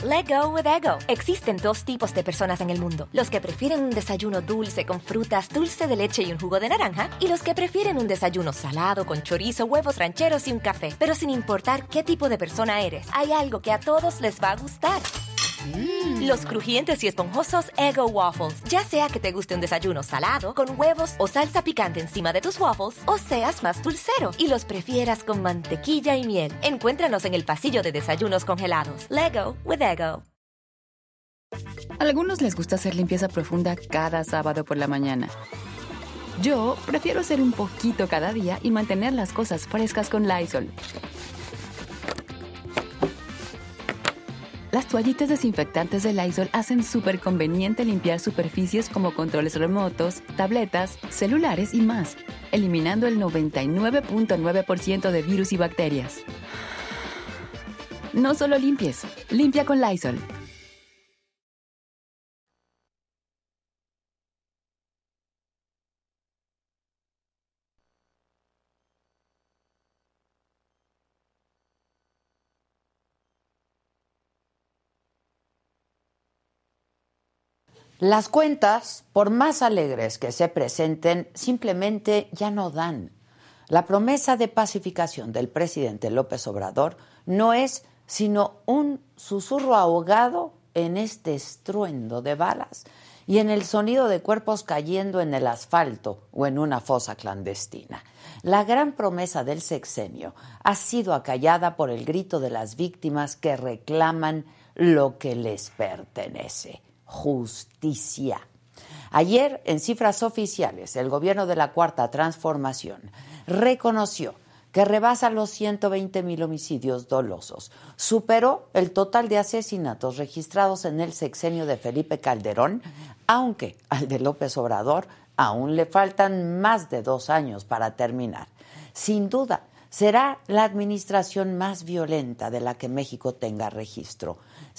Let go with Ego. Existen dos tipos de personas en el mundo. Los que prefieren un desayuno dulce con frutas, dulce de leche y un jugo de naranja. Y los que prefieren un desayuno salado con chorizo, huevos rancheros y un café. Pero sin importar qué tipo de persona eres, hay algo que a todos les va a gustar. Los crujientes y esponjosos Eggo Waffles. Ya sea que te guste un desayuno salado, con huevos o salsa picante encima de tus waffles, o seas más dulcero y los prefieras con mantequilla y miel. Encuéntranos en el pasillo de desayunos congelados. Lego with Eggo. A algunos les gusta hacer limpieza profunda cada sábado por la mañana. Yo prefiero hacer un poquito cada día y mantener las cosas frescas con Lysol. Las toallitas desinfectantes de Lysol hacen súper conveniente limpiar superficies como controles remotos, tabletas, celulares y más, eliminando el 99.9% de virus y bacterias. No solo limpies, limpia con Lysol. Las cuentas, por más alegres que se presenten, simplemente ya no dan. La promesa de pacificación del presidente López Obrador no es sino un susurro ahogado en este estruendo de balas y en el sonido de cuerpos cayendo en el asfalto o en una fosa clandestina. La gran promesa del sexenio ha sido acallada por el grito de las víctimas que reclaman lo que les pertenece. Justicia. Ayer, en cifras oficiales, el gobierno de la Cuarta Transformación reconoció que rebasa los 120,000 homicidios dolosos. Superó el total de asesinatos registrados en el sexenio de Felipe Calderón, aunque al de López Obrador aún le faltan más de 2 años para terminar. Sin duda, será la administración más violenta de la que México tenga registro.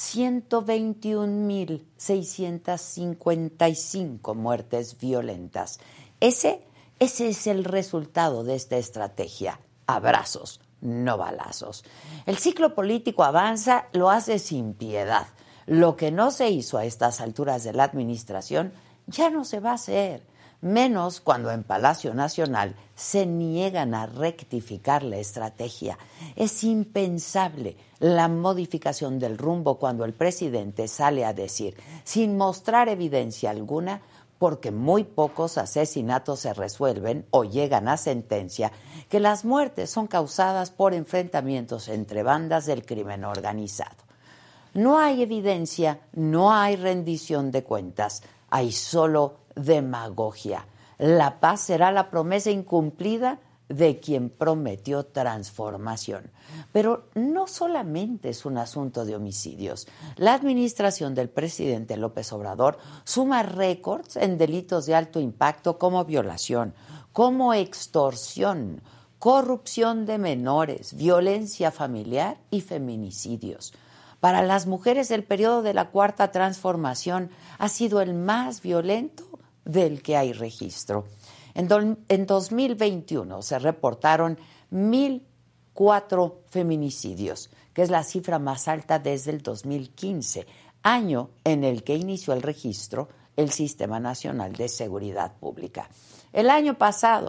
121,655 muertes violentas. Ese es el resultado de esta estrategia. Abrazos, no balazos. El ciclo político avanza, lo hace sin piedad. Lo que no se hizo a estas alturas de la administración ya no se va a hacer. Menos cuando en Palacio Nacional se niegan a rectificar la estrategia. Es impensable la modificación del rumbo cuando el presidente sale a decir, sin mostrar evidencia alguna, porque muy pocos asesinatos se resuelven o llegan a sentencia, que las muertes son causadas por enfrentamientos entre bandas del crimen organizado. No hay evidencia, no hay rendición de cuentas, hay solo demagogia. La paz será la promesa incumplida de quien prometió transformación. Pero no solamente es un asunto de homicidios. La administración del presidente López Obrador suma récords en delitos de alto impacto como violación, como extorsión, corrupción de menores, violencia familiar y feminicidios. Para las mujeres, el periodo de la Cuarta Transformación ha sido el más violento del que hay registro. En 2021 se reportaron 1,004 feminicidios, que es la cifra más alta desde el 2015, año en el que inició el registro el Sistema Nacional de Seguridad Pública. El año pasado,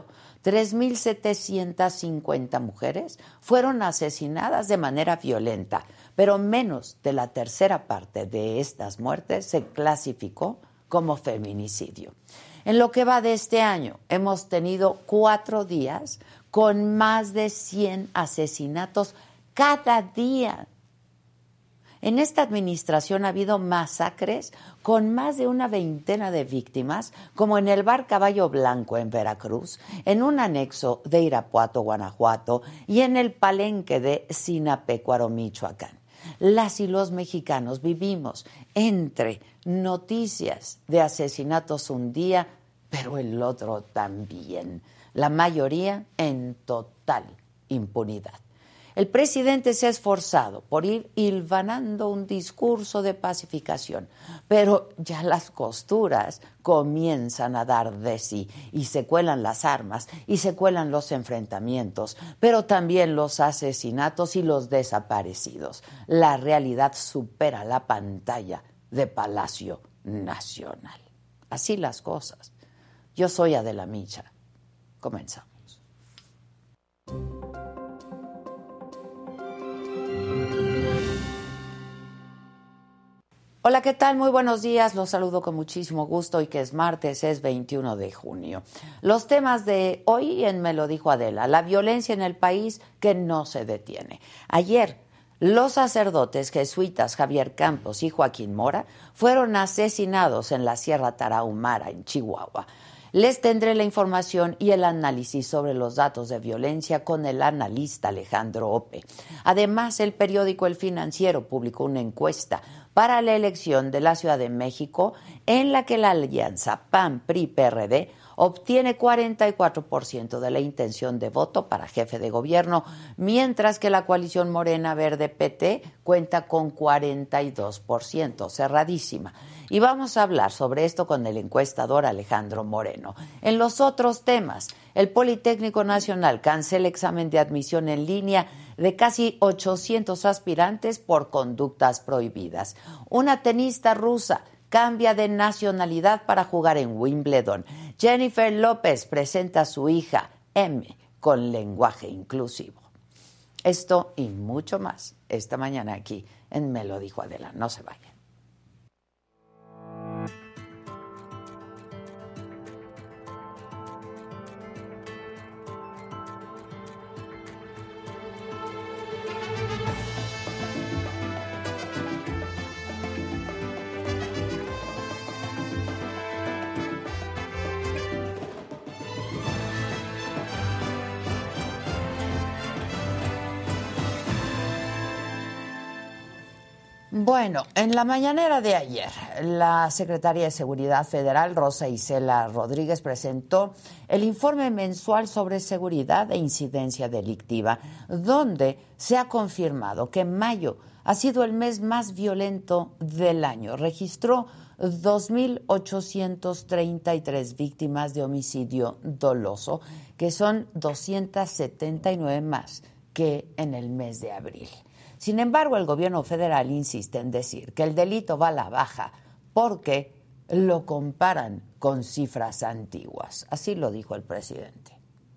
3,750 mujeres fueron asesinadas de manera violenta, pero menos de la tercera parte de estas muertes se clasificó como feminicidio. En lo que va de este año, hemos tenido 4 días con más de 100 asesinatos cada día. En esta administración ha habido masacres con más de una veintena de víctimas, como en el bar Caballo Blanco en Veracruz, en un anexo de Irapuato, Guanajuato, y en el palenque de Sinapecuaro, Michoacán. Las y los mexicanos vivimos entre noticias de asesinatos un día, pero el otro también. La mayoría en total impunidad. El presidente se ha esforzado por ir hilvanando un discurso de pacificación, pero ya las costuras comienzan a dar de sí y se cuelan las armas y se cuelan los enfrentamientos, pero también los asesinatos y los desaparecidos. La realidad supera la pantalla de Palacio Nacional. Así las cosas. Yo soy Adela Micha. Comenzamos. Hola, ¿qué tal? Muy buenos días. Los saludo con muchísimo gusto y que es martes, es 21 de junio. Los temas de hoy en Me lo dijo Adela. La violencia en el país que no se detiene. Ayer, los sacerdotes jesuitas Javier Campos y Joaquín Mora fueron asesinados en la Sierra Tarahumara, en Chihuahua. Les tendré la información y el análisis sobre los datos de violencia con el analista Alejandro Ope. Además, el periódico El Financiero publicó una encuesta para la elección de la Ciudad de México en la que la alianza PAN-PRI-PRD obtiene 44% de la intención de voto para jefe de gobierno, mientras que la coalición Morena Verde-PT cuenta con 42%, cerradísima. Y vamos a hablar sobre esto con el encuestador Alejandro Moreno. En los otros temas, el Politécnico Nacional cancela examen de admisión en línea de casi 800 aspirantes por conductas prohibidas. Una tenista rusa cambia de nacionalidad para jugar en Wimbledon. Jennifer López presenta a su hija M con lenguaje inclusivo. Esto y mucho más esta mañana aquí en Me lo dijo Adela. No se vayan. Bueno, en la mañanera de ayer, la Secretaría de Seguridad Federal, Rosa Isela Rodríguez, presentó el informe mensual sobre seguridad e incidencia delictiva, donde se ha confirmado que mayo ha sido el mes más violento del año. Registró 2.833 víctimas de homicidio doloso, que son 279 más que en el mes de abril. Sin embargo, el gobierno federal insiste en decir que el delito va a la baja porque lo comparan con cifras antiguas. Así lo dijo el presidente.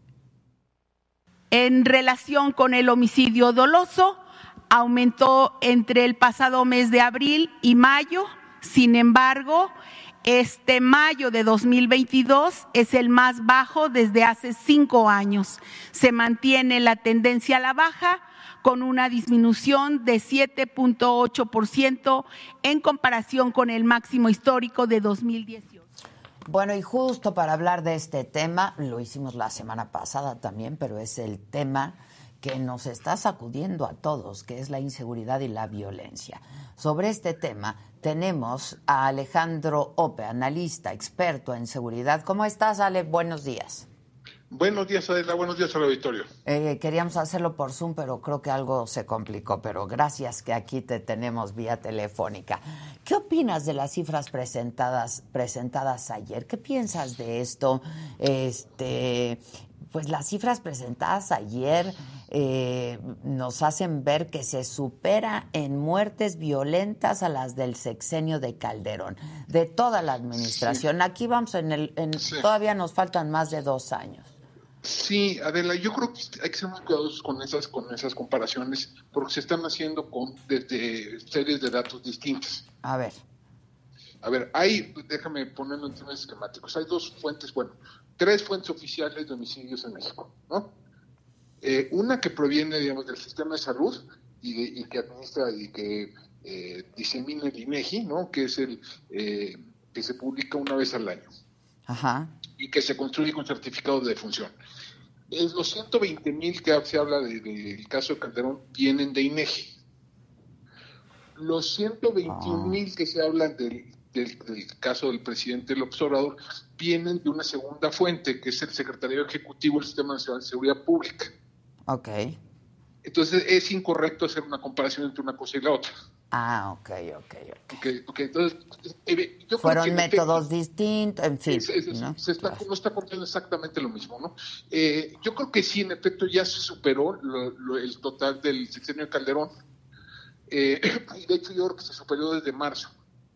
En relación con el homicidio doloso, aumentó entre el pasado mes de abril y mayo. Sin embargo, este mayo de 2022 es el más bajo desde hace 5 años. Se mantiene la tendencia a la baja, con una disminución de 7.8% en comparación con el máximo histórico de 2018. Bueno, y justo para hablar de este tema, lo hicimos la semana pasada también, pero es el tema que nos está sacudiendo a todos, que es la inseguridad y la violencia. Sobre este tema tenemos a Alejandro Ope, analista, experto en seguridad. ¿Cómo estás, Ale? Buenos días. Buenos días, Adela. Buenos días al auditorio. Queríamos hacerlo por Zoom, pero creo que algo se complicó. Pero gracias que aquí te tenemos vía telefónica. ¿Qué opinas de las cifras presentadas ayer? ¿Qué piensas de esto? Pues las cifras presentadas ayer nos hacen ver que se supera en muertes violentas a las del sexenio de Calderón, de toda la administración. Sí. Aquí vamos sí. Todavía nos faltan más de 2 años. Sí, Adela, yo creo que hay que ser muy cuidadosos con esas comparaciones, porque se están haciendo desde series de datos distintas. A ver, déjame ponerlo en términos esquemáticos, hay 2 fuentes, 3 fuentes oficiales de homicidios en México, ¿no? Una que proviene, digamos, del sistema de salud y que administra y que disemina el INEGI, ¿no? Que es el que se publica una vez al año. Ajá. Y que se construye con certificado de defunción. Los 120,000 que se habla del caso de Calderón vienen de INEGI. Los 121,000 que se hablan del caso del presidente López Obrador vienen de una segunda fuente, que es el Secretariado Ejecutivo del Sistema Nacional de Seguridad Pública. Ok. Entonces es incorrecto hacer una comparación entre una cosa y la otra. Ah, ok. Entonces, yo fueron creo que métodos distintos, en fin. ¿no? No está ocurriendo exactamente lo mismo, ¿no? Yo creo que sí, en efecto, ya se superó el total del sexenio de Calderón. Y de hecho, yo creo que se superó desde marzo.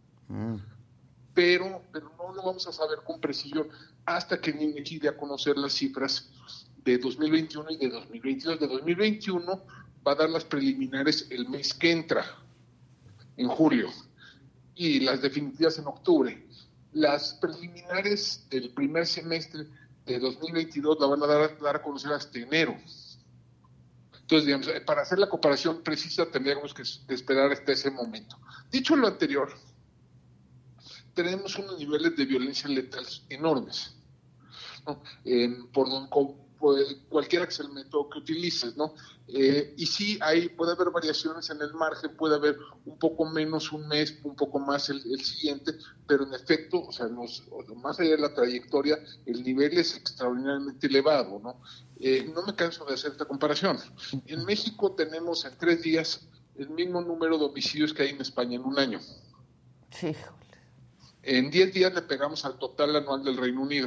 Pero no lo vamos a saber con precisión hasta que el INEGI dé a conocer las cifras de 2021 y de 2022. De 2021 va a dar las preliminares el mes que entra, en julio, y las definitivas en octubre. Las preliminares del primer semestre de 2022 la van a dar a conocer hasta enero. Entonces, digamos, para hacer la comparación precisa tendríamos que esperar hasta ese momento. Dicho lo anterior, tenemos unos niveles de violencia letal enormes, ¿no? Por cualquiera que sea el método que utilices, ¿no? Y sí, puede haber variaciones en el margen, puede haber un poco menos un mes, un poco más el siguiente, pero en efecto, o sea, más allá de la trayectoria, el nivel es extraordinariamente elevado, ¿no? No me canso de hacer esta comparación. En México tenemos en 3 días el mismo número de homicidios que hay en España en un año. Sí. En 10 días le pegamos al total anual del Reino Unido.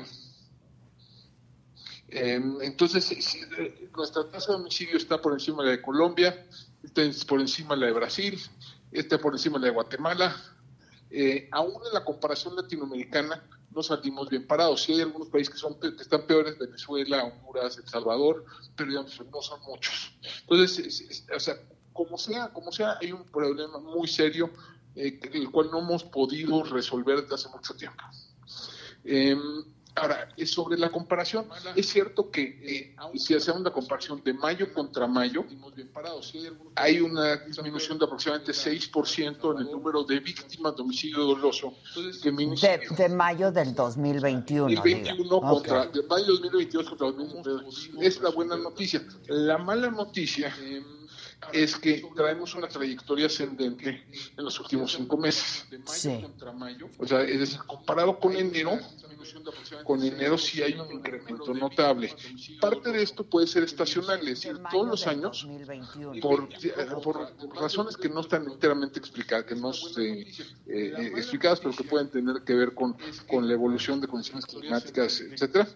Entonces, nuestra tasa de homicidio está por encima de la de Colombia, está por encima de la de Brasil, está por encima de la de Guatemala. Aún en la comparación latinoamericana no salimos bien parados. Sí hay algunos países que están peores, Venezuela, Honduras, El Salvador, pero digamos, no son muchos. Entonces, o sea, como sea, hay un problema muy serio el cual no hemos podido resolver desde hace mucho tiempo. Ahora, sobre la comparación, es cierto que si hacemos la comparación de mayo contra mayo, hay una disminución de aproximadamente 6% en el número de víctimas de homicidio doloso. De mayo del 2021. El 21 contra, de mayo 2022 contra 2022. Es la buena noticia. La mala noticia es que traemos una trayectoria ascendente en los últimos 5 meses. Sí. O sea, es decir, comparado con enero sí hay un incremento notable. Parte de esto puede ser estacional, es decir, todos los años, por razones que no están enteramente explicadas, explicadas, pero que pueden tener que ver con la evolución de condiciones climáticas, etcétera.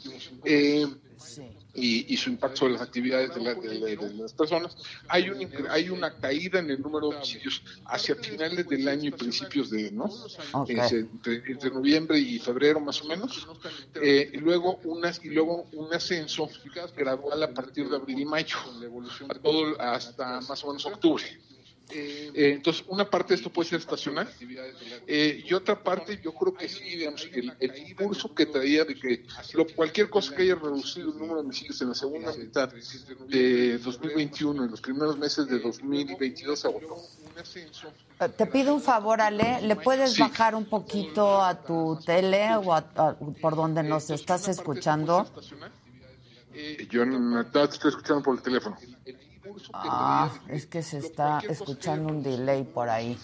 Y su impacto sobre las actividades de las personas. Hay una caída en el número de homicidios hacia finales del año y principios de, ¿no? Okay. Entre noviembre y febrero más o menos. Y luego un ascenso gradual a partir de abril y mayo, todo hasta más o menos octubre. Entonces, una parte de esto puede ser estacional y otra parte, yo creo que sí, digamos, el impulso que traía de que cualquier cosa que haya reducido el número de homicidios en la segunda mitad de 2021 en los primeros meses de 2022 se agotó. Te pido un favor, Ale, ¿le puedes bajar un poquito a tu tele o por donde nos estás escuchando? Yo no te estoy escuchando por el teléfono. Es que se está escuchando un delay por ahí.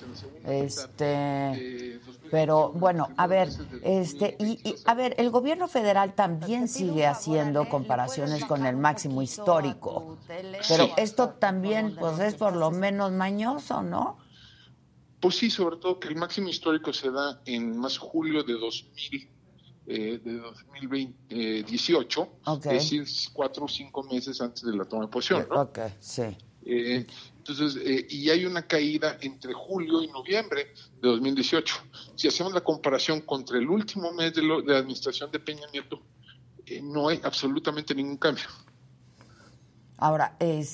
Pero bueno, a ver, a ver, el gobierno federal también sigue haciendo comparaciones con el máximo histórico. Pero esto también, pues, es por lo menos mañoso, ¿no? Pues sí, sobre todo que el máximo histórico se da en más julio de 2018, okay. Es decir, 4 o 5 meses antes de la toma de posesión, ¿no? Okay, sí. Entonces, y hay una caída entre julio y noviembre de 2018. Si hacemos la comparación contra el último mes de la administración de Peña Nieto, no hay absolutamente ningún cambio. Ahora,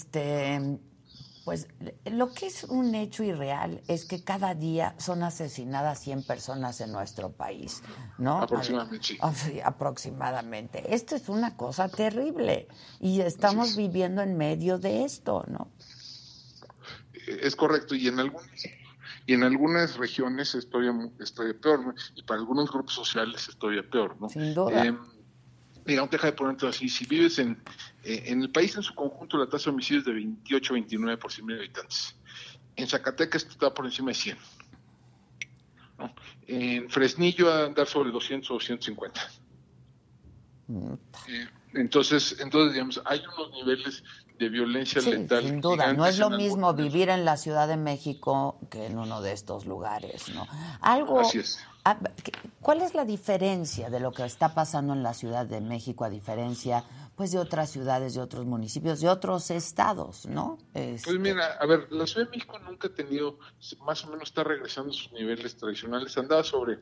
pues lo que es un hecho irreal es que cada día son asesinadas 100 personas en nuestro país, ¿no? Aproximadamente, sí. Aproximadamente. Esto es una cosa terrible y estamos viviendo en medio de esto, ¿no? Es correcto, y en algunas regiones es todavía peor, ¿no? Y para algunos grupos sociales es todavía peor, ¿no? Sin duda. Mira, no te deja de ponerte así. Si vives en el país en su conjunto, la tasa de homicidios es de 28 a 29 por 100,000 habitantes. En Zacatecas está por encima de 100. ¿No? En Fresnillo a andar sobre 200 o 250. Entonces, digamos, hay unos niveles de violencia Sí, letal. sin duda, no es lo mismo algunos. vivir en la Ciudad de México que en uno de estos lugares, ¿no? Algo, Así es. ¿Cuál es la diferencia de lo que está pasando en la Ciudad de México a diferencia, pues, de otras ciudades, de otros municipios, de otros estados, ¿no? Pues mira, a ver, la Ciudad de México nunca ha tenido, más o menos está regresando a sus niveles tradicionales. La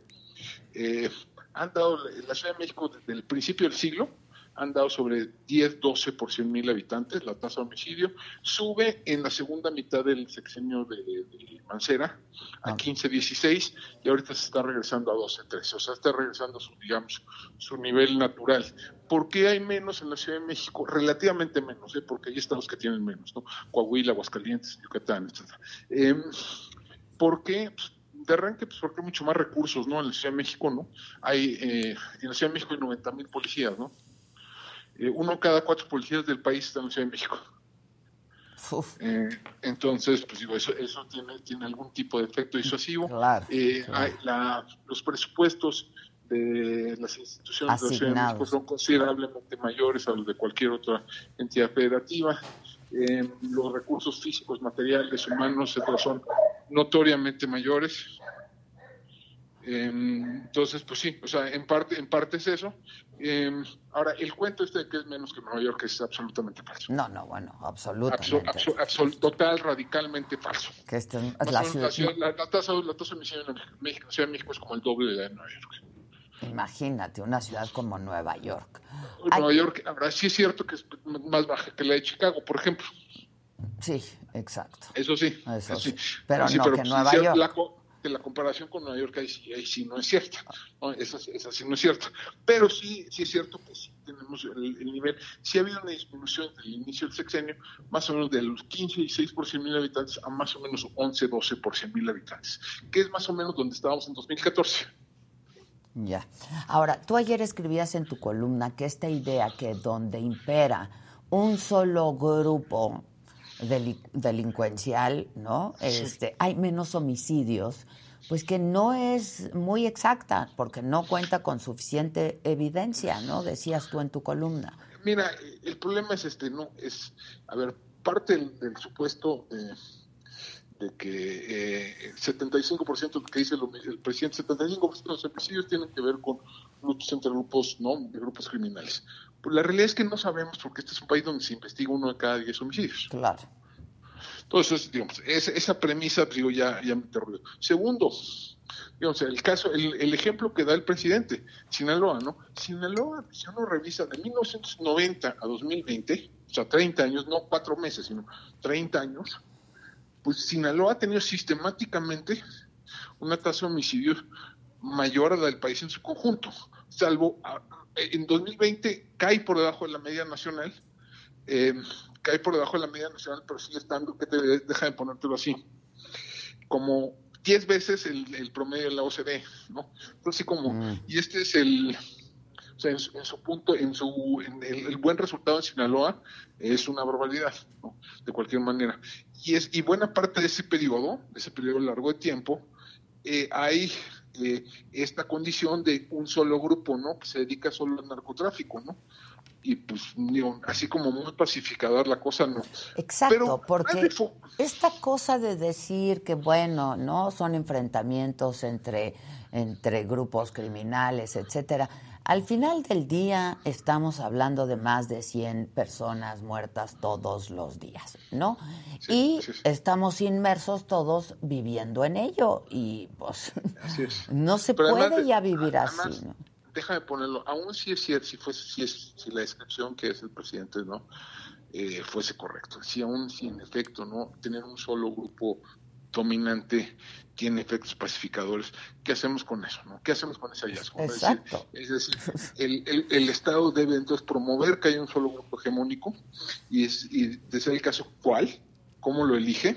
Ciudad de México desde el principio del siglo han dado sobre 10, 12 por 100,000 habitantes, la tasa de homicidio. Sube en la segunda mitad del sexenio de Mancera a 15, 16, y ahorita se está regresando a 12, 13. O sea, está regresando a su nivel natural. ¿Por qué hay menos en la Ciudad de México? Relativamente menos, porque hay estados que tienen menos, ¿no? Coahuila, Aguascalientes, Yucatán, etc. ¿Por qué? Pues, de arranque, pues porque hay mucho más recursos, ¿no? En la Ciudad de México, ¿no? En la Ciudad de México hay 90,000 policías, ¿no? Uno cada 4 policías del país está en la Ciudad de México. Entonces, pues digo, eso tiene algún tipo de efecto disuasivo. Claro. Los presupuestos de las instituciones de la Ciudad de México son considerablemente mayores a los de cualquier otra entidad federativa. Los recursos físicos, materiales, humanos, etcétera, son notoriamente mayores. Entonces, pues sí, o sea, en parte es eso. Ahora, el cuento de que es menos que Nueva York es absolutamente falso. No, bueno, absolutamente. Total, radicalmente falso. Que la tasa de homicidio en México, Ciudad de México es como el doble de la de Nueva York. Imagínate, una ciudad como Nueva York. Nueva York, ahora sí es cierto que es más baja que la de Chicago, por ejemplo. Sí, exacto. Eso sí. Pero que Nueva York. La comparación con Nueva York ahí sí no es cierta, ¿no? Esa sí no es cierta, pero sí es cierto que sí tenemos el nivel. Sí ha habido una disminución desde el inicio del sexenio, más o menos de los 15 y 6 por 100,000 habitantes a más o menos 11, 12 por 100,000 habitantes, que es más o menos donde estábamos en 2014. Ya. Ahora, tú ayer escribías en tu columna que esta idea que donde impera un solo grupo delincuencial, ¿no? Sí. Hay menos homicidios, pues que no es muy exacta, porque no cuenta con suficiente evidencia, ¿no? Decías tú en tu columna. Mira, el problema es parte del supuesto de que el 75% de lo que dice el presidente, 75% de los homicidios tienen que ver con luchas entre grupos, ¿no? De grupos criminales. Pues la realidad es que no sabemos, porque este es un país donde se investiga 1 de cada 10 homicidios. Claro. Entonces, digamos, esa premisa, digo, ya me interrumpió. Segundo, digamos, el ejemplo que da el presidente, Sinaloa, ¿no? Sinaloa, si uno revisa de 1990 a 2020, o sea, 30 años, no 4 meses, sino 30 años, pues Sinaloa ha tenido sistemáticamente una tasa de homicidios mayor a la del país en su conjunto, salvo en 2020 cae por debajo de la media nacional, pero sigue estando, que deja de ponértelo así, como 10 veces el promedio de la OCDE, ¿no? Entonces, y este es el buen resultado en Sinaloa es una barbaridad, ¿no? De cualquier manera. Y buena parte de ese periodo largo de tiempo, hay esta condición de un solo grupo, ¿no? Que se dedica solo al narcotráfico, ¿no? Y pues, digo, así como muy pacificador la cosa, no. Exacto, pero porque esta cosa de decir que, bueno, no son enfrentamientos entre grupos criminales, etcétera. Al final del día estamos hablando de más de 100 personas muertas todos los días, ¿no? Sí. Estamos inmersos todos viviendo en ello y pues no se puede ya vivir así, ¿no? Déjame ponerlo, aún si es cierto, si la descripción que es el presidente, ¿no? Fuese correcto, si en efecto, ¿no? Tener un solo grupo dominante tiene efectos pacificadores, ¿qué hacemos con eso, no? ¿Qué hacemos con ese hallazgo? Exacto. Es decir, el Estado debe entonces promover que haya un solo grupo hegemónico y de ser el caso, ¿cuál? ¿Cómo lo elige?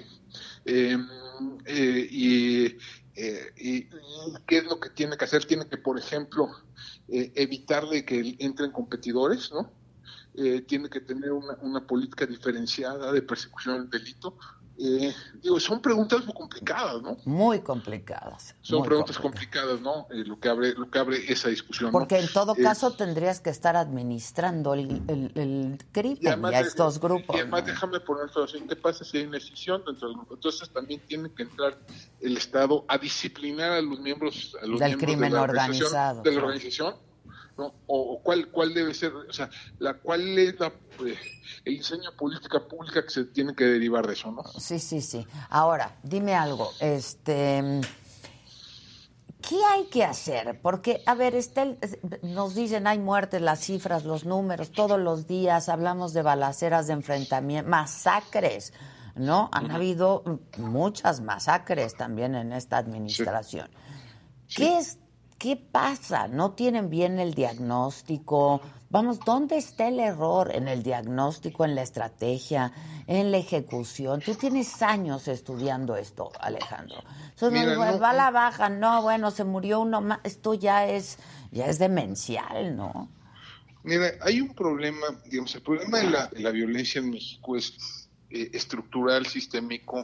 Y qué es lo que tiene que hacer. Tiene que, por ejemplo, evitar de que entren competidores, ¿no? Tiene que tener una política diferenciada de persecución del delito. Son preguntas muy complicadas, ¿no? Muy complicadas. Son preguntas complicadas, ¿no? Lo que abre esa discusión. Porque ¿no? en todo caso tendrías que estar administrando el crimen y a estos grupos. Y además, ¿no? déjame poner todo así. ¿Qué pasa si hay una decisión dentro del grupo? Entonces también tiene que entrar el Estado a disciplinar a los miembros, del crimen organizado. De la organización, ¿no? O cuál debe ser, o sea, cuál es el diseño de política pública que se tiene que derivar de eso, ¿no? Sí. Ahora, dime algo, ¿qué hay que hacer? Porque, a ver, nos dicen hay muertes, las cifras, los números, todos los días hablamos de balaceras, de enfrentamientos, masacres, ¿no? Han habido muchas masacres también en esta administración. Sí. ¿Qué pasa? ¿No tienen bien el diagnóstico? Vamos, ¿dónde está el error? ¿En el diagnóstico, en la estrategia, en la ejecución? Tú tienes años estudiando esto, Alejandro. Entonces, va a la baja, no, bueno, se murió uno más. Esto ya es demencial, ¿no? Mira, hay un problema, digamos, el problema de la violencia en México es estructural, sistémico,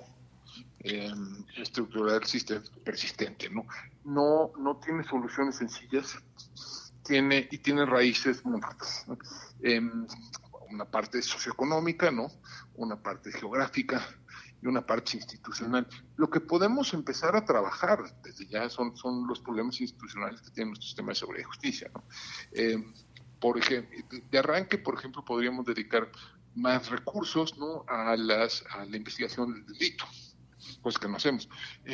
persistente, ¿no? No tiene soluciones sencillas, tiene raíces muy fuertes, ¿no? Una parte socioeconómica, ¿no? Una parte geográfica y una parte institucional. Lo que podemos empezar a trabajar desde ya son los problemas institucionales que tiene nuestro sistema de seguridad y justicia, ¿no? Por ejemplo, de arranque, por ejemplo, podríamos dedicar más recursos, ¿no? a la investigación del delito, pues que no hacemos.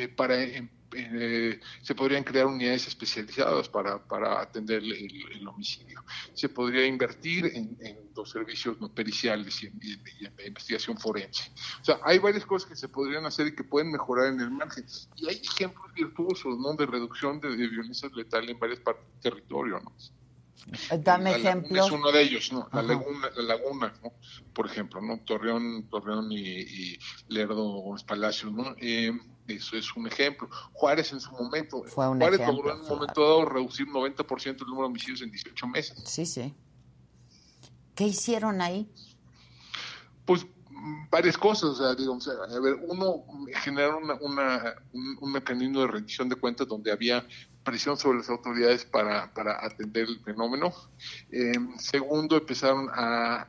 Se podrían crear unidades especializadas para atender el homicidio. Se podría invertir en los servicios no periciales y en investigación forense. O sea, hay varias cosas que se podrían hacer y que pueden mejorar en el margen. Y hay ejemplos virtuosos, ¿no? De reducción de violencia letal en varias partes del territorio, ¿no? Dame ejemplos. Es uno de ellos, ¿no? La Laguna, ¿no? Por ejemplo, ¿no? Torreón y Lerdo Gómez Palacio, ¿no? Eso es un ejemplo. Juárez en su momento. Juárez logró en un momento dado reducir 90% el número de homicidios en 18 meses. Sí. ¿Qué hicieron ahí? Pues varias cosas, o sea, digamos, a ver, uno, generar un mecanismo de rendición de cuentas donde había presión sobre las autoridades para atender el fenómeno. Segundo, empezaron a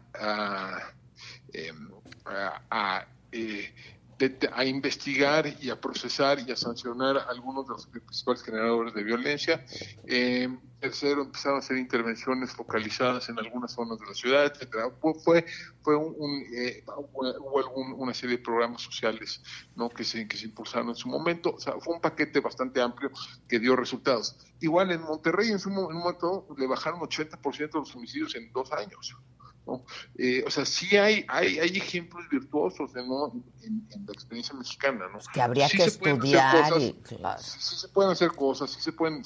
investigar y a procesar y a sancionar a algunos de los principales generadores de violencia. Tercero, empezaron a hacer intervenciones focalizadas en algunas zonas de la ciudad, etcétera. Hubo una serie de programas sociales, ¿no? que se impulsaron en su momento. O sea, fue un paquete bastante amplio que dio resultados. Igual en Monterrey, en un momento, le bajaron 80% de los homicidios en 2 años. ¿no? O sea, sí hay ejemplos virtuosos, ¿no? en la experiencia mexicana, ¿no? Que habría que estudiar claro. Sí se pueden hacer cosas, sí se pueden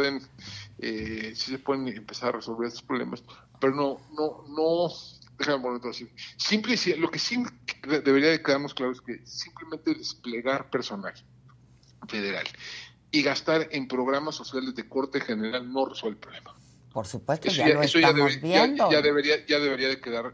empezar a resolver estos problemas, pero no déjame ponerlo así. Lo que sí debería de quedarnos claro es que simplemente desplegar personal federal y gastar en programas sociales de corte general no resuelve el problema. Por supuesto, lo estamos viendo. Ya debería de quedar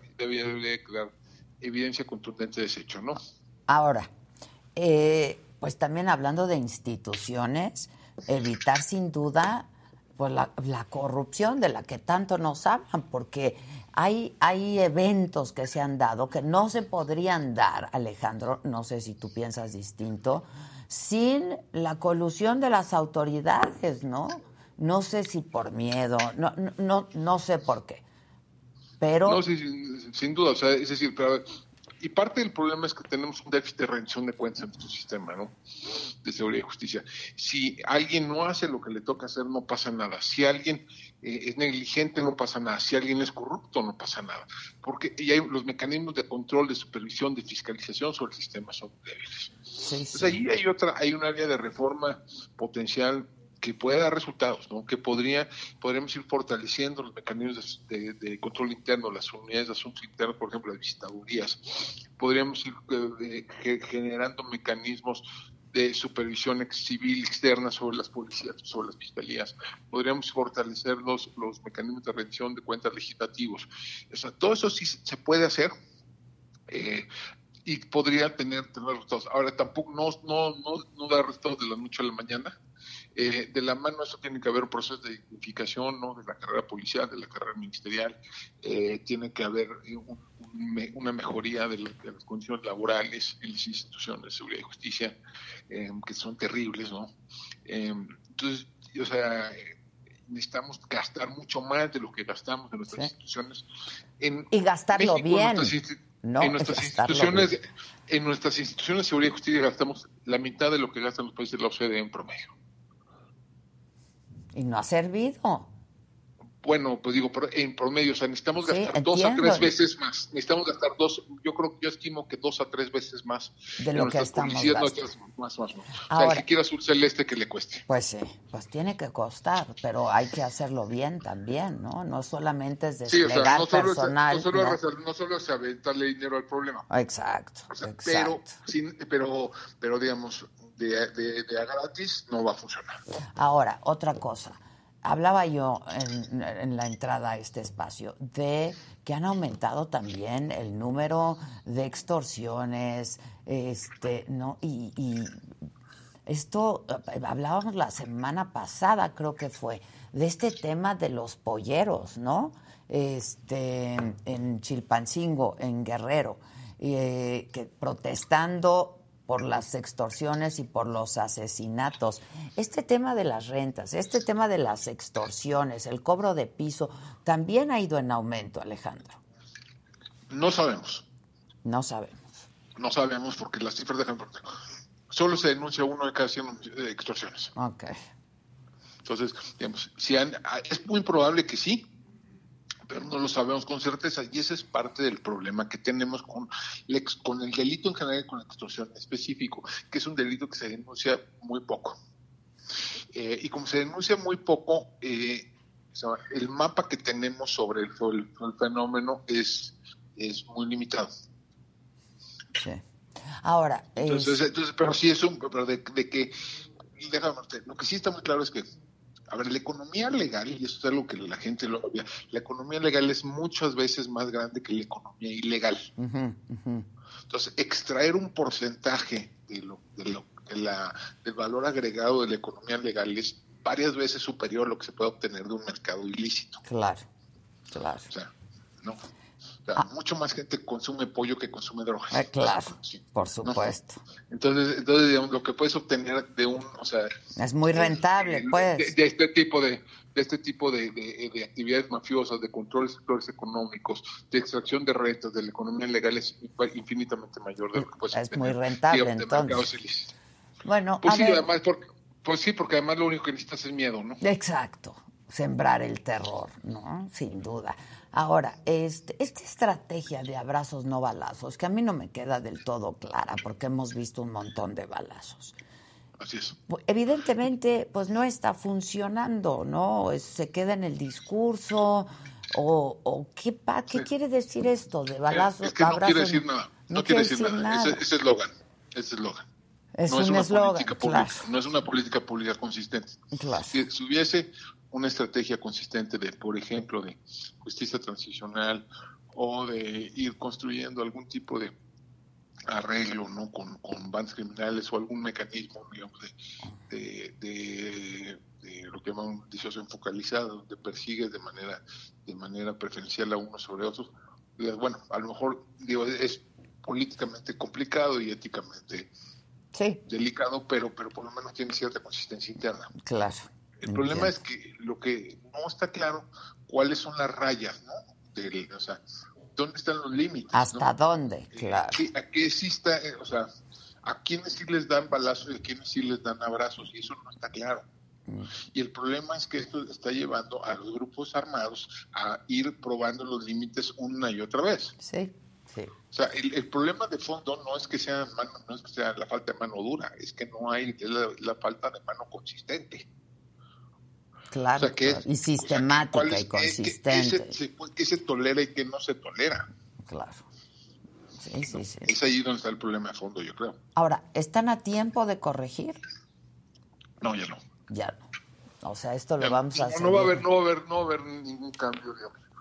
evidencia contundente de ese hecho, ¿no? Ahora, pues también hablando de instituciones, evitar sin duda pues la corrupción de la que tanto nos hablan, porque hay eventos que se han dado que no se podrían dar, Alejandro, no sé si tú piensas distinto, sin la colusión de las autoridades, ¿no? No sé si por miedo, no sé por qué, pero... No, sí, sin duda, o sea, es decir, pero, y parte del problema es que tenemos un déficit de rendición de cuentas en nuestro sistema, ¿no? De seguridad y justicia. Si alguien no hace lo que le toca hacer, no pasa nada. Si alguien es negligente, no pasa nada. Si alguien es corrupto, no pasa nada. Porque los mecanismos de control, de supervisión, de fiscalización sobre el sistema son débiles. Sí. Entonces ahí hay un área de reforma potencial que puede dar resultados, ¿no? Que podríamos ir fortaleciendo los mecanismos de control interno, las unidades de asuntos internos, por ejemplo, las visitadurías. Podríamos ir generando mecanismos de supervisión civil externa sobre las policías, sobre las fiscalías. Podríamos fortalecer los mecanismos de rendición de cuentas legislativos. O sea, todo eso sí se puede hacer. y podría tener resultados. Ahora, tampoco no da resultados de la noche a la mañana. De la mano eso tiene que haber un proceso de identificación, ¿no?, de la carrera policial, de la carrera ministerial. Tiene que haber una mejoría de las condiciones laborales en las instituciones de seguridad y justicia, que son terribles, ¿no? Entonces, o sea, necesitamos gastar mucho más de lo que gastamos en nuestras instituciones. Y gastarlo México, bien. En nuestras instituciones de seguridad y justicia gastamos la mitad de lo que gastan los países de la OCDE en promedio. Y no ha servido. Bueno, pues digo, en promedio, o sea, necesitamos gastar 2 a 3 veces más. Necesitamos gastar yo estimo que 2 a 3 veces más de lo que estamos gastando. Más. Ahora, o sea, si quiere azul celeste, que le cueste. Pues sí, pues tiene que costar, pero hay que hacerlo bien también, ¿no? No solamente es desplegar personal. No solo es aventarle dinero al problema. Exacto, o sea, exacto. Pero digamos, de a gratis no va a funcionar. Ahora, otra cosa. Hablaba yo en la entrada a este espacio de que han aumentado también el número de extorsiones, ¿no? Y esto, hablábamos la semana pasada, creo que fue, de este tema de los polleros, ¿no? En Chilpancingo, en Guerrero, que protestando por las extorsiones y por los asesinatos. Este tema de las rentas, este tema de las extorsiones, el cobro de piso, también ha ido en aumento, Alejandro. No sabemos. No sabemos. No sabemos porque las cifras dejan... Solo se denuncia 1 de cada 100 extorsiones. Ok. Entonces, digamos, es muy probable que sí, pero no lo sabemos con certeza, y ese es parte del problema que tenemos con el delito en general y con la extorsión específico, que es un delito que se denuncia muy poco. Y como se denuncia muy poco, el mapa que tenemos sobre el fenómeno es muy limitado. Sí. Ahora... Entonces, pero sí es pero de que... lo que sí está muy claro es que a ver, la economía legal, y eso es algo que la gente lo obvia, la economía legal es muchas veces más grande que la economía ilegal. Uh-huh, uh-huh. Entonces, extraer un porcentaje del valor agregado de la economía legal es varias veces superior a lo que se puede obtener de un mercado ilícito. Claro. O sea, ¿no? Mucho más gente consume pollo que consume drogas. Claro, sí, por supuesto. ¿No? Entonces, digamos, lo que puedes obtener es muy rentable, pues. De este tipo de actividades mafiosas, de control de sectores económicos, de extracción de rentas de la economía legal es infinitamente mayor de lo que puedes obtener. Es muy rentable, entonces. Bueno, pues sí, además, porque además lo único que necesitas es miedo, ¿no? Exacto. Sembrar el terror, ¿no? Sin duda. Ahora, esta estrategia de abrazos no balazos, que a mí no me queda del todo clara, porque hemos visto un montón de balazos. Así es. Evidentemente, pues no está funcionando, ¿no? Se queda en el discurso, o ¿qué quiere decir esto de balazos? Es que no quiere decir nada. No quiere decir nada. Ese eslogan. Es un eslogan, claro. No es una política pública consistente. Claro. Si hubiese una estrategia consistente de, por ejemplo, de justicia transicional o de ir construyendo algún tipo de arreglo, ¿no?, con bandas criminales o algún mecanismo, digamos, de lo que llaman disociación focalizada, donde persigues de manera preferencial a unos sobre otros. Bueno, a lo mejor es políticamente complicado y éticamente delicado, pero por lo menos tiene cierta consistencia interna. Claro. El problema es que lo que no está claro, cuáles son las rayas, ¿no? O sea, ¿dónde están los límites? ¿Hasta dónde? Claro. ¿A qué exista? O sea, ¿a quiénes sí les dan balazos y a quiénes sí les dan abrazos? Y eso no está claro. Y el problema es que esto está llevando a los grupos armados a ir probando los límites una y otra vez. Sí. O sea, el problema de fondo no es que sea la falta de mano dura, es que no hay la falta de mano consistente. Claro, o sea, y sistemática y consistente. ¿Qué se tolera y qué no se tolera? Claro. Sí. Es ahí donde está el problema de fondo, yo creo. Ahora, ¿están a tiempo de corregir? No, ya no. Ya no. O sea, esto lo vamos a hacer. No va a haber ningún cambio, digamos.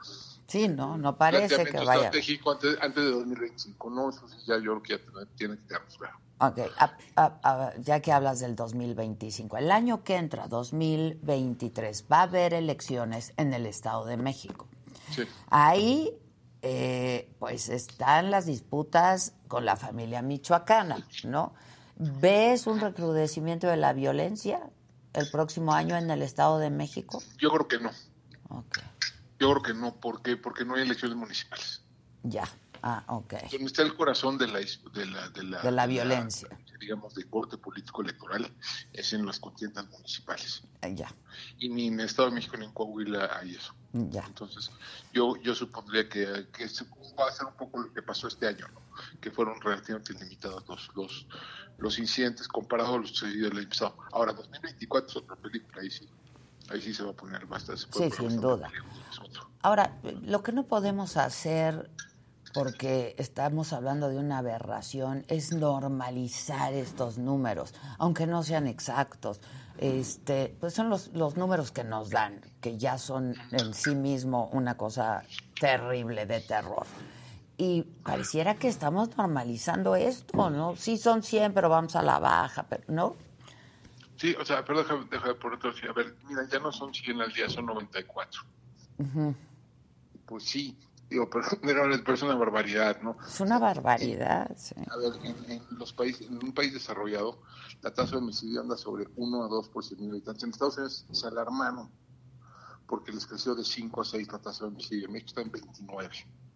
Sí, no parece que vaya. Estratégico antes de 2025, ¿no? Eso sí, ya yo creo que ya tiene que quedarnos claro. Ok, ya que hablas del 2025, el año que entra, 2023, va a haber elecciones en el Estado de México. Sí. Ahí, pues, están las disputas con la familia michoacana, ¿no? ¿Ves un recrudecimiento de la violencia el próximo año en el Estado de México? Yo creo que no. Okay. Yo creo que no. ¿Por qué? Porque no hay elecciones municipales. Ya. Ok. Donde está el corazón de la violencia. Digamos, de corte político electoral, es en las contiendas municipales. Ya. Y ni en el Estado de México ni en Coahuila hay eso. Ya. Entonces, yo supondría que va a ser un poco lo que pasó este año, ¿no? Que fueron relativamente limitados los incidentes comparados a los sucedidos el año pasado. Ahora, 2024 es otra película, ahí sí se va a poner bastante. Sí, sin duda. Ahora, lo que no podemos hacer, porque estamos hablando de una aberración, es normalizar estos números, aunque no sean exactos. Pues son los números que nos dan, que ya son en sí mismo una cosa terrible de terror. Y pareciera que estamos normalizando esto, ¿no? Sí son 100, pero vamos a la baja, pero ¿no? Sí, o sea, pero deja por otro, a ver, mira, ya no son 100 al día, son 94. Uh-huh. Pues sí, digo, pero es una barbaridad, ¿no? Es una barbaridad, sí. A ver, en un país desarrollado, la tasa de homicidio anda sobre 1 a 2 por 100,000 habitantes. En Estados Unidos se alarmaron porque les creció de 5 a 6 la tasa de homicidio. En México está en 29.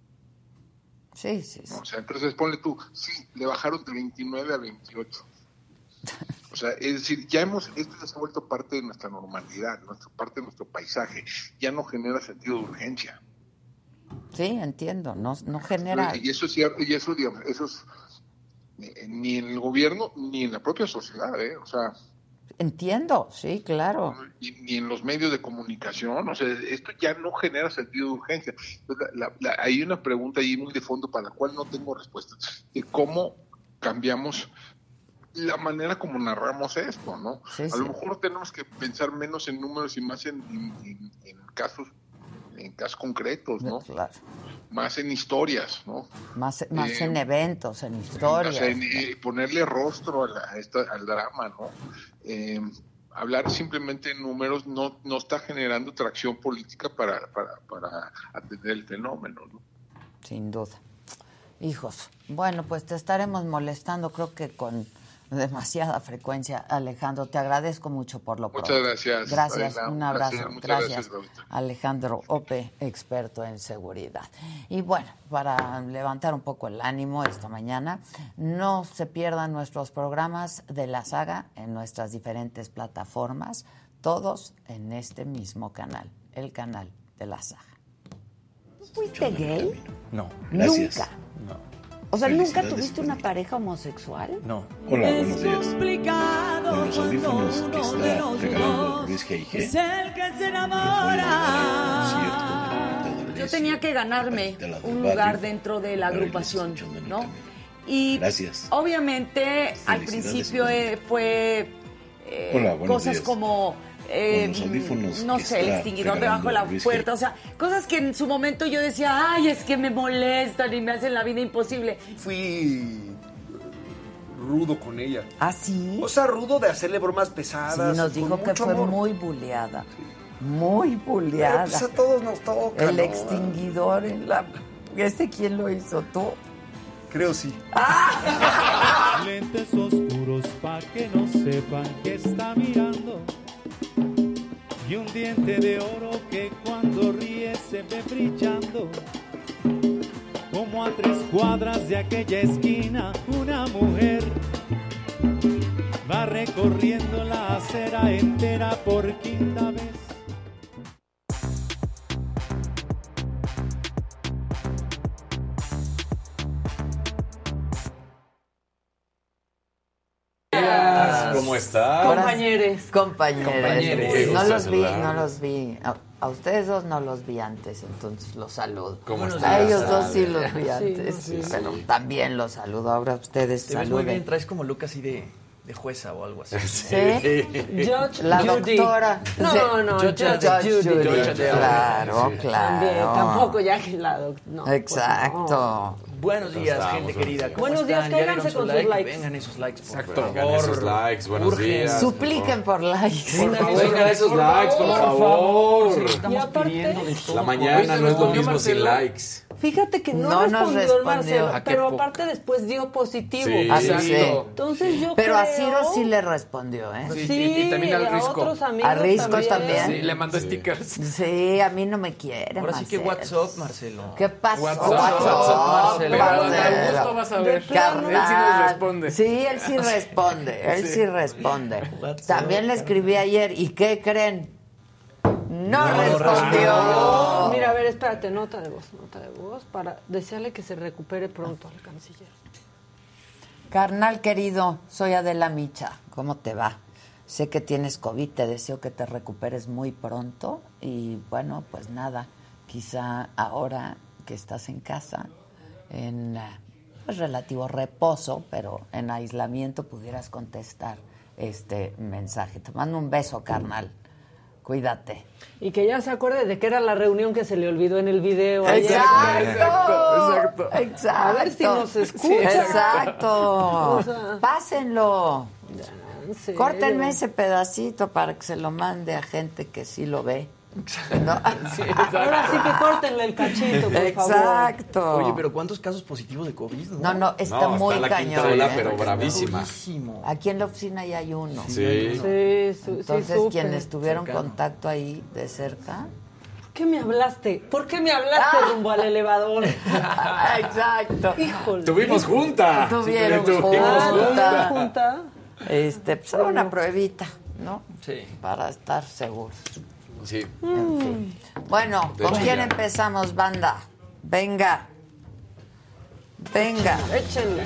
Sí. ¿No? O sea, entonces ponle tú, sí, le bajaron de 29 a 28. O sea, es decir, esto ya se ha vuelto parte de nuestra normalidad, parte de nuestro paisaje. Ya no genera sentido de urgencia. Sí, entiendo, no genera... Y eso, digamos, eso es ni en el gobierno ni en la propia sociedad, ¿eh? O sea... Entiendo, sí, claro. Ni en los medios de comunicación, o sea, esto ya no genera sentido de urgencia. Entonces, hay una pregunta ahí muy de fondo para la cual no tengo respuesta, de cómo cambiamos la manera como narramos esto, ¿no? Sí, a lo mejor tenemos que pensar menos en números y más en casos concretos, ¿no? Claro. Más en historias, ¿no? Más en eventos, en historias. O sea, ponerle rostro al drama, ¿no? Hablar simplemente en números no está generando tracción política para atender el fenómeno, ¿no? Sin duda. Hijos, bueno, pues te estaremos molestando, creo que con demasiada frecuencia, Alejandro. Te agradezco mucho por lo pronto. Muchas gracias. Gracias, un abrazo. Gracias, Raulita. Alejandro Ope, experto en seguridad. Y bueno, para levantar un poco el ánimo esta mañana, no se pierdan nuestros programas de la saga en nuestras diferentes plataformas, todos en este mismo canal, el canal de la saga. ¿Fuiste gay? No, gracias. Nunca. No. O sea, ¿nunca tuviste una pareja homosexual? No. Hola, buenos días. Con los audífonos que está regalando Luis G.I.G. Es el que se enamora. Yo tenía que ganarme un lugar dentro de la agrupación, ¿no? Y gracias. Obviamente al principio fue cosas como... no sé, el extinguidor debajo de la puerta, o sea, cosas que en su momento yo decía, ay, es que me molestan y me hacen la vida imposible. Fui rudo con ella. ¿Ah, sí? O sea, rudo de hacerle bromas pesadas. Sí, nos dijo que fue muy buleada. Sí. Muy buleada. Pero pues a todos nos toca, el extinguidor en la... ¿Quién lo hizo? ¿Tú? Creo sí. Lentes oscuros pa' que no sepan que está mirando. Y un diente de oro que cuando ríe se ve brillando. Como a 3 cuadras de aquella esquina, una mujer va recorriendo la acera entera por 5ª vez. ¿Cómo estás? Compañeros. No los vi. A ustedes dos no los vi antes, entonces los saludo. ¿Cómo estás? A ellos dos sí los vi antes, pero también los saludo. Ahora ustedes te ves muy bien, traes como look así de de jueza o algo así. Sí. Judge La Judy. doctora. No, Judge Judy. Claro. También, tampoco ya que la doctora. No, exacto. No. Buenos días, gente querida. ¿Cómo buenos días, están? cáiganse con sus likes. Vengan esos likes, por favor. favor. Vengan esos likes, buenos días. Supliquen por likes. Vengan esos likes, por favor. Estamos pidiendo de todo. La mañana no es lo mismo sin likes. Fíjate que no nos respondió el Marcelo, pero aparte después dio positivo. Sí, exacto. Entonces yo pero creo... a Ciro sí le respondió, ¿eh? Sí, y también al Risco. A otros amigos ¿A Risco también? Sí, le mandó stickers. Sí, a mí no me quiere, Ahora sí que Marcelo. WhatsApp, Marcelo. ¿Qué pasó? WhatsApp, Marcelo. Pero gusto vas a ver. Carnal. Él sí nos responde. Sí, él sí responde. Él sí responde. También le escribí ayer. ¿Y qué creen? No respondió. Mira, a ver, espérate, nota de voz para desearle que se recupere pronto al canciller. Carnal querido, soy Adela Micha. ¿Cómo te va? Sé que tienes COVID, te deseo que te recuperes muy pronto y bueno, pues nada, quizá ahora que estás en casa, en pues, relativo reposo, pero en aislamiento pudieras contestar este mensaje. Te mando un beso, carnal. Cuídate. Y que ya se acuerde de que era la reunión que se le olvidó en el video. Exacto. A ver si nos escucha. Exacto. O sea, pásenlo. Córtenme ese ese pedacito para que se lo mande a gente que sí lo ve. ¿No? Sí, ahora sí que córtenle el cachito, por Exacto. favor. Oye, pero ¿cuántos casos positivos de COVID? No, está muy la cañón. Quinta ola, pero bravísima. Aquí en la oficina ya hay uno. Sí. Entonces, quienes tuvieron contacto ahí de cerca. ¿Por qué me hablaste? ¿Por qué me hablaste rumbo al elevador? Exacto. Híjole. Tuvimos junta. Tuvieron junta. Pues era una pruebita, ¿no? Sí. Para estar seguros. Sí. En fin. Bueno, ¿con quién empezamos, banda? Venga. Échenle.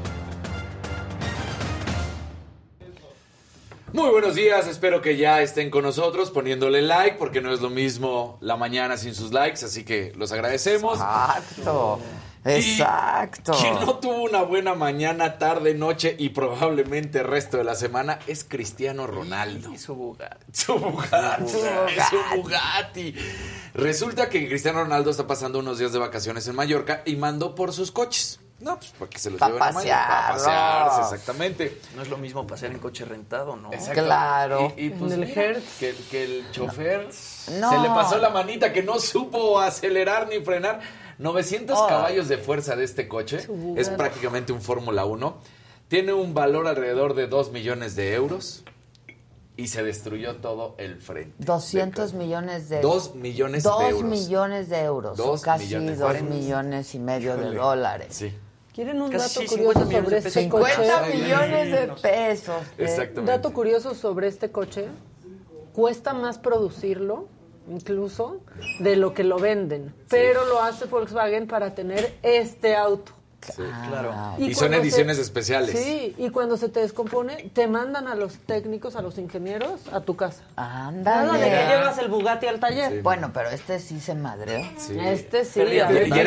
Muy buenos días, espero que ya estén con nosotros poniéndole like, porque no es lo mismo la mañana sin sus likes, así que los agradecemos. Exacto. Quien no tuvo una buena mañana, tarde, noche y probablemente el resto de la semana es Cristiano Ronaldo. Y su Bugatti. Su Bugatti. Resulta que Cristiano Ronaldo está pasando unos días de vacaciones en Mallorca y mandó por sus coches. No, pues porque se los lleven a Mallorca. Para pasearse, exactamente. No es lo mismo pasear en coche rentado, ¿no? Exacto. Claro. Y pues en el Hertz. Que el chofer se le pasó la manita, que no supo acelerar ni frenar. 900 caballos de fuerza de este coche. Es prácticamente un Fórmula 1. Tiene un valor alrededor de 2 millones de euros. Y se destruyó todo el frente. 200 millones de euros. 2 millones de euros. 2 millones de euros. Casi 2 millones y medio de dólares. Sí. ¿Quieren un Casi dato curioso sobre este coche? 50 millones de pesos. Exactamente. Dato curioso sobre este coche. Cuesta más producirlo, incluso, de lo que lo venden. Pero lo hace Volkswagen para tener este auto. Sí, claro. Y son ediciones especiales. Sí, y cuando se te descompone, te mandan a los técnicos, a los ingenieros, a tu casa. Ándale. Nada de que llevas el Bugatti al taller. Sí. Bueno, pero este sí se madreó. Sí. Este sí. Y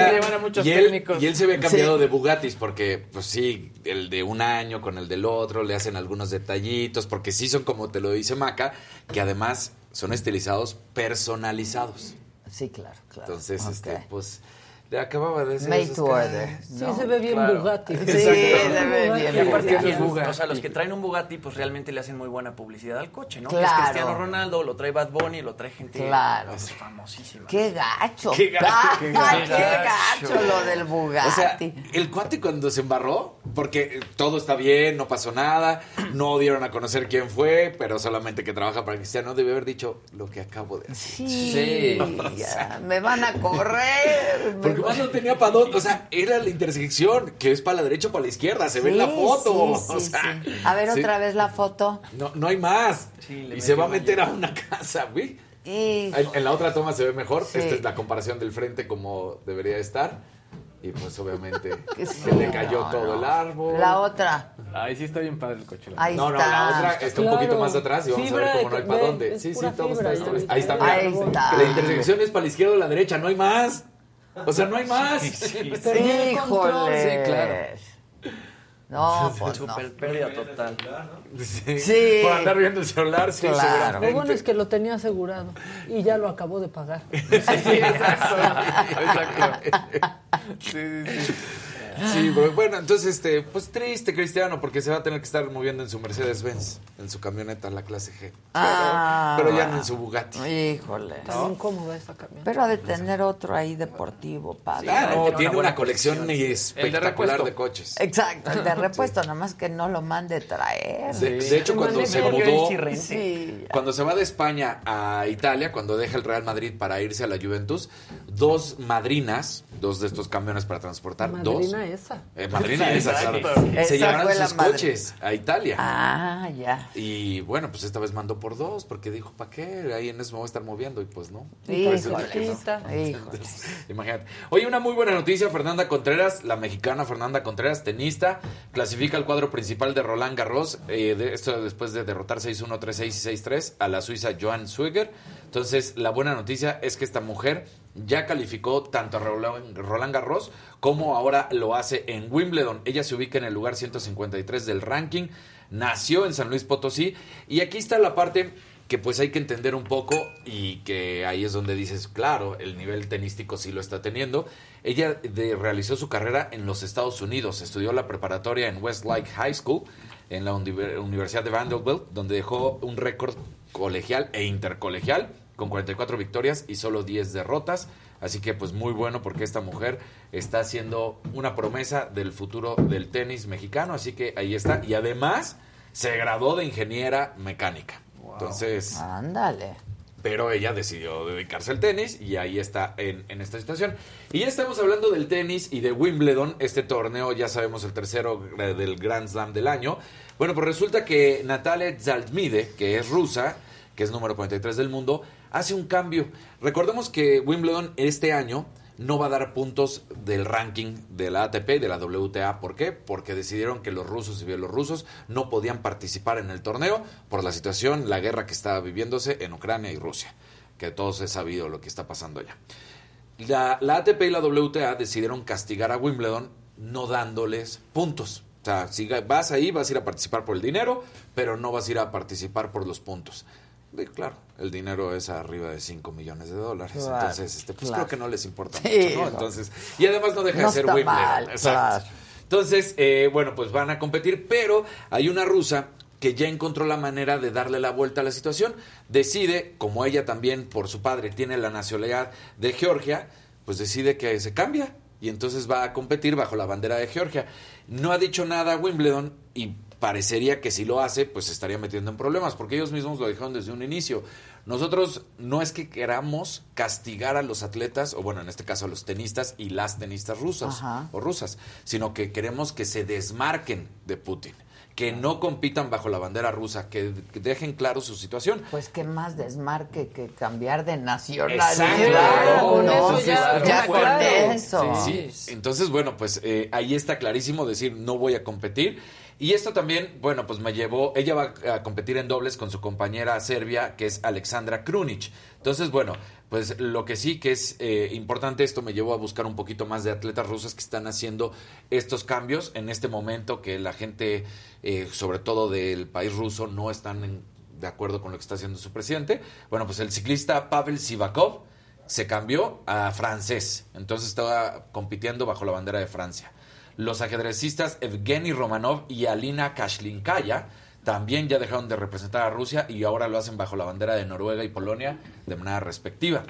él se ve cambiado de Bugattis porque, pues sí, el de un año con el del otro, le hacen algunos detallitos, porque sí son como te lo dice Maca, que además son estilizados personalizados. Sí, claro. Entonces, pues... Le acababa de decir. Made to order. Sí, se ve bien Bugatti. Sí, se ve bien. Y aparte o sea, los que traen un Bugatti, pues realmente le hacen muy buena publicidad al coche, ¿no? Claro. Es Cristiano Ronaldo, lo trae Bad Bunny, lo trae gente pues, famosísima. ¡Qué gacho! ¡Qué gacho! ¡Qué gacho lo del Bugatti! O sea, el cuate cuando se embarró, porque todo está bien, no pasó nada, no dieron a conocer quién fue, pero solamente que trabaja para Cristiano, debe haber dicho lo que acabo de hacer. Sí. Ya, me van a correr. Porque más no tenía para dónde, o sea, era la intersección, que es para la derecha o para la izquierda, se ve en la foto. Sí. A ver, otra vez la foto. No hay más. Y se va a meter a una casa, güey. En la otra toma se ve mejor. Esta es la comparación del frente como debería estar. Y pues obviamente se le cayó todo el árbol. La otra. Ahí sí está bien padre el coche. Ahí está. La otra está un poquito más atrás y vamos a ver cómo no hay para dónde. Sí, todo está. Ahí está. La intersección es para la izquierda o la derecha, no hay más. O sea, no hay más. Híjole. Sí, claro. No, pues no. Super pérdida total. Sí. Por andar viendo el celular, sí, claro. seguramente. Lo bueno es que lo tenía asegurado y ya lo acabó de pagar. Sí, exacto. Sí. Sí, pero bueno, entonces, pues triste Cristiano, porque se va a tener que estar moviendo en su Mercedes-Benz, en su camioneta, la clase G. Pero ya no en su Bugatti. Híjole. Está bien cómoda esta camioneta. Pero ha de tener otro ahí deportivo, padre. Claro, tiene una colección espectacular de coches. Exacto, el de repuesto, nada más que no lo mande traer. De hecho, cuando se mudó, sí, cuando se va de España a Italia, cuando deja el Real Madrid para irse a la Juventus, dos madrinas, dos de estos camiones para transportar, Madrina esa. Madrina esa, claro. Esa se llevaron fue sus coches a Italia. Ah, ya. Y bueno, pues esta vez mandó por dos, porque dijo, ¿para qué? Ahí en eso me voy a estar moviendo, y pues no. Híjole. Imagínate. Oye, una muy buena noticia, Fernanda Contreras, la mexicana Fernanda Contreras, tenista, clasifica al cuadro principal de Roland Garros, esto después de derrotar 6-1, 3-6 y 6-3 a la suiza Joan Swigger. Entonces, la buena noticia es que esta mujer ya calificó tanto a Roland Garros como ahora lo hace en Wimbledon. Ella se ubica en el lugar 153 del ranking, nació en San Luis Potosí, y aquí está la parte que pues hay que entender un poco, y que ahí es donde dices, claro, el nivel tenístico sí lo está teniendo. Ella realizó su carrera en los Estados Unidos, estudió la preparatoria en Westlake High School, en la Universidad de Vanderbilt, donde dejó un récord colegial e intercolegial con 44 victorias y solo 10 derrotas. Así que pues muy bueno, porque esta mujer está haciendo una promesa del futuro del tenis mexicano. Así que ahí está. Y además se graduó de ingeniera mecánica. Wow. Entonces, ándale. Pero ella decidió dedicarse al tenis y ahí está en esta situación. Y ya estamos hablando del tenis y de Wimbledon, este torneo, ya sabemos, el tercero del Grand Slam del año. Bueno, pues resulta que Natalia Zaltmide, que es rusa, que es número 43 del mundo, hace un cambio. Recordemos que Wimbledon este año no va a dar puntos del ranking de la ATP y de la WTA. ¿Por qué? Porque decidieron que los rusos y bielorrusos no podían participar en el torneo por la situación, la guerra que estaba viviéndose en Ucrania y Rusia, que todos he sabido lo que está pasando allá. La ATP y la WTA decidieron castigar a Wimbledon no dándoles puntos. O sea, si vas ahí, vas a ir a participar por el dinero, pero no vas a ir a participar por los puntos. Claro, el dinero es arriba de $5 millones. Claro, entonces, pues creo que no les importa mucho, ¿no? Entonces, y además no deja de ser Wimbledon. Exacto. Claro. Entonces, bueno, pues van a competir, pero hay una rusa que ya encontró la manera de darle la vuelta a la situación. Decide, como ella también por su padre tiene la nacionalidad de Georgia, pues decide que se cambia y entonces va a competir bajo la bandera de Georgia. No ha dicho nada a Wimbledon y parecería que si lo hace, pues se estaría metiendo en problemas, porque ellos mismos lo dijeron desde un inicio. Nosotros no es que queramos castigar a los atletas, o bueno, en este caso a los tenistas y las tenistas rusas o rusas, sino que queremos que se desmarquen de Putin, que no compitan bajo la bandera rusa, que dejen claro su situación. Pues qué más desmarque que cambiar de nacionalidad. Exacto. Claro, con no, eso ya con eso. Sí. Entonces, bueno, pues ahí está clarísimo decir no voy a competir. Y esto también, bueno, pues me llevó, ella va a competir en dobles con su compañera serbia, que es Alexandra Krunic. Entonces, bueno, pues lo que sí que es importante, esto me llevó a buscar un poquito más de atletas rusas que están haciendo estos cambios en este momento, que la gente, sobre todo del país ruso, no están de acuerdo con lo que está haciendo su presidente. Bueno, pues el ciclista Pavel Sivakov se cambió a francés, entonces estaba compitiendo bajo la bandera de Francia. Los ajedrecistas Evgeny Romanov y Alina Kashlinkaya también ya dejaron de representar a Rusia y ahora lo hacen bajo la bandera de Noruega y Polonia de manera respectiva.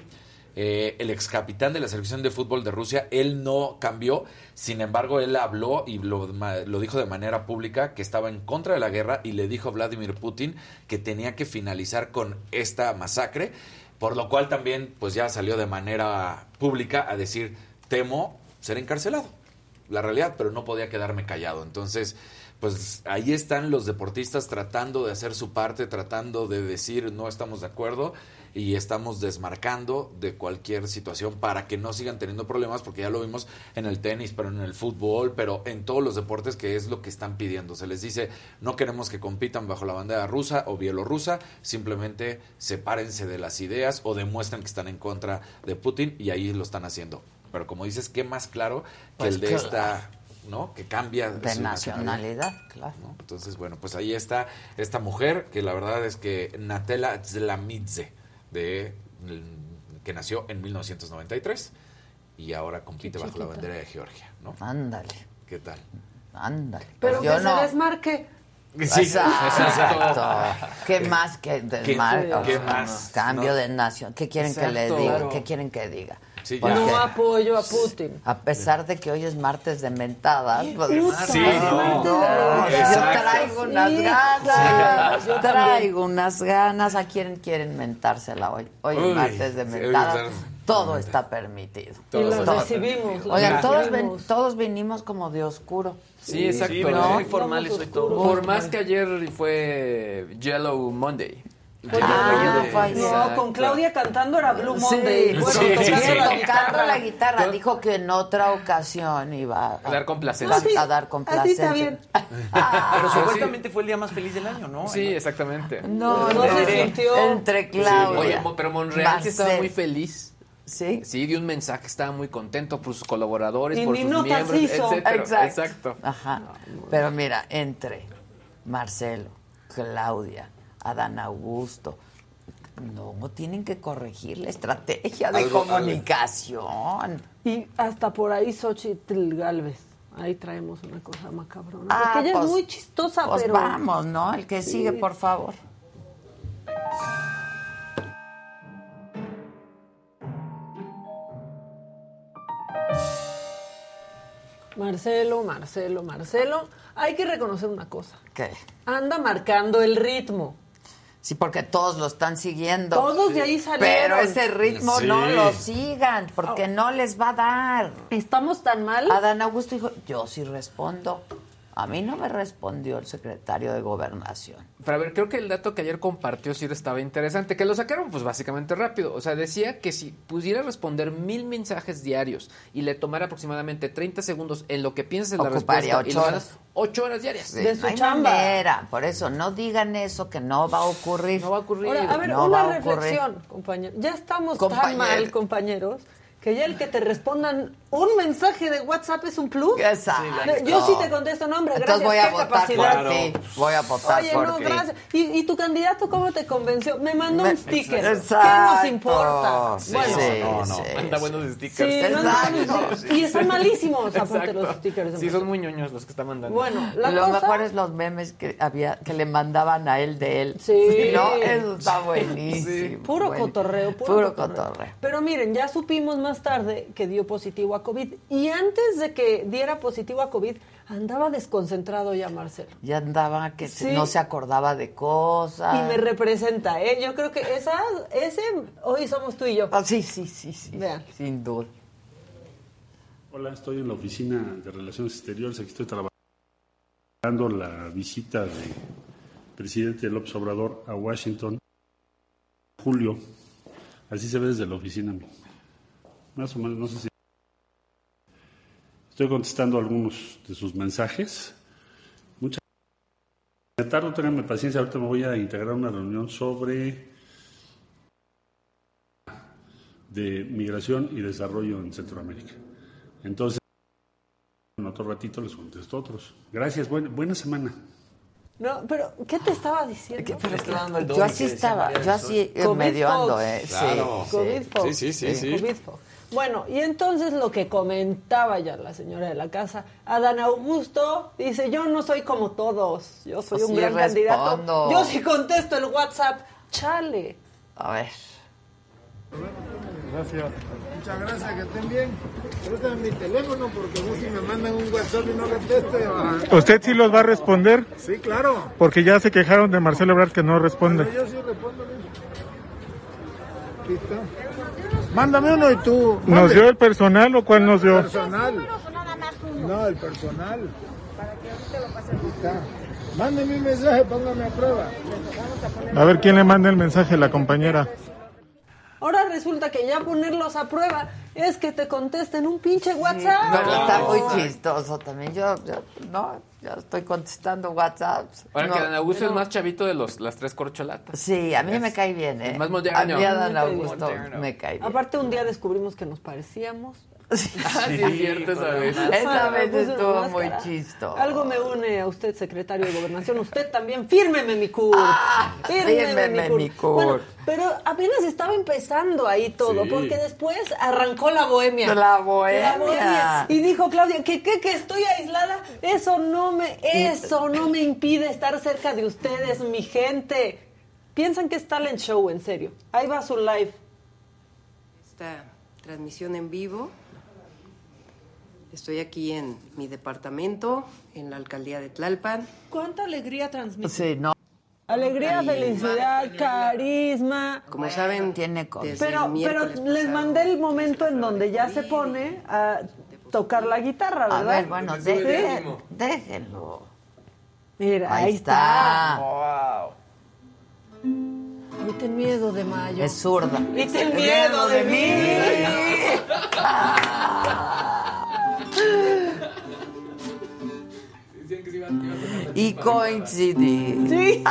El ex capitán de la selección de fútbol de Rusia, él no cambió, sin embargo él habló y lo dijo de manera pública que estaba en contra de la guerra y le dijo a Vladimir Putin que tenía que finalizar con esta masacre, por lo cual también pues ya salió de manera pública a decir, temo ser encarcelado. La realidad, pero no podía quedarme callado. Entonces, pues ahí están los deportistas tratando de hacer su parte, tratando de decir no estamos de acuerdo y estamos desmarcando de cualquier situación para que no sigan teniendo problemas, porque ya lo vimos en el tenis, pero en el fútbol, pero en todos los deportes, que es lo que están pidiendo. Se les dice, no queremos que compitan bajo la bandera rusa o bielorrusa, simplemente sepárense de las ideas o demuestren que están en contra de Putin, y ahí lo están haciendo. Pero como dices, qué más claro que pues el de esta ¿no? Que cambia de su nacionalidad, claro. ¿no? Entonces, bueno, pues ahí está esta mujer que la verdad es que Natela Zlamidze, que nació en 1993 y ahora compite bajo la bandera de Georgia, ¿no? Ándale. ¿Qué tal? Ándale. Pero pues que se desmarque. Sí, exacto. ¿Qué más que desmarque? ¿Qué más? Cambio de nación. ¿Qué quieren que le diga? Claro. ¿Qué quieren que diga? Sí, no apoyo a Putin. A pesar de que hoy es martes de mentadas. Pues, yo traigo unas ganas. Yo traigo unas ganas. ¿A quién quieren mentársela hoy? Hoy es martes de mentadas. Todo está permitido. Y los recibimos. Oigan, todos vinimos como de oscuro. Sí, exacto. Sí, ¿no? Muy formales hoy todo. Por más que ayer fue Yellow Monday. No, con Claudia cantando era Blue Monday. Tocando la guitarra. Dijo que en otra ocasión iba a dar complacencia. A dar complacencia. Así está bien. Pero supuestamente fue el día más feliz del año, ¿no? Sí, exactamente. No se sintió. Entre Claudia. Oye, pero Monreal sí estaba muy feliz. Sí. Sí, dio un mensaje, estaba muy contento por sus colaboradores, y por sus miembros, etcétera. Exacto. Ajá. Pero mira, entre Marcelo, Claudia, Adán Augusto, no tienen que corregir la estrategia de comunicación. Y hasta por ahí Xochitl Gálvez. Ahí traemos una cosa macabrona. Porque ella es muy chistosa, pues pero... vamos, ¿no? El que sigue, por favor. Marcelo. Hay que reconocer una cosa. ¿Qué? Anda marcando el ritmo. Sí, porque todos lo están siguiendo. Todos de ahí salieron. Pero ese ritmo no lo sigan, porque no les va a dar. ¿Estamos tan mal? Adán Augusto dijo, yo sí respondo. A mí no me respondió el secretario de Gobernación. Pero a ver, creo que el dato que ayer compartió sí estaba interesante, que lo sacaron pues básicamente rápido. O sea, decía que si pudiera responder 1000 mensajes diarios y le tomara aproximadamente 30 segundos en lo que piensas en la respuesta, 8 horas. 8 horas diarias. Sí, de su chamba. Manera. Por eso, no digan eso, que no va a ocurrir. No va a ocurrir. Ahora, a ver, no una reflexión, compañero. Ya estamos tan mal, compañeros, que ya el que te respondan un mensaje de WhatsApp es un plus. Exacto. Yo sí te contesto, no, hombre, entonces gracias, voy a votar por ti. Voy a votar Oye, por no, ti. Gracias. ¿Y tu candidato cómo te convenció? Me mandó un sticker. Exacto. ¿Qué nos importa? Sí, bueno, no. Manda buenos stickers. Sí, y están malísimos, aparte los stickers. Sí, son muy ñoños los que están mandando. Bueno, lo mejor es los memes que le mandaban a él de él. Sí. No, eso está buenísimo. Sí. Puro cotorreo. Pero miren, ya supimos más tarde que dio positivo a COVID. Y antes de que diera positivo a COVID, andaba desconcentrado ya Marcelo. Ya andaba que no se acordaba de cosas. Y me representa, ¿eh? Yo creo que ese hoy somos tú y yo. Sí. Vean. Sin duda. Hola, estoy en la oficina de Relaciones Exteriores. Aquí estoy trabajando la visita del presidente López Obrador a Washington. Julio. Así se ve desde la oficina. Más o menos, no sé si... Estoy contestando algunos de sus mensajes. Muchas gracias. Tarde, ténganme paciencia, ahorita me voy a integrar a una reunión sobre de migración y desarrollo en Centroamérica. Entonces, en otro ratito les contesto a otros. Gracias, buena semana. No, pero ¿qué te estaba diciendo? Yo así medio ando, Claro. Sí. Bueno, y entonces lo que comentaba ya la señora de la casa, Adán Augusto dice, yo no soy como todos, yo soy un gran candidato. Yo sí contesto el WhatsApp, chale. A ver. Gracias. Muchas gracias, que estén bien. Préstame mi teléfono porque no si me mandan un WhatsApp y no conteste. ¿Usted sí los va a responder? Sí, claro. Porque ya se quejaron de Marcelo Ebrard que no responde. Pero yo sí respondo. Aquí está. Mándame uno y tú. ¿Nos dio el personal o cuál nos dio? El personal. No, el personal. Para que ahorita lo pase. Aquí está. Mándeme un mensaje, póngame a prueba. A ver quién le manda el mensaje, la compañera. Ahora resulta que ya ponerlos a prueba es que te contesten un pinche WhatsApp. Pero está muy chistoso también. Yo estoy contestando WhatsApps. Ahora que Adán Augusto es más chavito de las tres corcholatas. Sí, a mí me cae bien, ¿eh? Más moderno. A mí Adán Augusto me cae bien. Aparte un día descubrimos que nos parecíamos. Sí, es cierto, esa vez. Esa vez estuvo muy chistoso. Algo me une a usted, secretario de Gobernación. Usted también, fírmeme mi CURP. Fírmeme mi CURP. Bueno, pero apenas estaba empezando ahí todo, porque después arrancó la bohemia. La bohemia. Y dijo Claudia, que estoy aislada. Eso no me impide estar cerca de ustedes, mi gente. Piensan que es talent show, en serio. Ahí va su live. Esta transmisión en vivo. Estoy aquí en mi departamento, en la alcaldía de Tlalpan. ¿Cuánta alegría transmite? Sí, no. Alegría, felicidad, carisma. Como saben, tiene cosas. Pero les mandé el momento en donde ya se pone a tocar la guitarra, ¿verdad? A ver, bueno, déjenlo. Mira, ahí está. Wow. Y ten miedo de Mayo. Es zurda. Y ten miedo de mí. Y coincidí. Sí.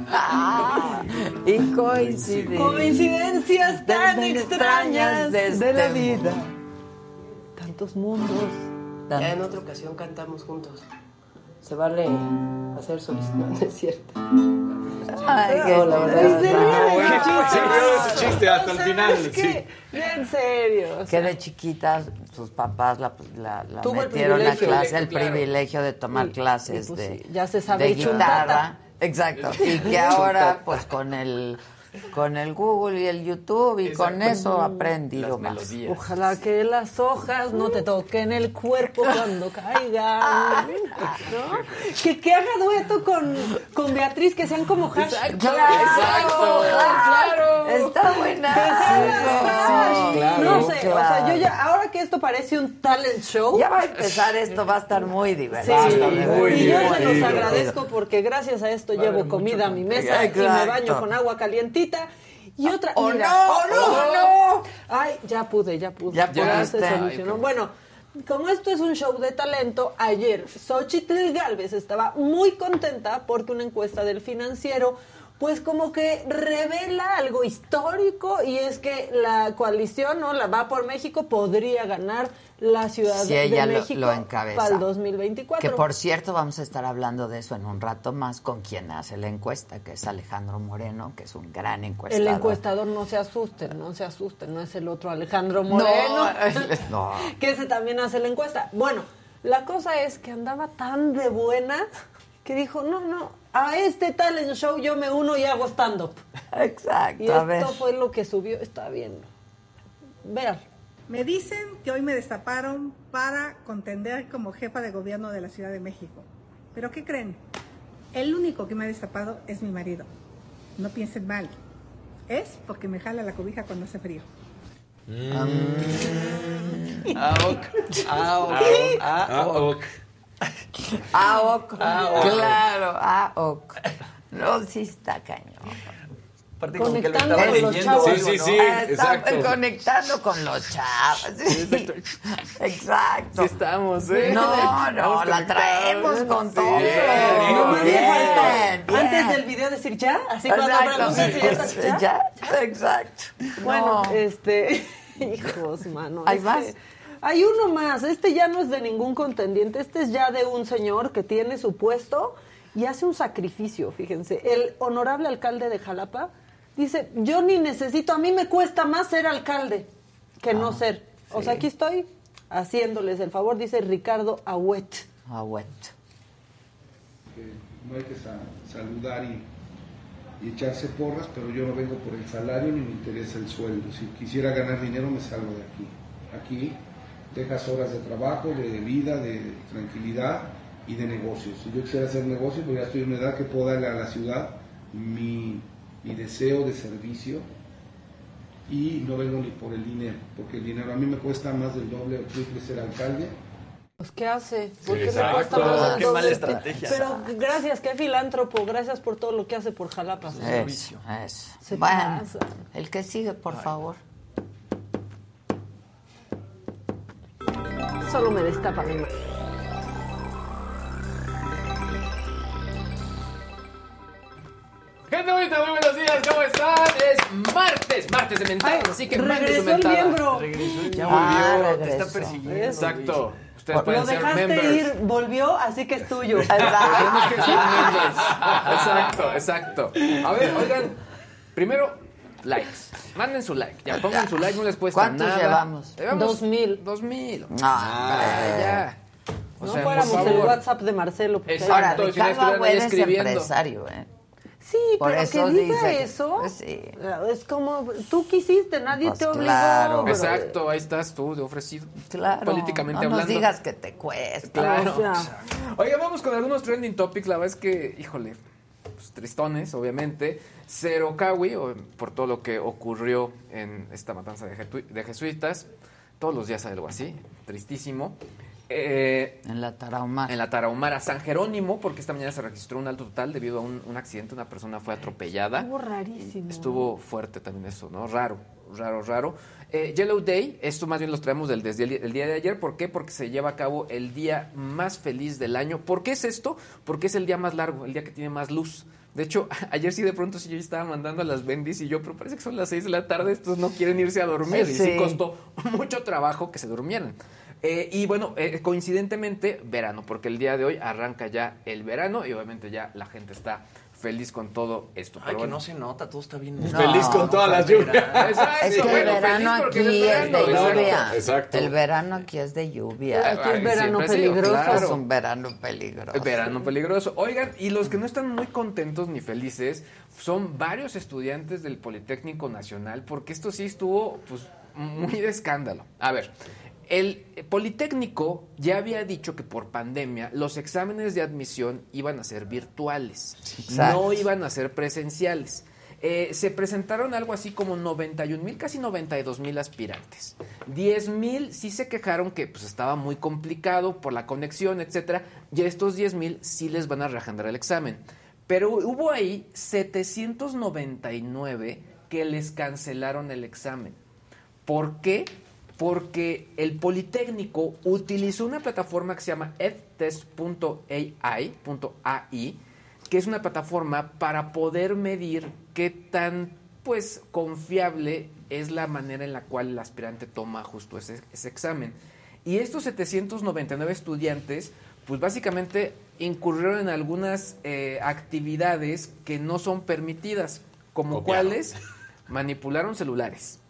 Y coincidí. Coincidencias tan extrañas de la vida. Tantos mundos. Ya en otra ocasión cantamos juntos. Se vale hacer solicitud, ¿no es cierto? Ay, no, la verdad. Se rió de su chiste hasta el final. Sí. En serio. O sea, que de chiquitas sus papás la metieron a clase, el privilegio de tomar clases pues, de, ya se sabe de guitarra. Exacto. Y que ahora, pues con el Google y el YouTube y con eso aprendido más. Ojalá que las hojas no te toquen el cuerpo cuando caigan, ¿no? Que haga dueto con Beatriz, que sean como hash. Claro. Está buena. Claro. No sé, o sea, yo ya, ahora que esto parece un talent show. Ya va a empezar esto, va a estar muy divertido. Sí, y yo se los agradezco porque gracias a esto llevo comida a mi mesa y me baño con agua calientita. Y otra, no. Ay, ya pude. Ya se solucionó. Bueno, como esto es un show de talento, ayer Xochitl Gálvez estaba muy contenta porque una encuesta del Financiero pues como que revela algo histórico, y es que la coalición, ¿no? La Va por México podría ganar la Ciudad de México lo encabeza. Para el 2024. Que por cierto vamos a estar hablando de eso en un rato más con quien hace la encuesta, que es Alejandro Moreno, que es un gran encuestador. El encuestador, no se asusten, no es el otro Alejandro Moreno, no. Que ese también hace la encuesta. Bueno, la cosa es que andaba tan de buena que dijo, no, a este talent show yo me uno y hago stand-up. Exacto. Y esto fue lo que subió, está viendo. Vean. Me dicen que hoy me destaparon para contender como jefa de gobierno de la Ciudad de México. ¿Pero qué creen? El único que me ha destapado es mi marido. No piensen mal. Es porque me jala la cobija cuando hace frío. Claro, no, sí está cañón. Conectando con los chavos. Sí, exacto. Conectando con los chavos. Sí. Exacto. Sí estamos, No, la traemos con todo. Bien. Antes del video decir ya, así cuando hablamos ya. Exacto. Bueno, hijos, mano. ¿Hay más? Hay uno más. Este ya no es de ningún contendiente. Este es ya de un señor que tiene su puesto y hace un sacrificio, fíjense. El honorable alcalde de Jalapa dice, yo ni necesito, a mí me cuesta más ser alcalde que no ser. O sea, aquí estoy haciéndoles el favor, dice Ricardo Ahuet. No hay que saludar y echarse porras, pero yo no vengo por el salario ni me interesa el sueldo. Si quisiera ganar dinero me salgo de aquí. Aquí dejas horas de trabajo, de vida, de tranquilidad y de negocios. Si yo quisiera hacer negocios, pues ya estoy en una edad que puedo darle a la ciudad mi deseo de servicio, y no vengo ni por el dinero, porque el dinero a mí me cuesta más del doble o triple ser alcalde. Pues ¿qué hace? ¿Por qué le cuesta más? Qué mala estrategia. Pero gracias, qué filántropo, gracias por todo lo que hace por Jalapa. Eso. Bueno, el que sigue, por favor. Solo me destapa mi mano. Gente bonita, muy buenos días, ¿cómo están? Es martes de mentadas, así que manden su mentada. Regresó el miembro. Ya volvió, te regresó. está persiguiendo. Exacto. Ustedes pueden ser dejaste members. ir, volvió, así que es tuyo. Tenemos que ser members. Exacto. A ver, oigan, primero, likes. Manden su like. Ya pongan su like, no les cuesta nada. ¿Cuántos llevamos? 2,000. Ya. O sea, fuéramos el WhatsApp de Marcelo. Exacto. Ahora, Ricardo Agüed es empresario, Sí, por pero eso que diga dice eso, pues sí. Es como, tú quisiste, nadie Pues te obligó. claro. Exacto, ahí estás tú de ofrecido. Claro, políticamente no hablando. nos digas que te cuesta. Claro. O sea. Oiga, vamos con algunos trending topics. La verdad es que, híjole, pues, tristones, obviamente. Cero Cawi, por todo lo que ocurrió en esta matanza de jesuitas. Todos los días hay algo así, tristísimo. En la Tarahumara. En la Tarahumara. San Jerónimo, porque esta mañana se registró un alto total debido a un accidente. Una persona fue atropellada. Estuvo rarísimo. Estuvo fuerte también eso, ¿no? Raro. Yellow Day, esto más bien los traemos desde el día de ayer. ¿Por qué? Porque se lleva a cabo el día más feliz del año. ¿Por qué es esto? Porque es el día más largo, el día que tiene más luz. De hecho, ayer sí de pronto sí yo estaba mandando a las bendis y yo, pero parece que son las 6 de la tarde, estos no quieren irse a dormir. Sí. Y sí costó mucho trabajo que se durmieran. Y bueno, coincidentemente, verano, porque el día de hoy arranca ya el verano y obviamente ya la gente está feliz con todo esto. Ay, que no se nota, todo está bien. Feliz con todas las lluvias. Exacto, Es que el verano aquí es de lluvia. Exacto. El verano aquí es de lluvia. Aquí es verano siempre ha sido, peligroso. claro. Es un verano peligroso. Verano peligroso. Oigan, y los que no están muy contentos ni felices son varios estudiantes del Politécnico Nacional, porque esto sí estuvo pues muy de escándalo. A ver, el Politécnico ya había dicho que por pandemia los exámenes de admisión iban a ser virtuales, no iban a ser presenciales. Se presentaron algo así como 91,000, casi 92,000 aspirantes. 10,000 sí se quejaron que pues estaba muy complicado por la conexión, etcétera. Y a estos 10,000 sí les van a reagendar el examen. Pero hubo ahí 799 que les cancelaron el examen. ¿Por qué? Porque el Politécnico utilizó una plataforma que se llama ftest.ai, que es una plataforma para poder medir qué tan pues confiable es la manera en la cual el aspirante toma justo ese examen. Y estos 799 estudiantes pues básicamente incurrieron en algunas actividades que no son permitidas, como cuáles manipularon celulares.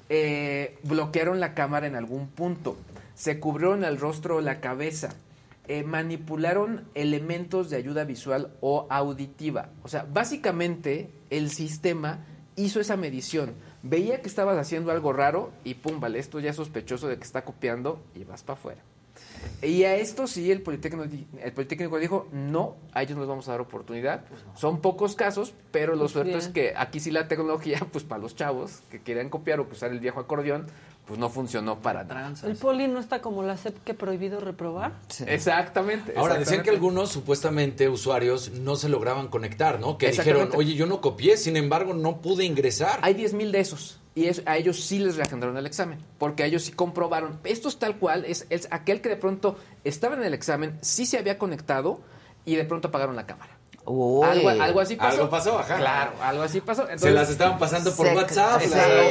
Bloquearon la cámara en algún punto, se cubrieron el rostro o la cabeza, manipularon elementos de ayuda visual o auditiva. O sea, básicamente el sistema hizo esa medición, veía que estabas haciendo algo raro y pum, vale, esto ya es sospechoso de que está copiando y vas para afuera. Y a esto sí el Politécnico dijo, no, a ellos no les vamos a dar oportunidad. Son pocos casos, pero lo cierto es que aquí sí la tecnología, pues para los chavos que quieran copiar o usar el viejo acordeón, pues no funcionó para nada. ¿El Poli no está como la SEP que prohibido reprobar? Sí. Exactamente. Ahora, decían que algunos, supuestamente, usuarios no se lograban conectar, ¿no? Que dijeron, oye, yo no copié, sin embargo, no pude ingresar. Hay 10,000 de esos. Y a ellos sí les reagendaron el examen, porque a ellos sí comprobaron. Esto es tal cual, es aquel que de pronto estaba en el examen, sí se había conectado y de pronto apagaron la cámara. Algo así pasó. Algo pasó, ajá. Claro, algo así pasó. Entonces, se las estaban pasando por WhatsApp.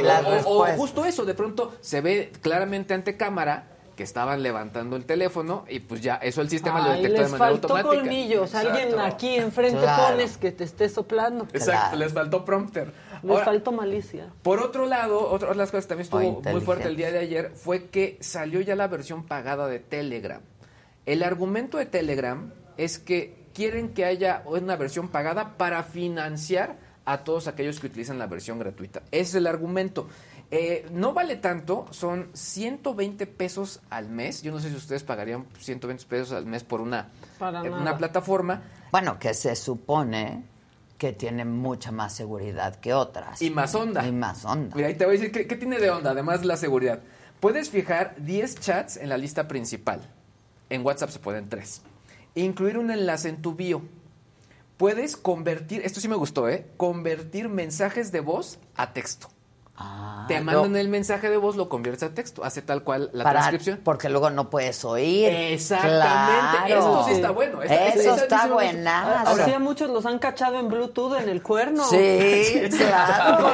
O justo eso, de pronto se ve claramente ante cámara que estaban levantando el teléfono y pues ya eso el sistema lo detectó de manera automática. Les faltó colmillos, alguien aquí enfrente pones que te esté soplando. Exacto, les faltó prompter. Les faltó malicia. Por otro lado, otra de las cosas que también estuvo muy fuerte el día de ayer fue que salió ya la versión pagada de Telegram. El argumento de Telegram es que quieren que haya una versión pagada para financiar a todos aquellos que utilizan la versión gratuita. Ese es el argumento. No vale tanto, son 120 pesos al mes. Yo no sé si ustedes pagarían 120 pesos al mes por una plataforma. Bueno, que se supone que tiene mucha más seguridad que otras. Y más onda. Mira, ahí te voy a decir, ¿qué tiene de onda? Además de la seguridad. Puedes fijar 10 chats en la lista principal. En WhatsApp se pueden 3. Incluir un enlace en tu bio. Puedes convertir, esto sí me gustó, convertir mensajes de voz a texto. Te mandan el mensaje de voz, lo conviertes a texto, hace tal cual la transcripción. Porque luego no puedes oír. Exactamente. Claro. Esto sí está bueno. Eso está buenazo. Ahora, sí, a muchos los han cachado en Bluetooth en el cuerno. Sí, claro.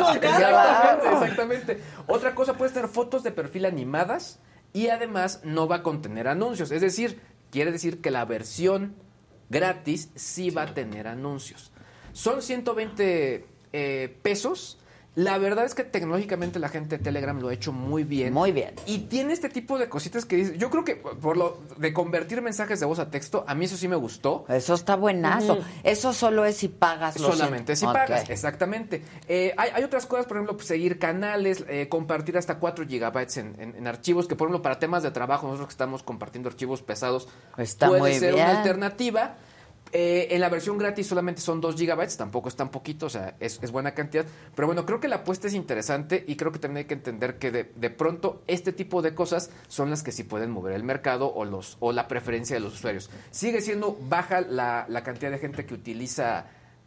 Exactamente. Otra cosa, puedes tener fotos de perfil animadas y además no va a contener anuncios. Es decir, quiere decir que la versión gratis sí va a tener anuncios. Son 120 pesos. La verdad es que tecnológicamente la gente de Telegram lo ha hecho muy bien. Muy bien. Y tiene este tipo de cositas que dice. Yo creo que por lo de convertir mensajes de voz a texto, a mí eso sí me gustó. Eso está buenazo. Eso solo es si pagas. Solamente si pagas, exactamente. Hay otras cosas, por ejemplo, pues, seguir canales, compartir hasta 4 gigabytes en archivos, que por ejemplo para temas de trabajo, nosotros que estamos compartiendo archivos pesados, puede ser una alternativa. En la versión gratis solamente son 2 gigabytes, tampoco es tan poquito, o sea, es buena cantidad. Pero bueno, creo que la apuesta es interesante y creo que también hay que entender que de pronto este tipo de cosas son las que sí pueden mover el mercado o la preferencia de los usuarios. Sigue siendo baja la cantidad de gente que utiliza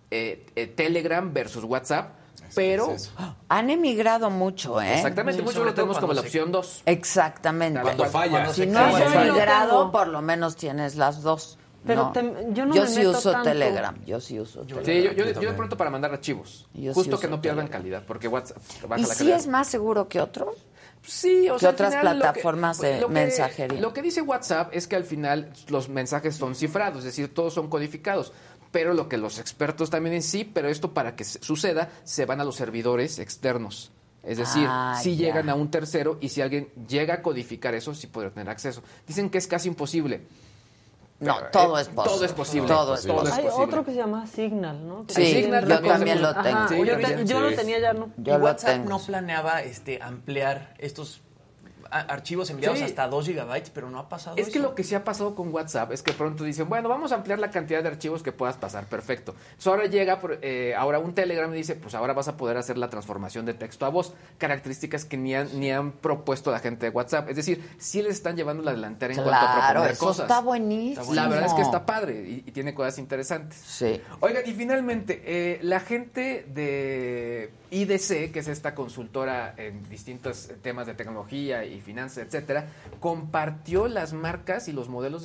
Telegram versus WhatsApp, pero han emigrado mucho, ¿eh? Exactamente, muchos lo tenemos como la opción 2. Exactamente. Cuando falla. Si no has emigrado, por lo menos tienes las dos. Pero yo sí uso Telegram. Yo sí uso Telegram. Yo de pronto para mandar archivos. Justo que no pierdan calidad, porque WhatsApp baja la calidad. ¿Y sí es más seguro que otros? Sí, o sea, que otras plataformas de mensajería. Lo que dice WhatsApp es que al final los mensajes son cifrados, es decir, todos son codificados. Pero lo que los expertos también dicen, pero esto para que suceda, se van a los servidores externos. Es decir, si llegan a un tercero y si alguien llega a codificar eso, sí podrá tener acceso. Dicen que es casi imposible. No, todo es posible. Todo es posible. Hay otro que se llama Signal, ¿no? Sí, Signal, yo también lo tengo. Sí, yo lo tenía, ya no. ¿Y WhatsApp no planeaba ampliar estos archivos enviados hasta 2 gigabytes, pero no ha pasado Es que lo que sí ha pasado con WhatsApp es que pronto dicen, bueno, vamos a ampliar la cantidad de archivos que puedas pasar, perfecto. Entonces ahora llega ahora un Telegram y dice, pues ahora vas a poder hacer la transformación de texto a voz, características que ni han propuesto la gente de WhatsApp. Es decir, sí les están llevando la delantera en cuanto a proponer eso cosas. Está buenísimo. La verdad es que está padre y tiene cosas interesantes. Sí. Oigan, y finalmente, la gente de IDC, que es esta consultora en distintos temas de tecnología y finanzas, etcétera, compartió las marcas y los modelos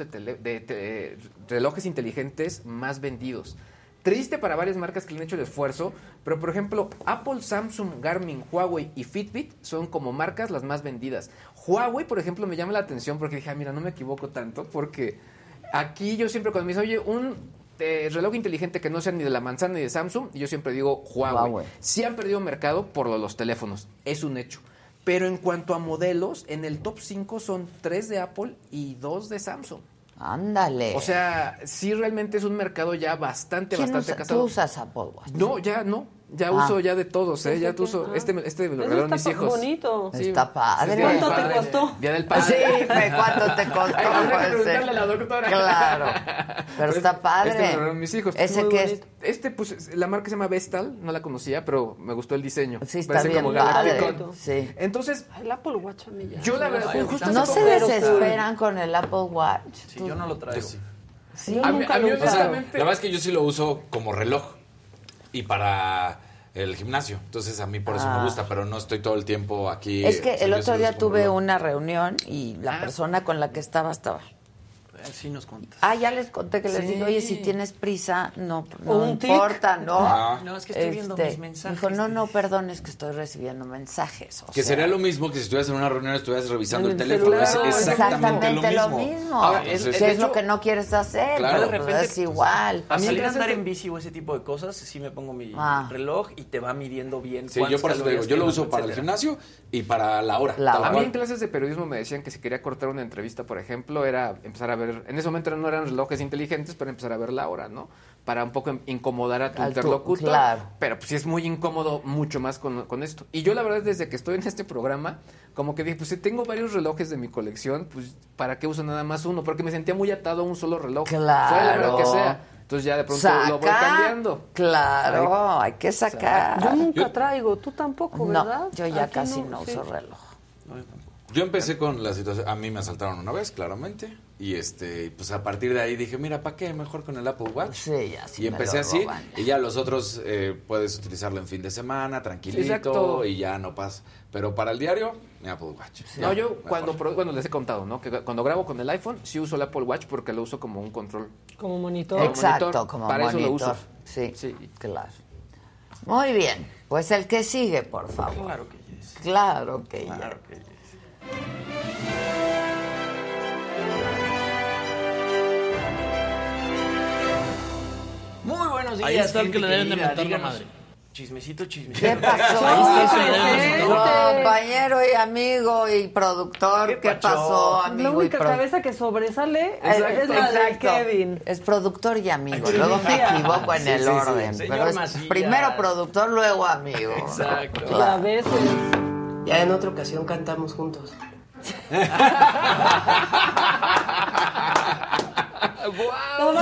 de relojes inteligentes más vendidos. Triste para varias marcas que le han hecho el esfuerzo, pero por ejemplo, Apple, Samsung, Garmin, Huawei y Fitbit son como marcas las más vendidas. Huawei, por ejemplo, me llama la atención porque dije, mira, no me equivoco tanto, porque aquí yo siempre cuando me dice, oye, un reloj inteligente que no sea ni de la manzana ni de Samsung, yo siempre digo Huawei. Sí han perdido mercado por los teléfonos, es un hecho. Pero en cuanto a modelos, en el top 5 son 3 de Apple y 2 de Samsung. Ándale. O sea, sí realmente es un mercado ya bastante casado. ¿Tú usas Apple Watch? No, ya no. Ya uso ya de todos, ¿eh? Ya uso. Este me lo regalaron mis hijos. Bonito. Sí, está padre. ¿Cuánto te costó? Día del padre. Sí, ¿cuánto te costó? Hay que preguntarle a la doctora. Claro. Pero está padre. Este me lo regalaron mis hijos. ¿Ese qué es? Pues, la marca se llama Vestal. No la conocía, pero me gustó el diseño. Sí, está bien padre. Sí. Entonces, el Apple Watch a mí ya. Yo la verdad, justo ¿No se desesperan con el Apple Watch? Sí, yo no lo traigo. Sí, a mí, la verdad es que yo sí lo uso como reloj y para el gimnasio. Entonces a mí por eso me gusta, pero no estoy todo el tiempo aquí. Es que el otro día tuve una reunión y la persona con la que estaba. Sí nos contas. Ya les conté que les dije, oye, si tienes prisa, no importa, ¿no? No, es que estoy viendo mis mensajes. Dijo, no, perdón, es que estoy recibiendo mensajes. Que sería lo mismo que si estuvieras en una reunión estuvieras revisando el teléfono. Es exactamente lo mismo. Ahora, es lo que no quieres hacer. Claro, de repente es igual. A salir a andar en bici o ese tipo de cosas, sí me pongo mi reloj y te va midiendo bien. Sí, yo por eso te digo, yo lo uso para el gimnasio y para la hora. A mí en clases de periodismo me decían que si quería cortar una entrevista, por ejemplo, era empezar a ver. En ese momento no eran relojes inteligentes, pero empezar a ver la hora, ¿no? Para un poco incomodar a tu interlocutor. Claro. Pero pues sí es muy incómodo mucho más con esto. Y yo la verdad desde que estoy en este programa, como que dije, pues si tengo varios relojes de mi colección, pues ¿para qué uso nada más uno? Porque me sentía muy atado a un solo reloj. Claro. Fuera la hora que sea. Entonces ya de pronto lo voy cambiando. Claro, hay que sacar. Yo nunca traigo, tú tampoco, ¿verdad? No, yo ya casi no uso reloj. Yo empecé con la situación, a mí me asaltaron una vez, claramente, y pues a partir de ahí dije, mira, ¿para qué? Mejor con el Apple Watch. Sí, así. Y empecé así, y ya los otros puedes utilizarlo en fin de semana, tranquilito, y ya no pasa. Pero para el diario, mi Apple Watch. Sí, no, yo cuando les he contado, ¿no? Que cuando grabo con el iPhone, sí uso el Apple Watch porque lo uso como un control. Como monitor. Exacto, como para monitor. Eso lo uso. Sí, claro. Muy bien, pues el que sigue, por favor. Claro que yes. Claro que yes. Muy buenos días. Ahí está el que le deben de mentar la madre. Chismecito. ¿Qué pasó? Compañero y amigo y productor, ¿qué pasó, amigo? La única cabeza que sobresale es la de Kevin. Es productor y amigo. Luego me equivoco en el orden. Pero es primero productor, luego amigo. Exacto. Y a veces... Ya en otra ocasión cantamos juntos. ¡Wow!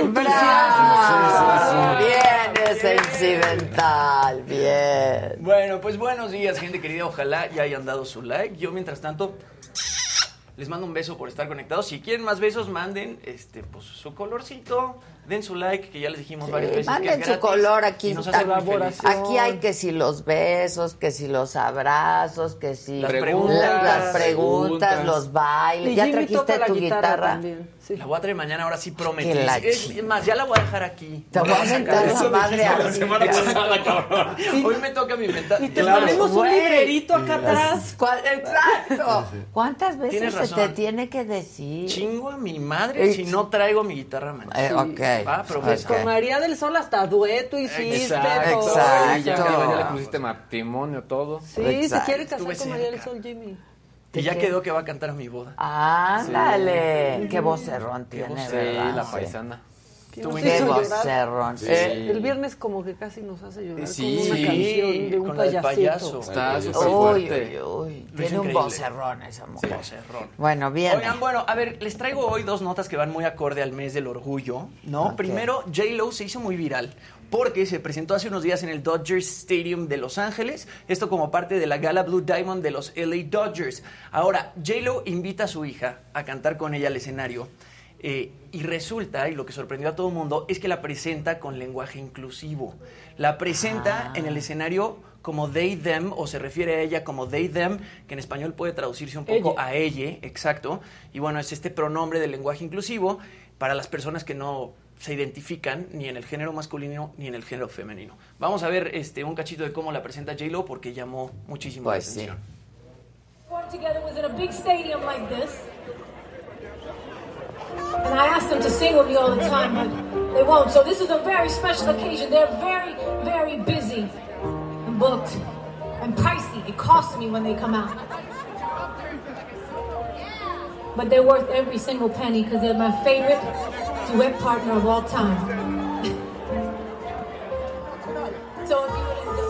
¡Bravo! Bien ese incidental, bien. Bueno, pues buenos días, gente querida. Ojalá ya hayan dado su like. Yo, mientras tanto, les mando un beso por estar conectados. Si quieren más besos, manden pues su colorcito. Den su like, que ya les dijimos varias veces manden que es gratis, su color aquí. Aquí hay que si los besos, que si los abrazos, que si las preguntas, los bailes. ¿Ya trajiste tu guitarra? Sí. La voy a traer mañana, ahora sí prometí. Es más, ya la voy a dejar aquí. Te voy a mentar esa madre la semana pasada, cabrón. Hoy me toca mi mental. Y te ponemos un librerito acá atrás. Exacto. ¿Cuántas veces se te tiene que decir? Chingo a mi madre si no traigo mi guitarra mañana. Ok. Con María del Sol hasta dueto hiciste. Exacto. Ya le pusiste matrimonio, todo. Sí, se quiere casar con María del Sol, Jimmy. Y ya quedó que va a cantar a mi boda. Ándale. Qué vocerrón tiene, ¿verdad? Sí, la paisana. Qué vocerrón. El viernes como que casi nos hace llorar con una canción de un payasito. Está súper fuerte. Tiene un vocerrón esa mujer. Bueno, bien. Oigan, a ver, les traigo hoy dos notas que van muy acorde al mes del orgullo, ¿no? Okay. Primero, J-Lo se hizo muy viral porque se presentó hace unos días en el Dodgers Stadium de Los Ángeles, esto como parte de la gala Blue Diamond de los LA Dodgers. Ahora, J-Lo invita a su hija a cantar con ella al escenario. Y resulta, y lo que sorprendió a todo el mundo, es que la presenta con lenguaje inclusivo. La presenta en el escenario como they, them, o se refiere a ella como they, them, que en español puede traducirse un poco a ella, exacto. Y bueno, es este pronombre del lenguaje inclusivo para las personas que no se identifican ni en el género masculino ni en el género femenino. Vamos a ver un cachito de cómo la presenta J-Lo porque llamó muchísimo la atención. And I ask them to sing with me all the time, but they won't. So this is a very special occasion. They're very, very busy and booked and pricey. It costs me when they come out. But they're worth every single penny because they're my favorite duet partner of all time. So if you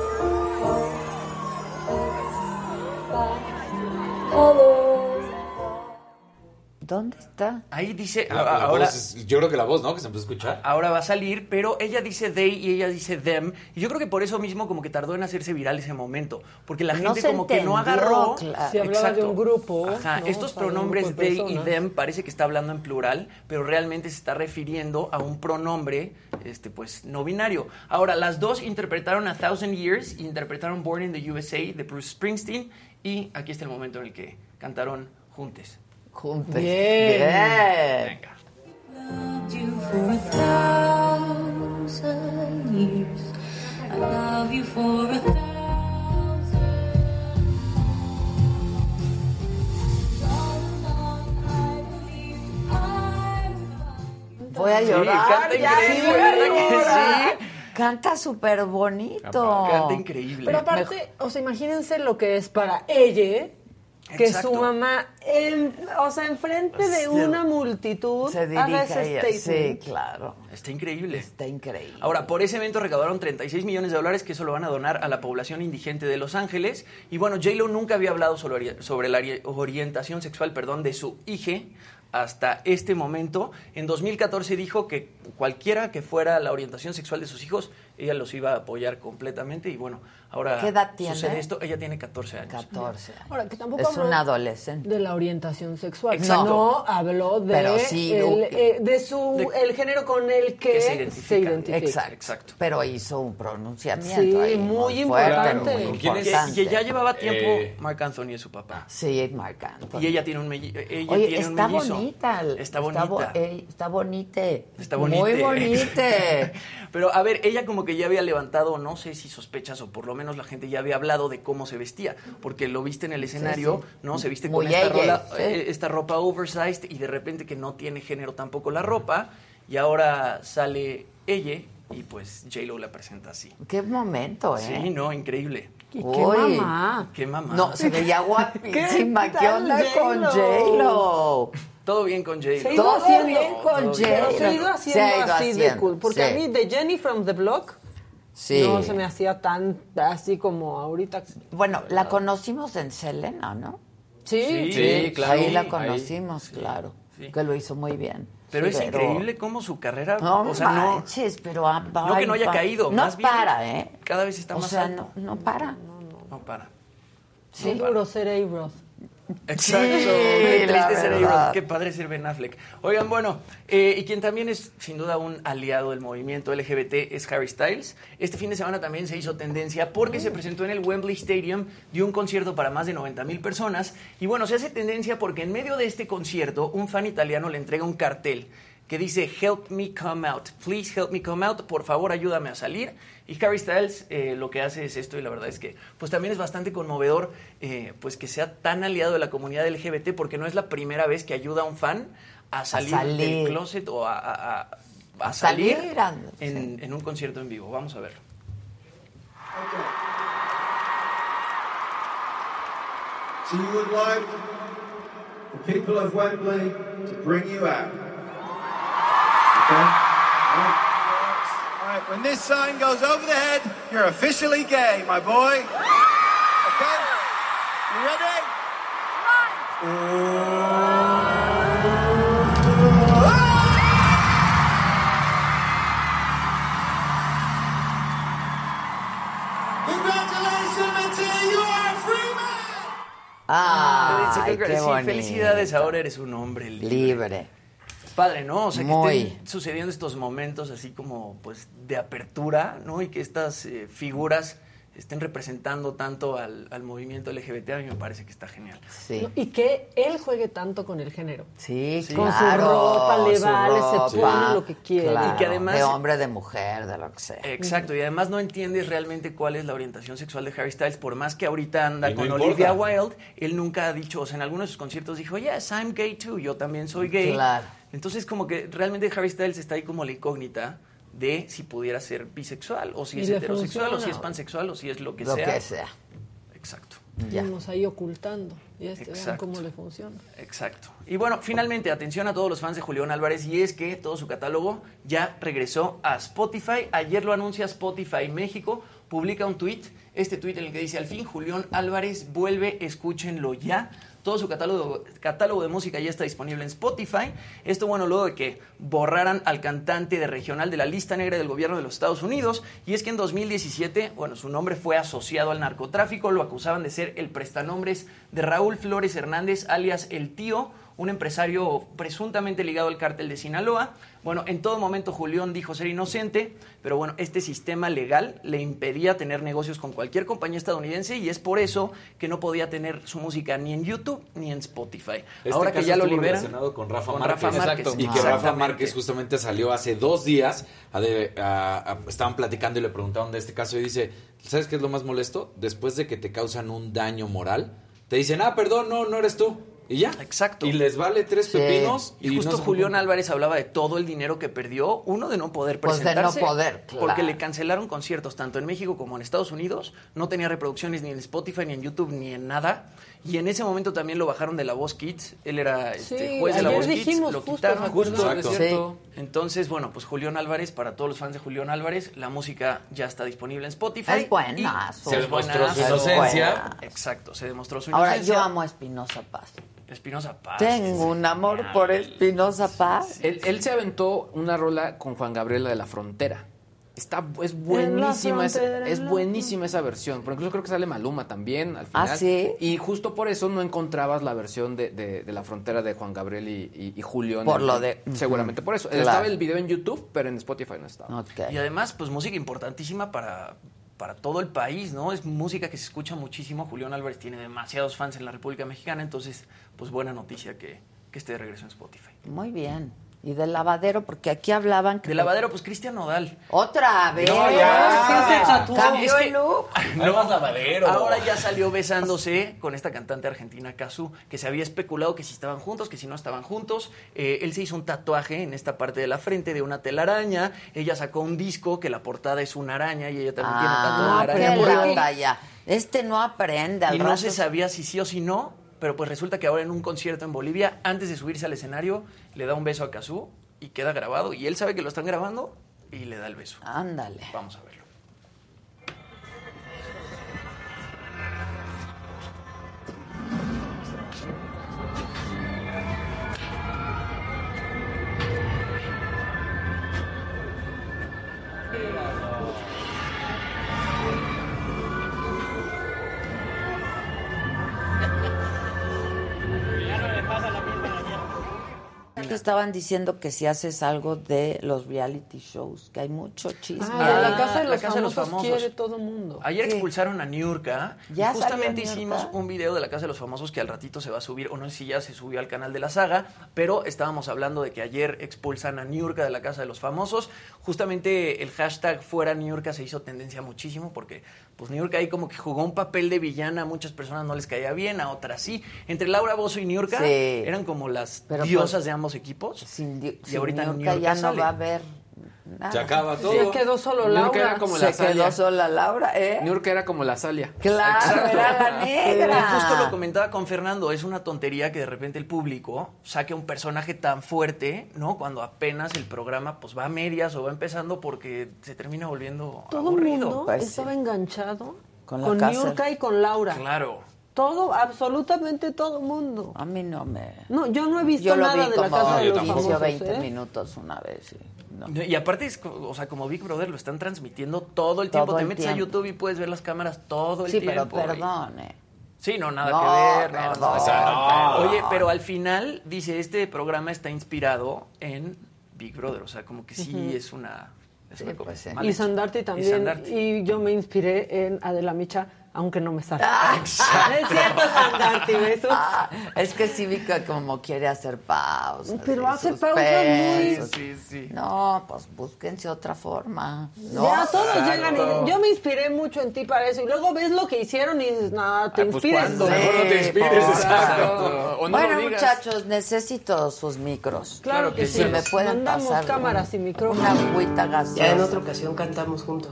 would ¿Dónde está? Ahí dice... ahora, yo creo que la voz, ¿no? Que se empezó a escuchar. Ahora va a salir, pero ella dice they y ella dice them. Y yo creo que por eso mismo como que tardó en hacerse viral ese momento. Porque la gente como que no agarró... Claro. Se hablaba de un grupo. Ajá, ¿no? Estos pronombres they y them parece que está hablando en plural, pero realmente se está refiriendo a un pronombre pues no binario. Ahora, las dos interpretaron A Thousand Years y interpretaron Born in the USA de Bruce Springsteen. Y aquí está el momento en el que cantaron juntos. Juntos. Bien. Venga. Loved you for 1,000 years. I love you for 1,000. Voy a llorar. Sí, canta increíble, ¿verdad que sí? Canta súper bonito. Canta increíble. Pero aparte, imagínense lo que es para ella. Que Exacto. Su mamá, enfrente de una multitud, se dirige haga a ella. Sí, claro. Está increíble. Está increíble. Ahora, por ese evento recaudaron $36 millones, que eso lo van a donar a la población indigente de Los Ángeles. Y bueno, J-Lo nunca había hablado sobre la orientación sexual, de su hija hasta este momento. En 2014 dijo que cualquiera que fuera la orientación sexual de sus hijos, ella los iba a apoyar completamente y bueno, ahora ¿qué edad tiene? Sucede esto, ella tiene 14 años. 14 años. Ahora, que tampoco es un adolescente. De la orientación sexual. Exacto. No habló de, el género con el que se identifica. Exacto. Pero hizo un pronunciamiento ahí muy importante. Muy importante. Que ya llevaba tiempo Marc Anthony es su papá. Sí, Marc Anthony. Y ella tiene un mellizo. Está bonita. Está bonita. Está bonita. Está bonita. Muy bonita. Pero, a ver, ella como que ya había levantado, no sé si sospechas o por lo menos la gente ya había hablado de cómo se vestía, porque lo viste en el escenario, ¿no? Se viste con esta ropa oversized y de repente que no tiene género tampoco la ropa y ahora sale ella y pues J-Lo la presenta así. Qué momento, ¿eh? Sí, no, increíble. ¿Y qué mamá? Qué mamá. No, se veía guapísima. ¿Qué onda con J-Lo? Todo bien con J-Lo. Todo bien con J-Lo. Se ha ido haciendo así de cool. Porque a mí, de Jenny from the Block, no se me hacía tan así como ahorita. Bueno, la conocimos en Selena, ¿no? Sí, claro. Ahí la conocimos, claro. Sí. Que lo hizo muy bien. Pero es increíble cómo su carrera... No manches, pero... No que no haya caído, no más bien... para, ¿eh? Cada vez está más alto. No para. No para. Sí, duro ser A-Rod. Exacto, qué triste ser A-Rod, qué padre ser Ben Affleck. Oigan, bueno, y quien también es sin duda un aliado del movimiento LGBT es Harry Styles. Este fin de semana también se hizo tendencia porque se presentó en el Wembley Stadium, dio un concierto para más de 90,000 personas. Y bueno, se hace tendencia porque en medio de este concierto un fan italiano le entrega un cartel que dice "Help me come out, please help me come out", por favor ayúdame a salir. Y Harry Styles lo que hace es esto y la verdad es que pues también es bastante conmovedor pues que sea tan aliado de la comunidad LGBT porque no es la primera vez que ayuda a un fan a salir del closet o a salir en un concierto en vivo. Vamos a ver. Okay. So you would like the people of Wembley to bring you out. Okay? All right, when this sign goes over the head, you're officially gay, my boy. Okay? You ready? Congratulations, Mateo, you are a free man. Qué bonito. Felicidades, ahora eres un hombre libre. Padre, ¿no? O sea, que estén sucediendo estos momentos así como pues de apertura, ¿no? Y que estas figuras estén representando tanto al movimiento LGBT, a mí me parece que está genial. Sí. Y que él juegue tanto con el género. Sí, con claro. Con su ropa, le vale, se pone lo que quiere. Claro, y que además, de hombre, de mujer, de lo que sea. Exacto, y además no entiendes realmente cuál es la orientación sexual de Harry Styles, por más que ahorita anda con Olivia Wilde, él nunca ha dicho, o sea, en algunos de sus conciertos dijo, yes, I'm gay too, yo también soy gay. Claro. Entonces como que realmente Harry Styles está ahí como la incógnita de si pudiera ser bisexual, o si es heterosexual, o si es pansexual, o si es lo que sea. Lo que sea. Exacto. Estamos ahí ocultando. Y vean cómo le funciona. Exacto. Y bueno, finalmente, atención a todos los fans de Julián Álvarez, y es que todo su catálogo ya regresó a Spotify. Ayer lo anuncia Spotify México, publica un tweet, este tweet en el que dice, al fin Julián Álvarez vuelve, escúchenlo ya. Todo su catálogo de música ya está disponible en Spotify. Esto, bueno, luego de que borraran al cantante de regional de la lista negra del gobierno de los Estados Unidos. Y es que en 2017, bueno, su nombre fue asociado al narcotráfico. Lo acusaban de ser el prestanombres de Raúl Flores Hernández, alias El Tío, un empresario presuntamente ligado al cártel de Sinaloa. Bueno, en todo momento Julián dijo ser inocente, pero bueno, este sistema legal le impedía tener negocios con cualquier compañía estadounidense y es por eso que no podía tener su música ni en YouTube ni en Spotify. Ahora que ya lo liberan, relacionado con Rafa Márquez. Exacto. Y que Rafa Márquez justamente salió hace 2 días, estaban platicando y le preguntaron de este caso y dice, ¿sabes qué es lo más molesto? Después de que te causan un daño moral, te dicen, perdón, no eres tú. Y ya. Exacto. Y les vale 3 pepinos. Y justo no Julián Álvarez hablaba de todo el dinero que perdió, uno de no poder presentarse. Pues de no poder, claro. Porque le cancelaron conciertos tanto en México como en Estados Unidos. No tenía reproducciones ni en Spotify, ni en YouTube, ni en nada. Y en ese momento también lo bajuaron de La Voz Kids. Él era juez de La Voz Kids. Lo quitaron. Justo. Entonces, bueno, pues Julián Álvarez, para todos los fans de Julián Álvarez, la música ya está disponible en Spotify. Es buena. Se demostró su inocencia. Exacto, se demostró su inocencia. Ahora, yo amo a Espinosa Paz. Espinoza Paz. Tengo un amor por Espinoza Paz. Él se aventó una rola con Juan Gabriel de la Frontera. Es buenísima, es buenísima esa versión. Por incluso creo que sale Maluma también al final. ¿Ah, sí? Y justo por eso no encontrabas la versión de La Frontera de Juan Gabriel y Julio. Seguramente por eso. Claro. Estaba el video en YouTube, pero en Spotify no estaba. Okay. Y además, pues música importantísima para todo el país, ¿no? Es música que se escucha muchísimo. Julián Álvarez tiene demasiados fans en la República Mexicana, entonces, pues buena noticia que esté de regreso en Spotify. Muy bien. Y del lavadero, porque aquí hablaban... Del lavadero, pues Cristian Nodal. ¡Otra vez! No, ya. Cambió el look. No más lavadero. Ahora ya salió besándose con esta cantante argentina, Cazzu, que se había especulado que si estaban juntos, que si no estaban juntos. Él se hizo un tatuaje en esta parte de la frente de una telaraña. Ella sacó un disco que la portada es una araña y ella también tiene tatuaje de araña. No aprende. Y no se sabía si sí o si no. Pero pues resulta que ahora en un concierto en Bolivia, antes de subirse al escenario, le da un beso a Cazzu y queda grabado. Y él sabe que lo están grabando y le da el beso. Ándale. Vamos a verlo. Estaban diciendo que si haces algo de los reality shows, que hay mucho chisme. La Casa de los Famosos quiere todo el mundo. Ayer expulsaron a Niurka. ¿Ya justamente hicimos un video de la Casa de los Famosos que al ratito se va a subir, o no sé si ya se subió al canal de la saga, pero estábamos hablando de que ayer expulsan a Niurka de la Casa de los Famosos. Justamente el hashtag fuera Niurka se hizo tendencia muchísimo porque pues Niurka ahí como que jugó un papel de villana, a muchas personas no les caía bien, a otras sí. Entre Laura Bozzo y Niurka eran como las diosas de ambos equipos. Y ahorita Niurka ya no va a haber nada. Se acaba todo. Se quedó solo Laura. Era como la Salia. Quedó sola Laura, Niurka era como la Salia. Claro, era la negra. Justo lo comentaba con Fernando, es una tontería que de repente el público saque un personaje tan fuerte, ¿no? Cuando apenas el programa pues va a medias o va empezando porque se termina volviendo todo aburrido. El mundo estaba enganchado con Niurka y con Laura. Claro. Todo, absolutamente todo mundo. A mí no me... No, yo no he visto nada de la Casa de los Famosos. Yo 20 minutos una vez. No. Y aparte, o sea, como Big Brother lo están transmitiendo todo el tiempo. Te metes a YouTube y puedes ver las cámaras todo el tiempo. Sí, pero perdone. Sí, no, nada que ver. Perdón, Oye, pero al final, dice, este programa está inspirado en Big Brother. O sea, como que sí es una... Y Sandarti también. Y yo me inspiré en Adela Micha, aunque no me sale. Es cierto, Sandarti, besos. Es que sí vi que como quiere hacer pausas. Pero hace pausas muy... Sí. No, pues búsquense otra forma. No, ya todos llegan y yo me inspiré mucho en ti para eso. Y luego ves lo que hicieron y dices, no, te inspires. Pues mejor no te inspires, exacto. O no bueno, muchachos, necesito sus micros. Claro que sí. Si me pueden pasar cámaras y micrófonos. Una agüita gaseosa. Ya en otra ocasión cantamos juntos.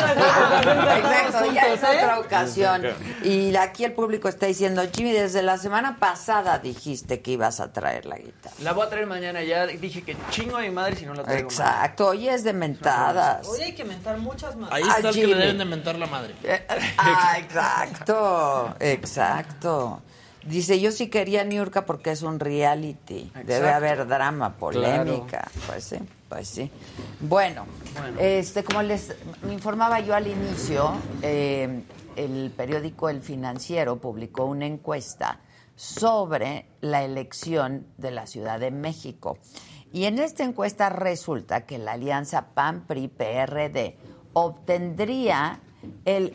Exacto, ya en otra ocasión. Y aquí el público está diciendo, Jimmy, desde la semana pasada dijiste que ibas a traer la guitarra. La voy a traer mañana, ya dije que chingo a mi madre si no la traigo. Exacto, hoy es de mentadas. Hoy hay que mentar muchas más. Ahí está el que le deben de mentar la madre. Exacto. Dice, yo sí quería Niurka porque es un reality. Exacto. Debe haber drama, polémica. Claro. Pues sí. Bueno. Como les informaba yo al inicio, el periódico El Financiero publicó una encuesta sobre la elección de la Ciudad de México. Y en esta encuesta resulta que la alianza PAN-PRI-PRD obtendría el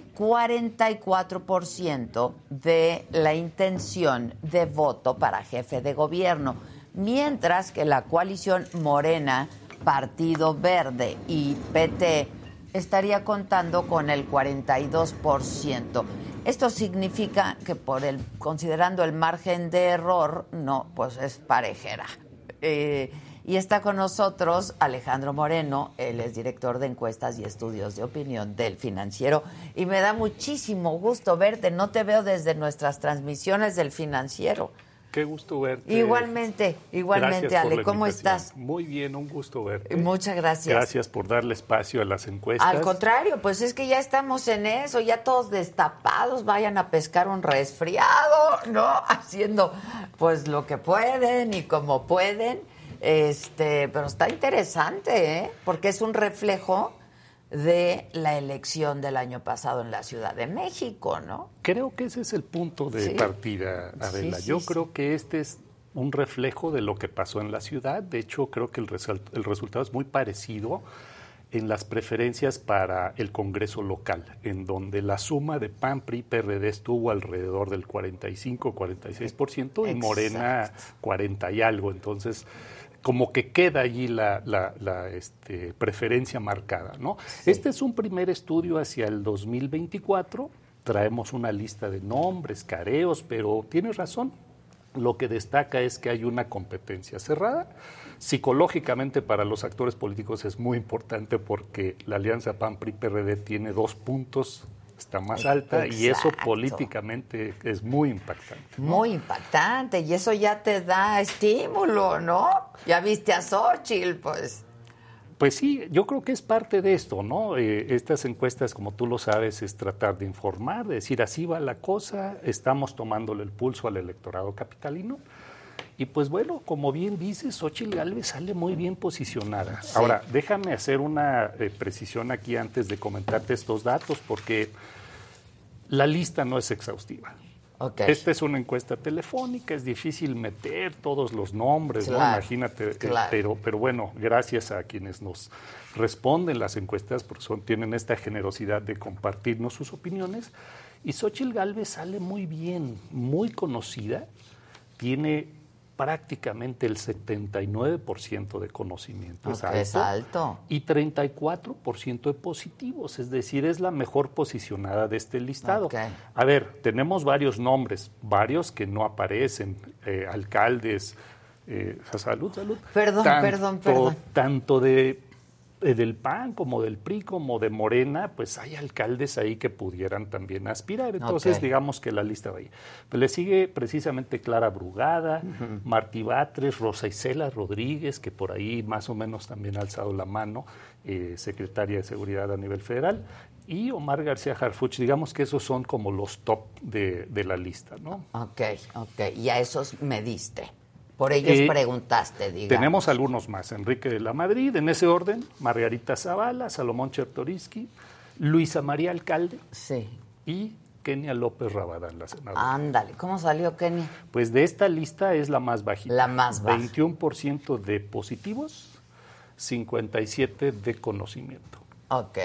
44% de la intención de voto para jefe de gobierno, mientras que la coalición Morena, Partido Verde y PT estaría contando con el 42%. Esto significa que considerando el margen de error, no, pues es parejera. Y está con nosotros Alejandro Moreno, él es director de encuestas y estudios de opinión del Financiero. Y me da muchísimo gusto verte, no te veo desde nuestras transmisiones del Financiero. Qué gusto verte. Igualmente, Ale, ¿cómo estás? Muy bien, un gusto verte. Muchas gracias. Gracias por darle espacio a las encuestas. Al contrario, pues es que ya estamos en eso, ya todos destapados, vayan a pescar un resfriado, ¿no? Haciendo pues lo que pueden y como pueden. Pero está interesante, ¿eh? Porque es un reflejo de la elección del año pasado en la Ciudad de México, ¿no? Creo que ese es el punto de partida, Adela. Yo creo que este es un reflejo de lo que pasó en la ciudad. De hecho, creo que el resultado es muy parecido en las preferencias para el Congreso local, en donde la suma de PAN, PRI, PRD estuvo alrededor del 45-46% y Morena 40 y algo. Entonces, como que queda allí la preferencia marcada, ¿no? Sí. Este es un primer estudio hacia el 2024. Traemos una lista de nombres, careos, pero tienes razón. Lo que destaca es que hay una competencia cerrada. Psicológicamente para los actores políticos es muy importante porque la alianza PAN-PRI-PRD tiene 2 puntos, está más alta. Exacto. Y eso políticamente es muy impactante, ¿no? Muy impactante, y eso ya te da estímulo, ¿no? Ya viste a Xóchitl, pues. Pues sí, yo creo que es parte de esto, ¿no? Estas encuestas, como tú lo sabes, es tratar de informar, de decir así va la cosa, estamos tomándole el pulso al electorado capitalino. Y pues bueno, como bien dices, Xóchitl Gálvez sale muy bien posicionada. Sí. Ahora, déjame hacer una precisión aquí antes de comentarte estos datos, porque la lista no es exhaustiva. Okay. Esta es una encuesta telefónica, es difícil meter todos los nombres, claro, ¿no? Imagínate, claro. Pero bueno, gracias a quienes nos responden las encuestas, porque tienen esta generosidad de compartirnos sus opiniones. Y Xóchitl Gálvez sale muy bien, muy conocida, tiene prácticamente el 79% de conocimiento. Okay, es alto. Y 34% de positivos, es decir, es la mejor posicionada de este listado. Okay. A ver, tenemos varios nombres, varios que no aparecen, alcaldes, salud. Perdón. Tanto del PAN como del PRI como de Morena, pues hay alcaldes ahí que pudieran también aspirar. Entonces, digamos que la lista va ahí. Pues le sigue precisamente Clara Brugada, Martí Batres, Rosa Isela Rodríguez, que por ahí más o menos también ha alzado la mano, secretaria de Seguridad a nivel federal, y Omar García Harfuch. Digamos que esos son como los top de la lista, ¿no? Ok. Y a esos me diste. Por ellos preguntaste, digamos. Tenemos algunos más. Enrique de la Madrid, en ese orden, Margarita Zavala, Salomón Chertoriski, Luisa María Alcalde y Kenia López Rabadán, la senadora. Ándale, ¿cómo salió Kenia? Pues de esta lista es la más bajita. La más baja. 21% de positivos, 57% de conocimiento. Ok.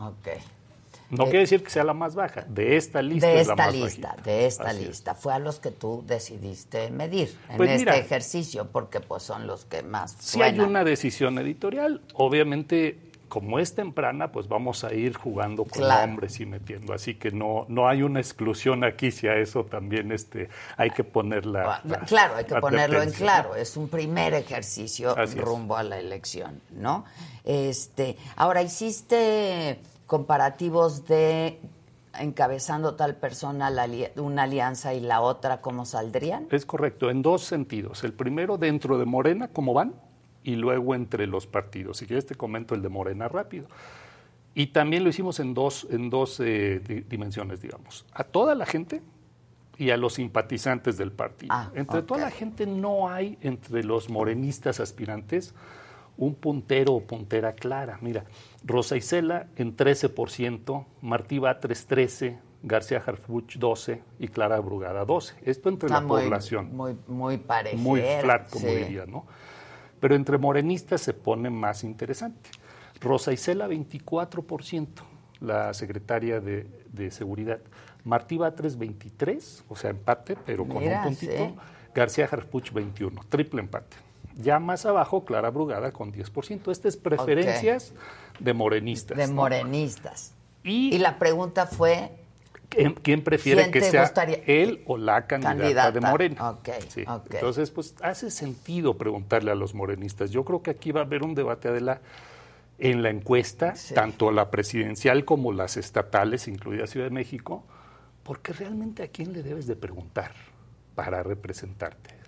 No quiere decir que sea la más baja, de esta lista es la más bajita. De esta lista. Fue a los que tú decidiste medir en este ejercicio, porque pues son los que más suenan. Sí hay una decisión editorial, obviamente como es temprana, pues vamos a ir jugando con nombres y metiendo, así que no hay una exclusión aquí, si a eso también hay que ponerla. Claro, hay que ponerlo en claro, es un primer ejercicio rumbo a la elección, ¿no? Ahora, hiciste comparativos de encabezando tal persona una alianza y la otra, ¿cómo saldrían? Es correcto, en 2 sentidos. El primero, dentro de Morena, ¿cómo van? Y luego entre los partidos. Si quieres te comento el de Morena rápido. Y también lo hicimos en dos dimensiones, digamos. A toda la gente y a los simpatizantes del partido. Entre toda la gente no hay, entre los morenistas aspirantes, un puntero o puntera clara. Mira, Rosa Isela en 13%, Martí Batres 13%, García Harfuch 12% y Clara Brugada 12%. Esto entre la población. Muy parejera. Muy flat, como diría, ¿no? Pero entre morenistas se pone más interesante. Rosa Isela 24%, la secretaria de Seguridad. Martí Batres 23%, o sea, empate, pero con un puntito. García Harfuch 21%, triple empate. Ya más abajo, Clara Brugada con 10%. Estas es preferencias de morenistas. De morenistas. Y la pregunta fue... ¿Quién prefiere que sea él o la candidata de Morena? Entonces, pues hace sentido preguntarle a los morenistas. Yo creo que aquí va a haber un debate, Adela, en la encuesta, tanto la presidencial como las estatales, incluida Ciudad de México, porque realmente a quién le debes de preguntar para representarte.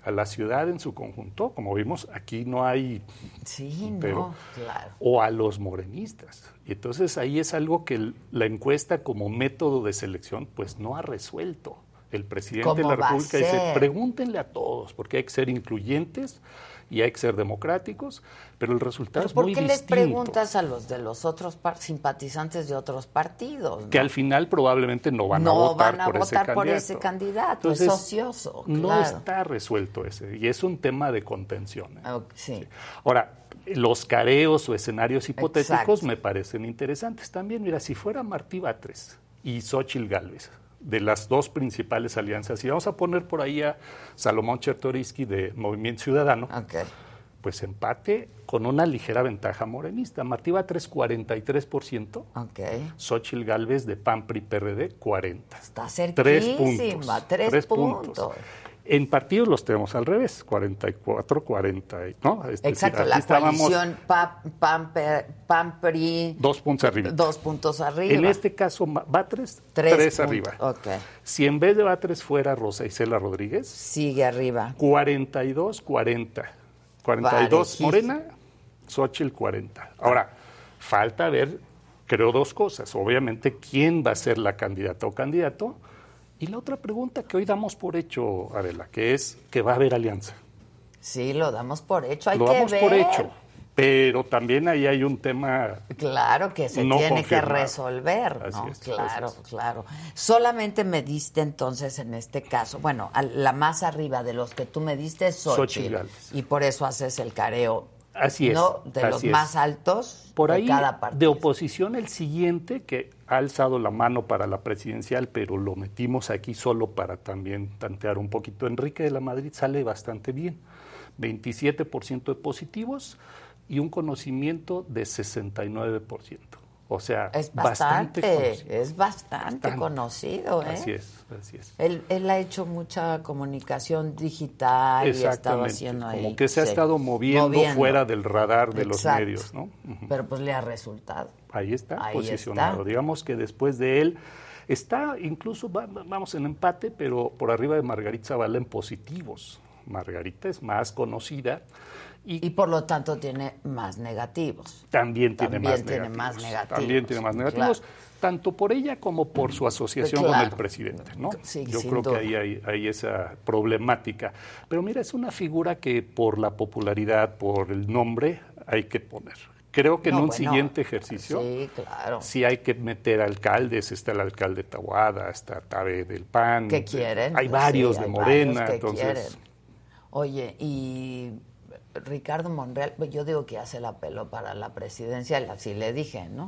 a la ciudad en su conjunto, como vimos, aquí no hay... Sí, pero, claro. O a los morenistas. Y entonces ahí es algo que la encuesta como método de selección pues no ha resuelto. El presidente de la República dice, pregúntenle a todos, porque hay que ser incluyentes y hay que ser democráticos, pero el resultado es muy distinto. ¿Por qué les preguntas a los de los otros simpatizantes de otros partidos? ¿no? Que al final probablemente no van a votar por ese candidato. Entonces, es ocioso. No claro. está resuelto ese, y es un tema de contención. Sí. Ahora, los careos o escenarios hipotéticos me parecen interesantes también. Mira, si fuera Martí Batres y Xóchitl Gálvez, de las dos principales alianzas, y vamos a poner por ahí a Salomón Chertorivsky de Movimiento Ciudadano, pues empate con una ligera ventaja morenista. Martí Batres 43%, Xóchitl Gálvez de PAN, PRI, PRD 40%. Está cerquísima, 3 puntos. En partidos los tenemos al revés, 44, 40, ¿no? Exacto, la coalición PAN-PRI... 2 puntos arriba. 2 puntos arriba. En este caso, Batres, 3 arriba. Okay. Si en vez de Batres fuera Rosa Isela Rodríguez... Sigue arriba. 42, 40. 42 Morena, Xóchitl 40. Ahora, falta ver, creo, dos cosas. Obviamente, ¿quién va a ser la candidata o candidato? Y la otra pregunta que hoy damos por hecho, Adela, que es que va a haber alianza. Sí, lo damos por hecho, hay que ver. Lo damos por hecho, pero también ahí hay un tema... Claro, que se tiene que resolver, ¿no? Claro. Solamente me diste entonces en este caso, bueno, la más arriba de los que tú me diste es Xóchitl, y por eso haces el careo. Así es. ¿No? De los más altos por de ahí, cada partido. De oposición, el siguiente que ha alzado la mano para la presidencial, pero lo metimos aquí solo para también tantear un poquito. Enrique de la Madrid sale bastante bien. 27% de positivos y un conocimiento de 69%. O sea, es bastante conocido, ¿eh? Así es. Él ha hecho mucha comunicación digital y ha estado haciendo ahí. Como que se ha estado moviendo fuera del radar de los medios, ¿no? Pero pues le ha resultado. Ahí está posicionado. Digamos que después de él está incluso, vamos en empate, pero por arriba de Margarita Zavala en positivos. Margarita es más conocida. Y por lo tanto tiene más negativos. También tiene más negativos, tanto por ella como por su asociación con el presidente, ¿no? Sí, yo creo que ahí hay esa problemática. Pero mira, es una figura que por la popularidad, por el nombre, hay que poner. Creo que en un siguiente ejercicio sí hay que meter alcaldes. Está el alcalde de Tahuada, está Tabe del PAN. ¿Qué quieren? Hay varios de Morena. Varios que quieren. Oye, y... Ricardo Monreal, yo digo que hace la pelo para la presidencia, así le dije, ¿no?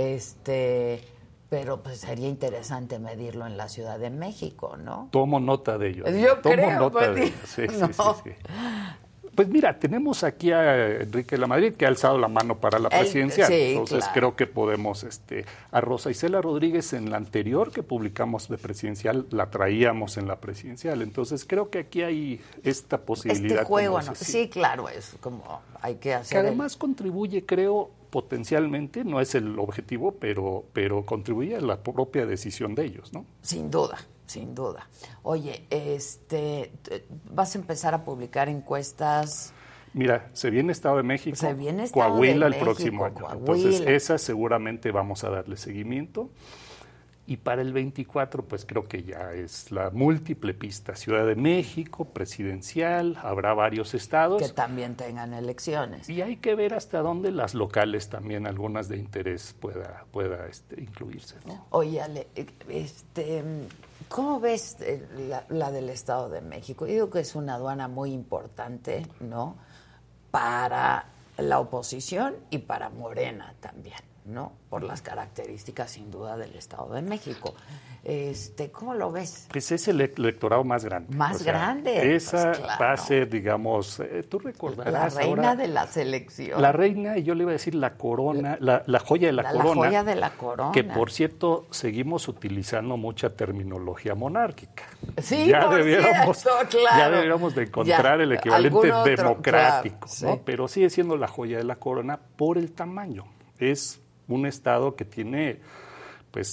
Pero pues sería interesante medirlo en la Ciudad de México, ¿no? Tomo nota de ello. Tomo nota de ello. Sí. Pues mira, tenemos aquí a Enrique de la Madrid, que ha alzado la mano para la presidencial. Entonces creo que podemos, a Rosa Isela Rodríguez en la anterior que publicamos de presidencial, la traíamos en la presidencial. Entonces creo que aquí hay esta posibilidad. Juego, ¿no? Sí, claro, es como hay que hacer. Que además contribuye, creo, potencialmente, no es el objetivo, pero contribuye a la propia decisión de ellos, ¿no? Sin duda. Oye, ¿vas a empezar a publicar encuestas? Mira, se viene Estado de México, Coahuila el próximo año. Entonces, esas seguramente vamos a darle seguimiento. Y para el 24, pues creo que ya es la múltiple pista. Ciudad de México, presidencial, habrá varios estados. Que también tengan elecciones. Y hay que ver hasta dónde las locales también, algunas de interés, pueda incluirse, ¿no? Oye, Ale, ¿cómo ves la del Estado de México? Yo digo que es una aduana muy importante, ¿no? Para la oposición y para Morena también, ¿no? Por las características, sin duda, del Estado de México. ¿Cómo lo ves? Pues es el electorado más grande. Más grande. Esa va a ser, digamos, tú recordarás la reina de la selección. La reina, y yo le iba a decir la corona, la joya de la corona. La joya de la corona. Que, por cierto, seguimos utilizando mucha terminología monárquica. Sí, ya deberíamos de encontrar el equivalente democrático, ¿no? Sí. Pero sigue siendo la joya de la corona por el tamaño. Es un estado que tiene, pues,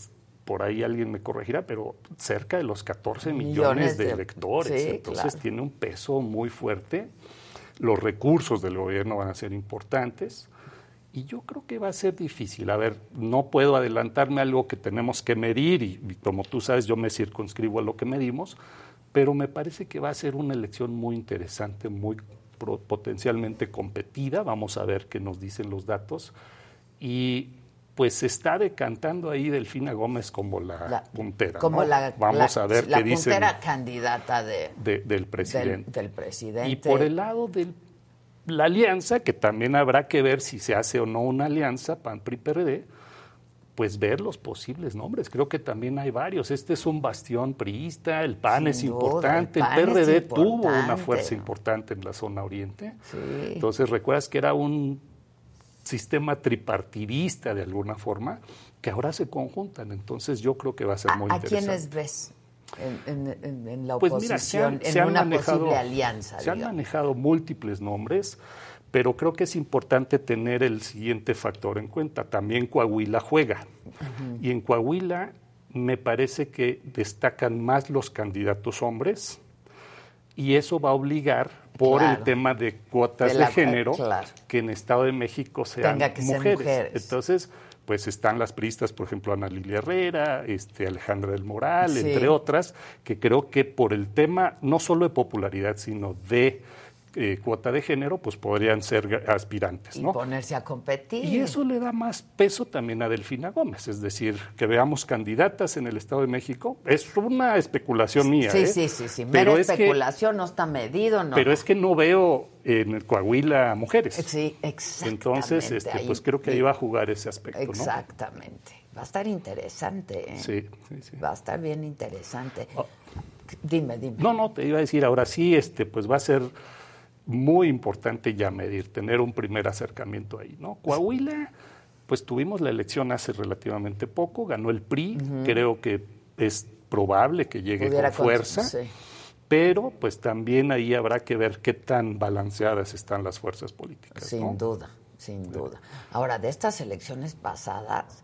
por ahí alguien me corregirá, pero cerca de los 14 millones de electores. Sí, entonces claro. tiene un peso muy fuerte. Los recursos del gobierno van a ser importantes. Y yo creo que va a ser difícil. A ver, no puedo adelantarme a algo que tenemos que medir y como tú sabes, yo me circunscribo a lo que medimos, pero me parece que va a ser una elección muy interesante, muy potencialmente competida. Vamos a ver qué nos dicen los datos. Y pues se está decantando ahí Delfina Gómez como la puntera. Como ¿no? Vamos a ver qué dicen. La puntera candidata del presidente. Del presidente. Y por el lado de la alianza, que también habrá que ver si se hace o no una alianza PAN-PRI-PRD, pues ver los posibles nombres. Creo que también hay varios. Este es un bastión priista, el PAN es importante, el PRD tuvo una fuerza importante en la zona oriente. Sí. Entonces, recuerdas que era un sistema tripartidista de alguna forma, que ahora se conjuntan. Entonces, yo creo que va a ser muy interesante. ¿A quiénes ves en la pues oposición, mira, en una posible alianza? Se han manejado múltiples nombres, pero creo que es importante tener el siguiente factor en cuenta. También Coahuila juega. Y en Coahuila me parece que destacan más los candidatos hombres y eso va a obligar por el tema de cuotas de género que en Estado de México sean mujeres. Entonces, pues están las priistas, por ejemplo, Ana Lilia Herrera, Alejandra del Moral, entre otras, que creo que por el tema no solo de popularidad, sino de cuota de género, pues podrían ser aspirantes, ¿no? Y ponerse a competir. Y eso le da más peso también a Delfina Gómez, es decir, que veamos candidatas en el Estado de México. Es una especulación mía, Sí. Mera especulación, no está medido, ¿no? Pero es que no veo en el Coahuila mujeres. Sí, exactamente. Entonces, pues creo que ahí va a jugar ese aspecto, ¿no? Exactamente. Va a estar interesante, ¿eh? Sí. Va a estar bien interesante. Dime. No, te iba a decir, ahora sí, pues va a ser muy importante ya medir, tener un primer acercamiento ahí, ¿no? Coahuila, pues tuvimos la elección hace relativamente poco, ganó el PRI, creo que es probable que llegue con fuerza, pero pues también ahí habrá que ver qué tan balanceadas están las fuerzas políticas. Sin duda. Ahora, de estas elecciones pasadas,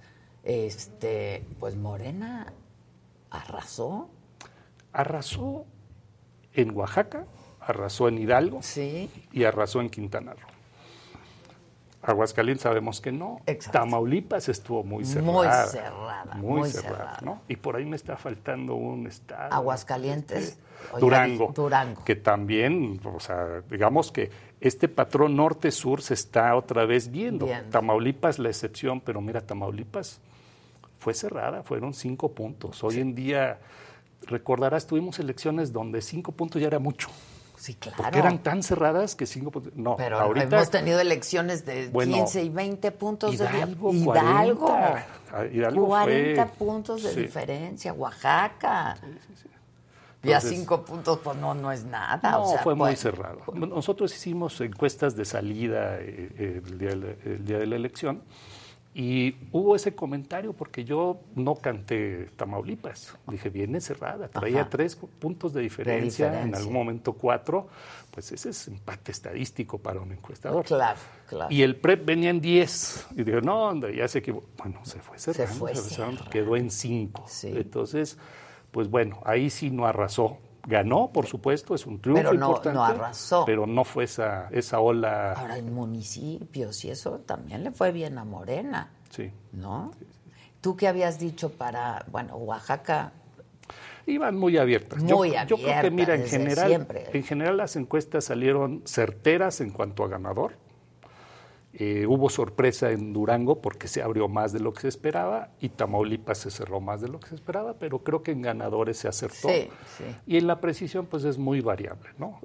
pues Morena arrasó. Arrasó en Oaxaca, arrasó en Hidalgo y arrasó en Quintana Roo. Aguascalientes sabemos que no. Exacto. Tamaulipas estuvo muy cerrada. Muy cerrada, ¿no? Y por ahí me está faltando un estado. Aguascalientes. Durango. Que también, o sea, digamos que este patrón norte-sur se está otra vez viendo. Tamaulipas la excepción, pero mira, Tamaulipas fue cerrada, fueron 5 puntos. Hoy en día, recordarás, tuvimos elecciones donde 5 puntos ya era mucho. Sí, claro. Porque eran tan cerradas que 5 puntos... No, pero ahorita hemos tenido elecciones de 15 y 20 puntos Hidalgo, de diferencia. Hidalgo 40 puntos de diferencia. Oaxaca. Sí. Y a 5 puntos, pues no es nada. No, o sea, fue muy cerrado. Nosotros hicimos encuestas de salida el día de la elección y hubo ese comentario porque yo no canté Tamaulipas. Dije, viene cerrada, traía 3 puntos de diferencia, en algún momento 4. Pues ese es empate estadístico para un encuestador. Claro. Y el PREP venía en 10. Y digo, no, ya se equivocó. Bueno, se fue cerrando. Quedó en 5. Sí. Entonces, pues bueno, ahí sí no arrasó. Ganó, por supuesto, es un triunfo importante. Pero no arrasó. Pero no fue esa ola. Ahora, en municipios y eso también le fue bien a Morena. Sí. ¿No? Sí. ¿Tú qué habías dicho para, Oaxaca? Iban muy abiertas. Yo creo que, mira, en general las encuestas salieron certeras en cuanto a ganador. Hubo sorpresa en Durango porque se abrió más de lo que se esperaba y Tamaulipas se cerró más de lo que se esperaba, pero creo que en ganadores se acertó. Sí. Y en la precisión pues es muy variable, ¿no?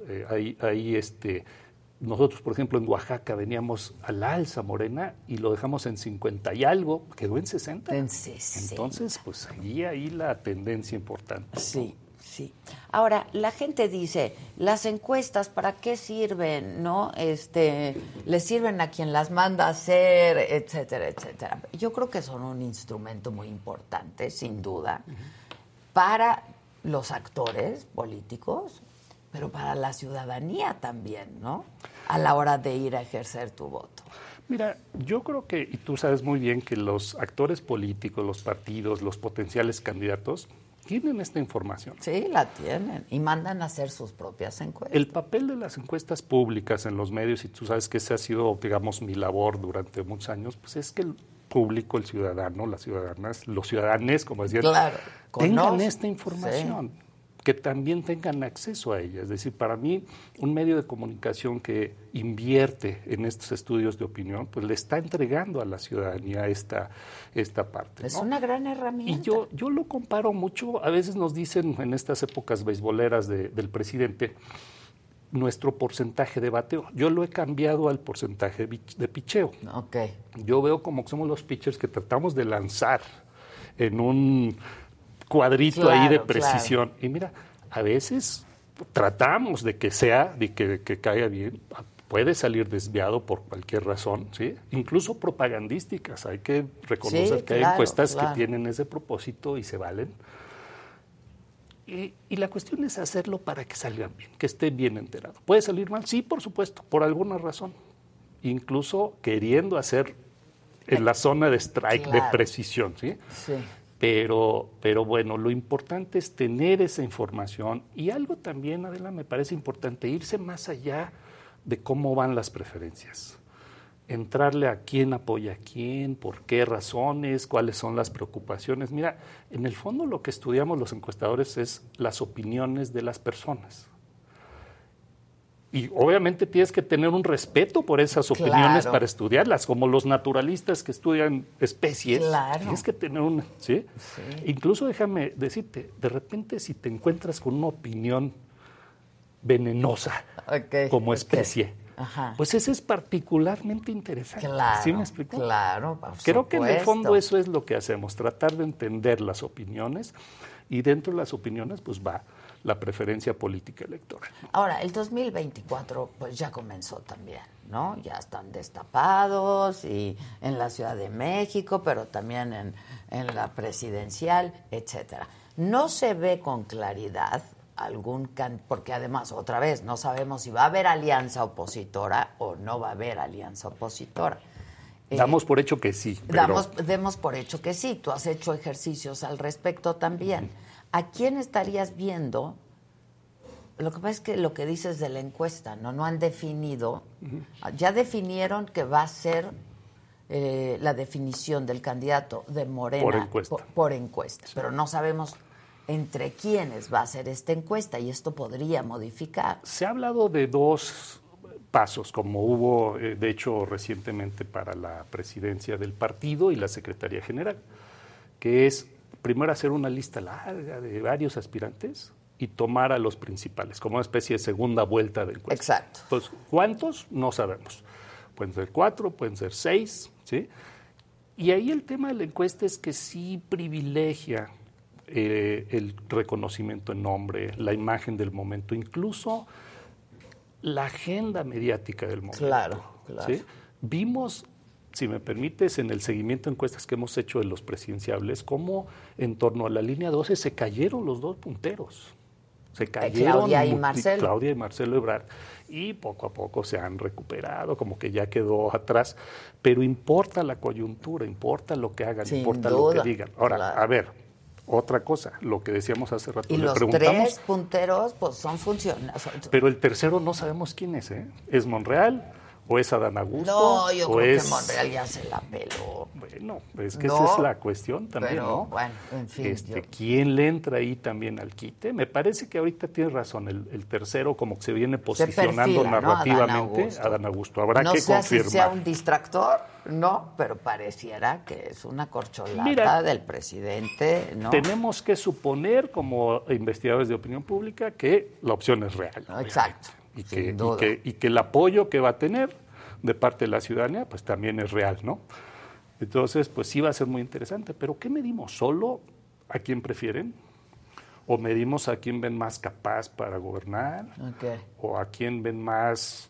Nosotros, por ejemplo, en Oaxaca veníamos al alza Morena y lo dejamos en 50 y algo, quedó en 60. En 60. Entonces, pues ahí la tendencia importante. Sí. Ahora, la gente dice, las encuestas, ¿para qué sirven? ¿No? Les sirven a quien las manda a hacer, etcétera, etcétera. Yo creo que son un instrumento muy importante, sin duda, para los actores políticos, pero para la ciudadanía también, ¿no? A la hora de ir a ejercer tu voto. Mira, yo creo que, y tú sabes muy bien, que los actores políticos, los partidos, los potenciales candidatos tienen esta información. Sí, la tienen y mandan a hacer sus propias encuestas. El papel de las encuestas públicas en los medios, y tú sabes que ese ha sido, digamos, mi labor durante muchos años, pues es que el público, el ciudadano, las ciudadanas, los ciudadanos, como decían, tengan esta información. Sí. Que también tengan acceso a ella. Es decir, para mí, un medio de comunicación que invierte en estos estudios de opinión, pues le está entregando a la ciudadanía esta parte. Es una gran herramienta. Y yo lo comparo mucho, a veces nos dicen en estas épocas beisboleras del presidente, nuestro porcentaje de bateo. Yo lo he cambiado al porcentaje de picheo. Okay. Yo veo como que somos los pitchers que tratamos de lanzar en un cuadrito ahí de precisión. Claro. Y mira, a veces tratamos de que que caiga bien, puede salir desviado por cualquier razón, ¿sí? Incluso propagandísticas. Hay que reconocer que hay encuestas que tienen ese propósito y se valen. Y la cuestión es hacerlo para que salgan bien, que esté bien enterado. ¿Puede salir mal? Sí, por supuesto, por alguna razón. Incluso queriendo hacer en la zona de strike, de precisión, ¿sí? Sí. Pero bueno, lo importante es tener esa información y algo también, Adela, me parece importante, irse más allá de cómo van las preferencias. Entrarle a quién apoya a quién, por qué razones, cuáles son las preocupaciones. Mira, en el fondo lo que estudiamos los encuestadores es las opiniones de las personas. Y obviamente tienes que tener un respeto por esas opiniones para estudiarlas, como los naturalistas que estudian especies. Claro. Tienes que tener una, ¿sí? Incluso déjame decirte, de repente si te encuentras con una opinión venenosa como especie, pues ese es particularmente interesante. Claro, ¿sí me explico? Claro, creo que en el fondo eso es lo que hacemos, tratar de entender las opiniones y dentro de las opiniones pues va la preferencia política electoral. Ahora, el 2024 pues ya comenzó también, ¿no? Ya están destapados y en la Ciudad de México, pero también en la presidencial, etcétera. No se ve con claridad porque además, otra vez, no sabemos si va a haber alianza opositora o no va a haber alianza opositora. Damos por hecho que sí. Demos por hecho que sí. Tú has hecho ejercicios al respecto también. ¿A quién estarías viendo? Lo que pasa es que lo que dices de la encuesta, no han definido. Ya definieron que va a ser la definición del candidato de Morena por encuesta. Pero no sabemos entre quiénes va a ser esta encuesta y esto podría modificar. Se ha hablado de dos pasos, como hubo, de hecho, recientemente para la presidencia del partido y la Secretaría General, que es primero hacer una lista larga de varios aspirantes y tomar a los principales, como una especie de segunda vuelta de encuesta. Exacto. Pues, ¿cuántos? No sabemos. Pueden ser 4, pueden ser 6, ¿sí? Y ahí el tema de la encuesta es que sí privilegia el reconocimiento en nombre, la imagen del momento, incluso la agenda mediática del momento. Claro. ¿Sí? Vimos, si me permites, en el seguimiento de encuestas que hemos hecho de los presidenciables, cómo en torno a la línea 12 se cayeron los dos punteros. Se cayeron Claudia y Marcelo Ebrard, y poco a poco se han recuperado, como que ya quedó atrás. Pero importa la coyuntura, importa lo que hagan, importa lo que digan. Ahora, a ver, otra cosa, lo que decíamos hace rato. Y le los preguntamos, 3 punteros, pues son funcionarios. Pero el tercero no sabemos quién es, ¿eh? ¿Es Monreal o es Adán Augusto? No, yo creo que Monreal ya se la peló. Bueno, es que esa es la cuestión también, pero, ¿no? Bueno, en fin. ¿Quién le entra ahí también al quite? Me parece que ahorita tiene razón, el tercero como que se viene posicionando narrativamente, ¿no? Adán Augusto. Habrá que confirmar. No sé si sea un distractor, no, pero pareciera que es una corcholata del presidente, ¿no? Tenemos que suponer, como investigadores de opinión pública, que la opción es real. No, exacto. Y que el apoyo que va a tener de parte de la ciudadanía, pues también es real, ¿no? Entonces, pues sí va a ser muy interesante. Pero ¿qué medimos? ¿Solo a quién prefieren? ¿O medimos a quién ven más capaz para gobernar? ¿O a quién ven más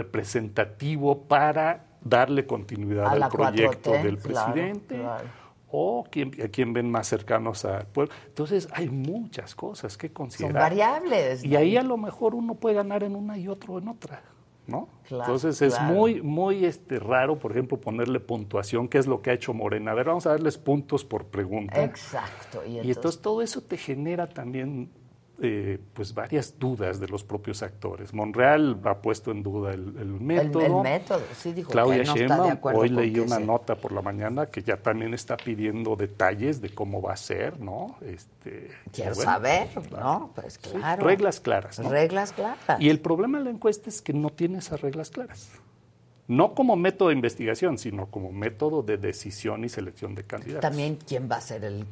representativo para darle continuidad al proyecto del presidente? Claro. o a quién ven más cercanos al pueblo. Entonces hay muchas cosas que considerar. Son variables. Y ahí a lo mejor uno puede ganar en una y otro en otra, ¿no? Claro, entonces es muy raro, por ejemplo, ponerle puntuación, que es lo que ha hecho Morena. A ver, vamos a darles puntos por pregunta. Exacto. Y entonces todo eso te genera también pues varias dudas de los propios actores. Monreal ha puesto en duda el método. El método, sí, dijo Claudia que no Sheinbaum, está de acuerdo hoy con leí que una nota por la mañana que ya también está pidiendo detalles de cómo va a ser, ¿no? Quiero saber, ¿no? Pues claro. Sí, reglas claras, ¿no? Reglas claras. Y el problema de la encuesta es que no tiene esas reglas claras. No como método de investigación, sino como método de decisión y selección de candidatos. También, ¿quién va a ser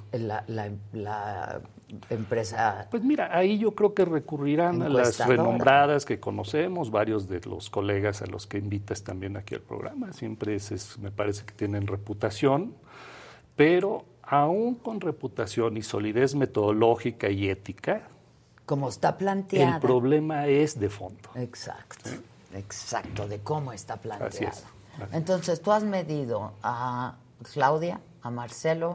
la empresa? Pues mira, ahí yo creo que recurrirán a las renombradas que conocemos, varios de los colegas a los que invitas también aquí al programa. Siempre me parece que tienen reputación, pero aún con reputación y solidez metodológica y ética, como está planteada, el problema es de fondo. Exacto. ¿Sí? Exacto, de cómo está planteada. Así es. Entonces, tú has medido a Claudia, a Marcelo,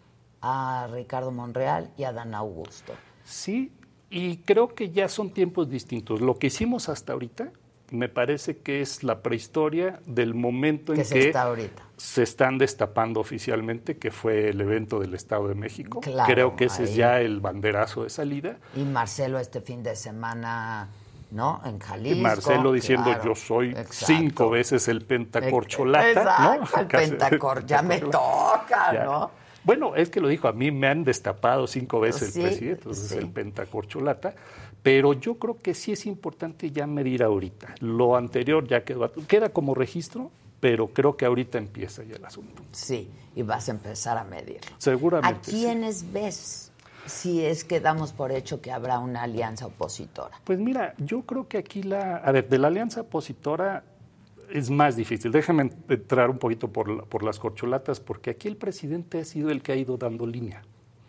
a Ricardo Monreal y a Adán Augusto. Sí, y creo que ya son tiempos distintos. Lo que hicimos hasta ahorita me parece que es la prehistoria del momento en que se están destapando oficialmente, que fue el evento del Estado de México. Claro, creo que ese es ya el banderazo de salida. Y Marcelo este fin de semana, ¿no? En Jalisco. Y Marcelo diciendo, yo soy 5 veces el pentacorcholata. Exacto, ¿no? el pentacor, ya me toca, ya. ¿No? Bueno, es que lo dijo, a mí me han destapado 5 veces el presidente, entonces el pentacorcholata. Pero yo creo que sí es importante ya medir ahorita. Lo anterior ya queda como registro, pero creo que ahorita empieza ya el asunto. Sí, y vas a empezar a medirlo. Seguramente. ¿A quiénes ves si es que damos por hecho que habrá una alianza opositora? Pues mira, yo creo que aquí de la alianza opositora es más difícil. Déjame entrar un poquito por las corcholatas, porque aquí el presidente ha sido el que ha ido dando línea.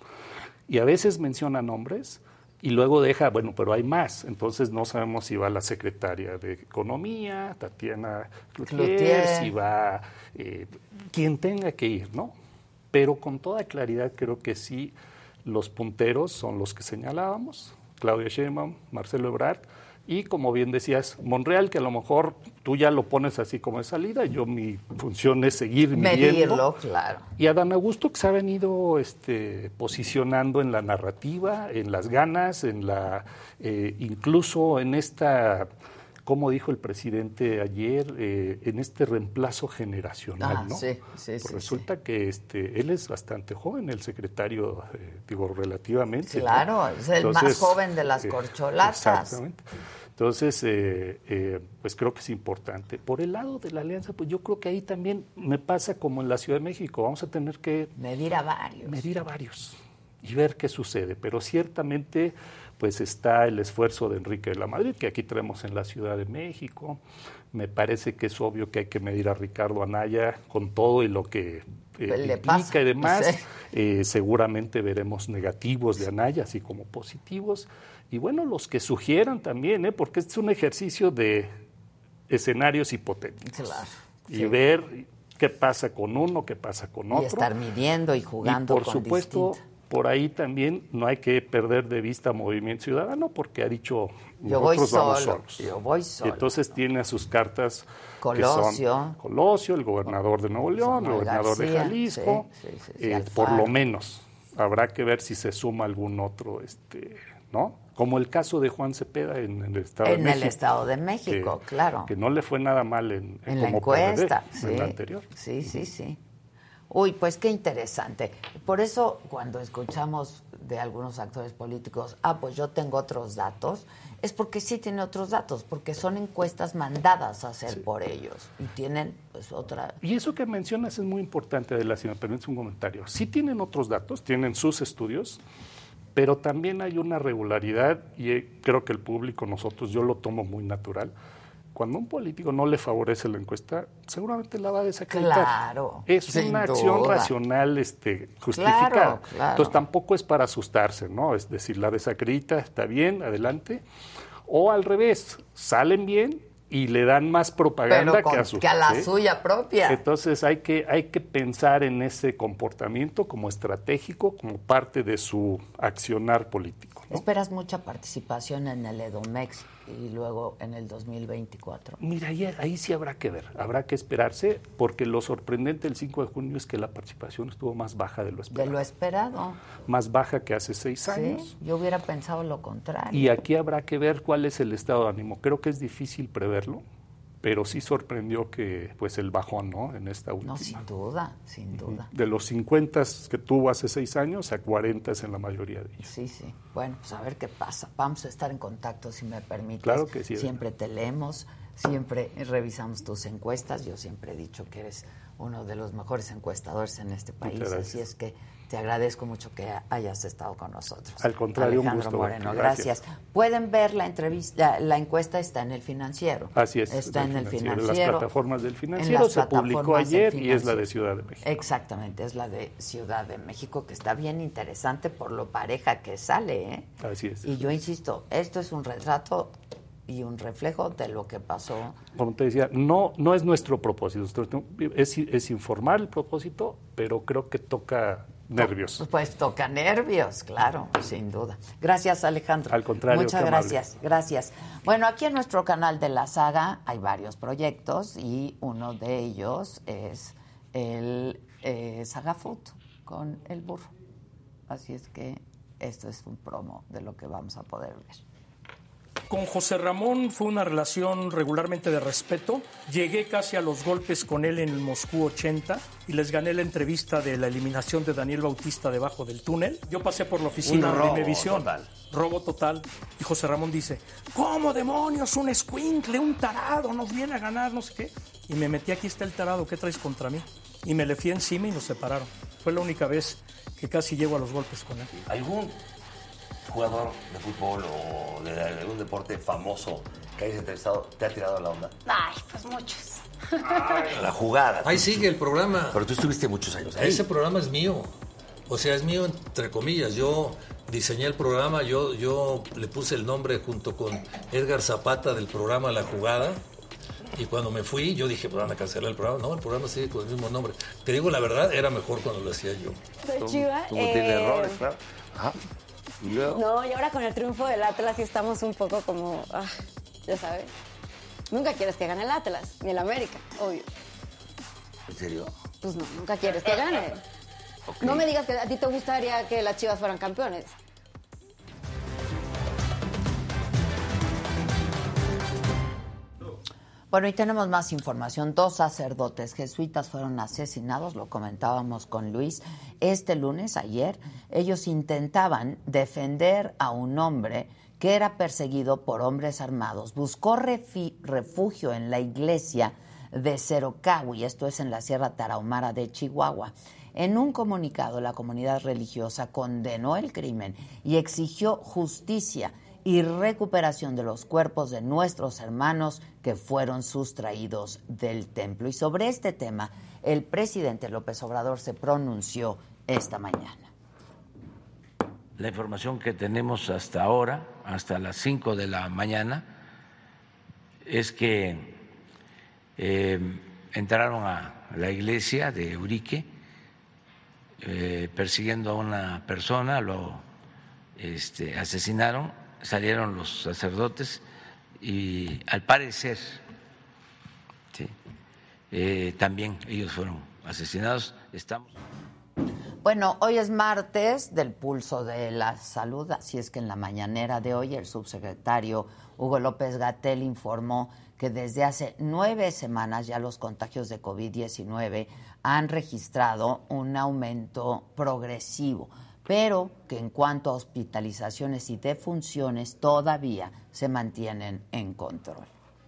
Y a veces menciona nombres y luego deja, bueno, pero hay más. Entonces no sabemos si va la secretaria de Economía, Tatiana Cloutier, si va quien tenga que ir, ¿no? Pero con toda claridad creo que sí, los punteros son los que señalábamos, Claudia Sheinbaum, Marcelo Ebrard, y como bien decías, Monreal, que a lo mejor tú ya lo pones así como de salida, mi función es seguir medirlo, claro. Y Adán Augusto, que se ha venido posicionando en la narrativa, en las ganas, incluso en esta, como dijo el presidente ayer, en este reemplazo generacional, ¿no? Sí, pues resulta que él es bastante joven, el secretario, relativamente. Claro, ¿no? Es el más joven de las corcholatas. Exactamente. Entonces, pues creo que es importante. Por el lado de la alianza, pues yo creo que ahí también me pasa como en la Ciudad de México, vamos a tener que medir a varios y ver qué sucede, pero ciertamente pues está el esfuerzo de Enrique de la Madrid, que aquí tenemos en la Ciudad de México. Me parece que es obvio que hay que medir a Ricardo Anaya con todo y lo que implica y demás. Sí. Seguramente veremos negativos de Anaya, así como positivos. Y bueno, los que sugieran también, porque es un ejercicio de escenarios hipotéticos. Claro. Y ver qué pasa con uno, qué pasa con otro. Y estar midiendo y jugando con supuesto, distinto. Por ahí también no hay que perder de vista Movimiento Ciudadano, porque ha dicho, nosotros vamos solos. Yo voy solo. Y entonces tiene a sus cartas Colosio, que son Colosio, el gobernador de Nuevo León, el gobernador de Jalisco. Sí, por lo menos habrá que ver si se suma algún otro, ¿no? Como el caso de Juan Cepeda en el Estado de México. En el Estado de México, claro. Que no le fue nada mal en la encuesta, en la anterior. Sí. Uy, pues qué interesante. Por eso cuando escuchamos de algunos actores políticos, pues yo tengo otros datos, es porque sí tiene otros datos, porque son encuestas mandadas a hacer por ellos y tienen pues otra... Y eso que mencionas es muy importante, Adela, si me permites un comentario. Sí tienen otros datos, tienen sus estudios, pero también hay una regularidad y creo que el público, yo lo tomo muy natural. Cuando a un político no le favorece la encuesta, seguramente la va a desacreditar. Claro. Es una acción racional justificada. Claro. Entonces tampoco es para asustarse, ¿no? Es decir, la desacredita, está bien, adelante. O al revés, salen bien y le dan más propaganda que a la suya propia. Entonces hay que pensar en ese comportamiento como estratégico, como parte de su accionar político, ¿no? ¿Esperas mucha participación en el Edomex y luego en el 2024? Mira, ahí sí habrá que ver, habrá que esperarse, porque lo sorprendente el 5 de junio es que la participación estuvo más baja de lo esperado. De lo esperado. Más baja que hace 6 años. Sí, yo hubiera pensado lo contrario. Y aquí habrá que ver cuál es el estado de ánimo. Creo que es difícil preverlo, pero sí sorprendió que pues el bajón, ¿no? En esta última. No, sin duda, sin duda. De los 50 que tuvo hace 6 años a 40 en la mayoría de ellos. Sí, sí. Bueno, pues a ver qué pasa. Vamos a estar en contacto, si me permites. Claro que sí. Siempre te leemos, siempre revisamos tus encuestas. Yo siempre he dicho que eres uno de los mejores encuestadores en este país. Así es que te agradezco mucho que hayas estado con nosotros. Al contrario, Alejandro un gusto. Moreno, gracias. Pueden ver la entrevista, la encuesta está en El Financiero. Así es. Está en El Financiero. En las plataformas del Financiero, se publicó ayer y es la de Ciudad de México. Exactamente, es la de Ciudad de México, que está bien interesante por lo pareja que sale, ¿eh? Así es. Y yo insisto, esto es un retrato y un reflejo de lo que pasó. Como te decía, no es nuestro propósito, es informar el propósito, pero creo que toca nervios. Pues toca nervios, claro, sin duda. Gracias, Alejandro. Al contrario, muchas gracias, gracias. Bueno, aquí en nuestro canal de La Saga hay varios proyectos y uno de ellos es el Saga Food con el burro. Así es que esto es un promo de lo que vamos a poder ver. Con José Ramón fue una relación regularmente de respeto. Llegué casi a los golpes con él en el Moscú 80 y les gané la entrevista de la eliminación de Daniel Bautista debajo del túnel. Yo pasé por la oficina de Imevisión. Robo total. Y José Ramón dice, ¿cómo demonios? Un escuincle, un tarado, nos viene a ganar, no sé qué. Y me metí, aquí está el tarado, ¿qué traes contra mí? Y me le fui encima y nos separaron. Fue la única vez que casi llego a los golpes con él. ¿Algún jugador de fútbol o de algún deporte famoso que hayas entrevistado te ha tirado la onda? Ay, pues muchos. La jugada. Ahí sigue el programa. Pero tú estuviste muchos años ahí. Ese programa es mío. O sea, es mío entre comillas. Yo diseñé el programa, yo le puse el nombre junto con Edgar Zapata del programa La Jugada. Y cuando me fui, yo dije, pues van a cancelar el programa. No, el programa sigue con el mismo nombre. Te digo la verdad, era mejor cuando lo hacía yo. Soy Chiva. Tiene errores, claro. Ajá. No, y ahora con el triunfo del Atlas sí estamos un poco como, ya sabes. Nunca quieres que gane el Atlas, ni el América, obvio. ¿En serio? Pues no, nunca quieres que gane. Okay. No me digas que a ti te gustaría que las Chivas fueran campeones. Bueno, y tenemos más información. 2 sacerdotes jesuitas fueron asesinados, lo comentábamos con Luis, este lunes, ayer. Ellos intentaban defender a un hombre que era perseguido por hombres armados. Buscó refugio en la iglesia de Cerocahui, esto es en la Sierra Tarahumara de Chihuahua. En un comunicado, la comunidad religiosa condenó el crimen y exigió justicia y recuperación de los cuerpos de nuestros hermanos que fueron sustraídos del templo. Y sobre este tema, el presidente López Obrador se pronunció esta mañana. La información que tenemos hasta ahora, hasta las 5 de la mañana, es que entraron a la iglesia de Eurique persiguiendo a una persona, lo asesinaron. Salieron los sacerdotes y al parecer también ellos fueron asesinados. Bueno, hoy es martes del Pulso de la Salud, así es que en la mañanera de hoy el subsecretario Hugo López-Gatell informó que desde hace 9 semanas ya los contagios de COVID-19 han registrado un aumento progresivo, pero que en cuanto a hospitalizaciones y defunciones todavía se mantienen en control.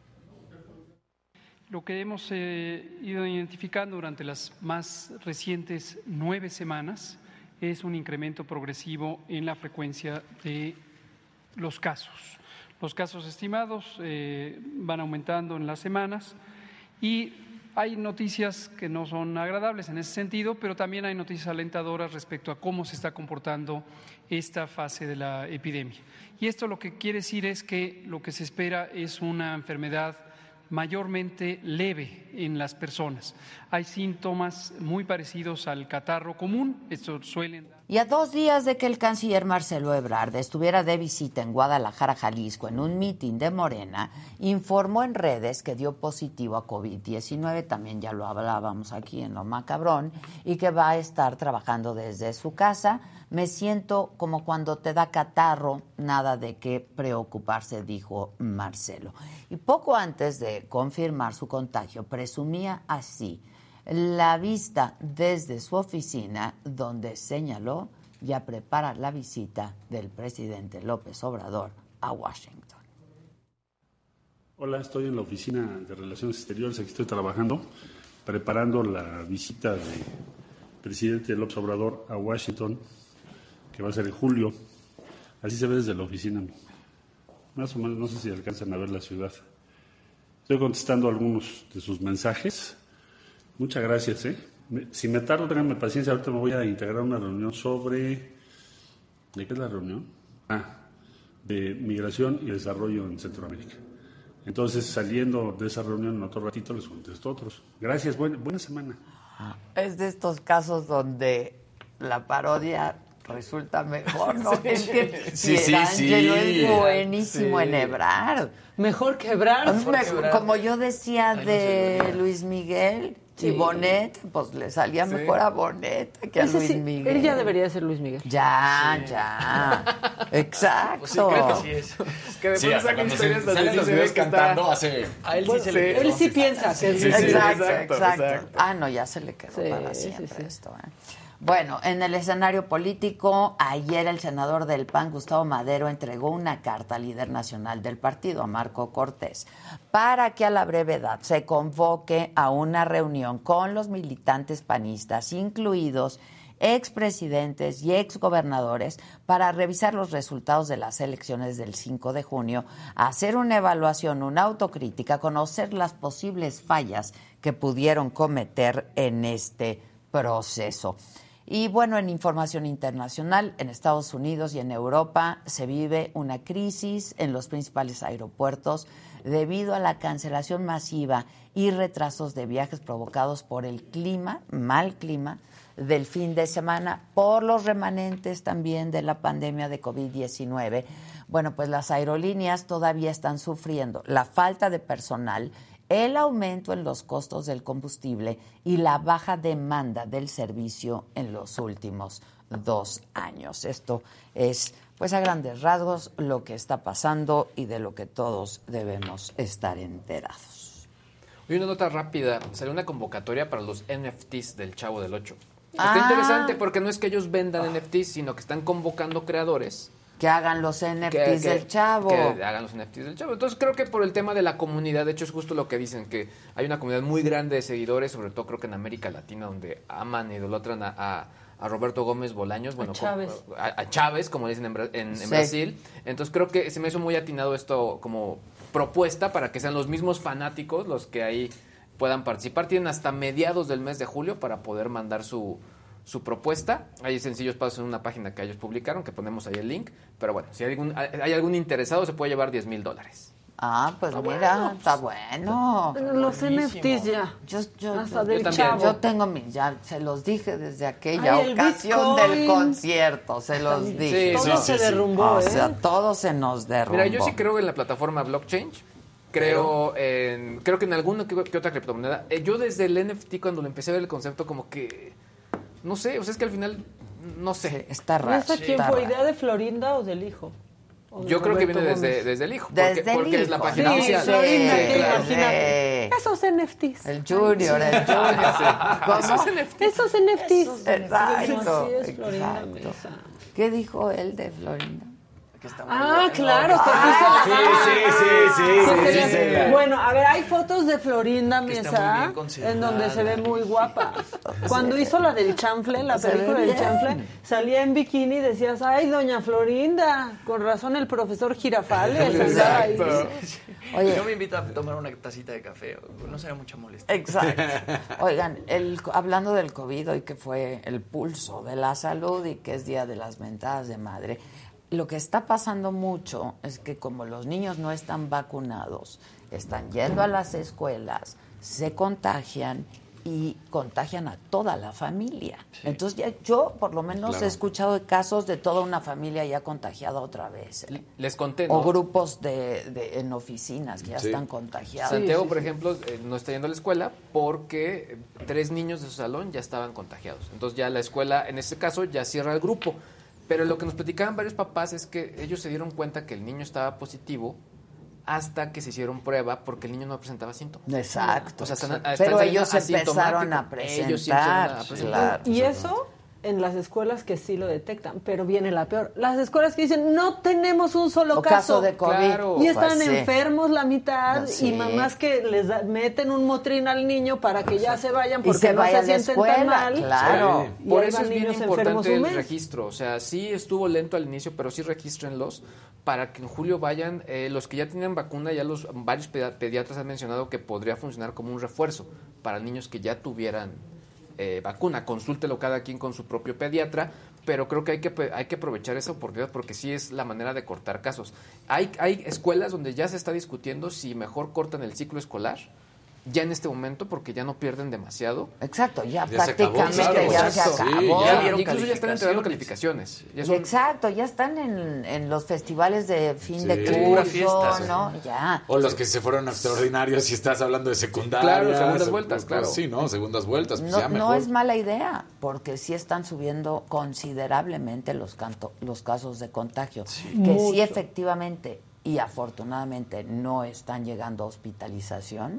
Lo que hemos ido identificando durante las más recientes 9 semanas es un incremento progresivo en la frecuencia de los casos. Los casos estimados van aumentando en las semanas y hay noticias que no son agradables en ese sentido, pero también hay noticias alentadoras respecto a cómo se está comportando esta fase de la epidemia. Y esto lo que quiere decir es que lo que se espera es una enfermedad mayormente leve en las personas. Hay síntomas muy parecidos al catarro común, estos suelen... Y a 2 días de que el canciller Marcelo Ebrard estuviera de visita en Guadalajara, Jalisco, en un mitin de Morena, informó en redes que dio positivo a COVID-19, también ya lo hablábamos aquí en Lo Macabrón, y que va a estar trabajando desde su casa. Me siento como cuando te da catarro, nada de qué preocuparse, dijo Marcelo. Y poco antes de confirmar su contagio, presumía así la vista desde su oficina, donde señaló ya prepara la visita del presidente López Obrador a Washington. Hola, estoy en la oficina de Relaciones Exteriores, aquí estoy trabajando, preparando la visita del presidente López Obrador a Washington, que va a ser en julio. Así se ve desde la oficina. Más o menos, no sé si alcanzan a ver la ciudad. Estoy contestando algunos de sus mensajes. Muchas gracias. Si me tardo, ténganme paciencia. Ahorita me voy a integrar a una reunión sobre... ¿De qué es la reunión? De migración y desarrollo en Centroamérica. Entonces, saliendo de esa reunión en otro ratito, les contesto otros. Gracias, buena semana. Es de estos casos donde la parodia resulta mejor, ¿no? Sí. Es que Sí. Angelo es buenísimo en Ebrard. Mejor que Ebrard. Como yo decía de Luis Miguel y Bonet, pues le salía mejor a Bonet que a Luis Miguel. Él ya debería ser Luis Miguel. Ya. Exacto. Pues sí, creo que sí es. Que después sacan historias donde los videos cantando hace... A él sí se le quedó. Él sí piensa que es Luis Miguel. Exacto. No, ya se le quedó para siempre esto, Bueno, en el escenario político, ayer el senador del PAN, Gustavo Madero, entregó una carta al líder nacional del partido, a Marco Cortés, para que a la brevedad se convoque a una reunión con los militantes panistas, incluidos expresidentes y exgobernadores, para revisar los resultados de las elecciones del 5 de junio, hacer una evaluación, una autocrítica, conocer las posibles fallas que pudieron cometer en este proceso. Y bueno, en información internacional, en Estados Unidos y en Europa se vive una crisis en los principales aeropuertos debido a la cancelación masiva y retrasos de viajes provocados por el mal clima del fin de semana, por los remanentes también de la pandemia de COVID-19. Bueno, pues las aerolíneas todavía están sufriendo la falta de personal, el aumento en los costos del combustible y la baja demanda del servicio en los últimos 2 años. Esto es, pues a grandes rasgos, lo que está pasando y de lo que todos debemos estar enterados. Hoy una nota rápida. Salió una convocatoria para los NFTs del Chavo del Ocho. Está interesante porque no es que ellos vendan NFTs, sino que están convocando creadores que hagan los NFTs del Chavo. Que hagan los NFTs del Chavo. Entonces creo que por el tema de la comunidad, de hecho es justo lo que dicen, que hay una comunidad muy grande de seguidores, sobre todo creo que en América Latina, donde aman e idolatran a Roberto Gómez Bolaños, bueno, a Chávez, como dicen en Brasil. Entonces creo que se me hizo muy atinado esto como propuesta para que sean los mismos fanáticos los que ahí puedan participar. Tienen hasta mediados del mes de julio para poder mandar su propuesta. Hay sencillos pasos en una página que ellos publicaron, que ponemos ahí el link. Pero bueno, si hay algún interesado, se puede llevar $10,000. Pues mira, está bueno. Los NFTs ya. Yo tengo mis, ya se los dije desde aquella ocasión del concierto, se los dije. Todo se derrumbó, O sea, todo se nos derrumbó. Mira, yo sí creo en la plataforma blockchain. Creo que en alguna que otra criptomoneda. Yo desde el NFT, cuando le empecé a ver el concepto, como que no sé, o sea, es que al final no sé. Sí, está raro. ¿Esta quién fue? ¿Idea de Florinda o del hijo? Yo creo que viene desde el hijo. Porque es la página oficial. Florinda, imagínate. Esos NFTs. El Junior. Esos NFTs. Exacto. Sí, es Florinda Mesa. ¿Qué dijo él de Florinda? Claro, sí. Bueno, a ver, hay fotos de Florinda Mesa en donde se ve muy guapa. Cuando hizo la del chanfle, la película del chanfle, salía en bikini y decías, ay, doña Florinda, con razón el profesor Girafales andaba ahí. Oye, yo me invito a tomar una tacita de café, no será mucha molestia. Exacto. Oigan, hablando del COVID, hoy que fue el pulso de la salud y que es Día de las Mentadas de Madre, lo que está pasando mucho es que como los niños no están vacunados, están yendo a las escuelas, se contagian y contagian a toda la familia. Sí. Entonces yo por lo menos he escuchado casos de toda una familia ya contagiada otra vez. Les conté, ¿no? O grupos en oficinas que ya están contagiados. Santiago, por ejemplo, no está yendo a la escuela porque 3 niños de su salón ya estaban contagiados. Entonces ya la escuela, en este caso, ya cierra el grupo. Pero lo que nos platicaban varios papás es que ellos se dieron cuenta que el niño estaba positivo hasta que se hicieron prueba porque el niño no presentaba síntomas. Exacto. O sea, pero ellos empezaron a presentar. Claro. Y eso en las escuelas que sí lo detectan, pero viene la peor. Las escuelas que dicen, no tenemos un solo caso de COVID. Claro. Y están enfermos la mitad y mamás que les meten un Motrin al niño para que ya se vayan porque no se sienten tan mal. Claro. Y por eso es bien importante el registro. O sea, sí estuvo lento al inicio, pero sí regístrenlos para que en julio vayan. Los que ya tienen vacuna, ya varios pediatras han mencionado que podría funcionar como un refuerzo para niños que ya tuvieran vacuna. Consúltelo cada quien con su propio pediatra, pero creo que hay que aprovechar esa oportunidad porque sí es la manera de cortar casos. Hay escuelas donde ya se está discutiendo si mejor cortan el ciclo escolar ya en este momento porque ya no pierden demasiado. Exacto, ya prácticamente se acabó. Incluso ya están entregando calificaciones. Exacto, ya están en los festivales de fin de curso, ¿no? Ya. O los que se fueron extraordinarios si estás hablando de secundaria. Claro, segundas vueltas, claro. Sí, ¿no? Segundas vueltas, pues ya mejor. No es mala idea, porque sí están subiendo considerablemente los casos de contagio. Sí. Que sí efectivamente y afortunadamente no están llegando a hospitalización,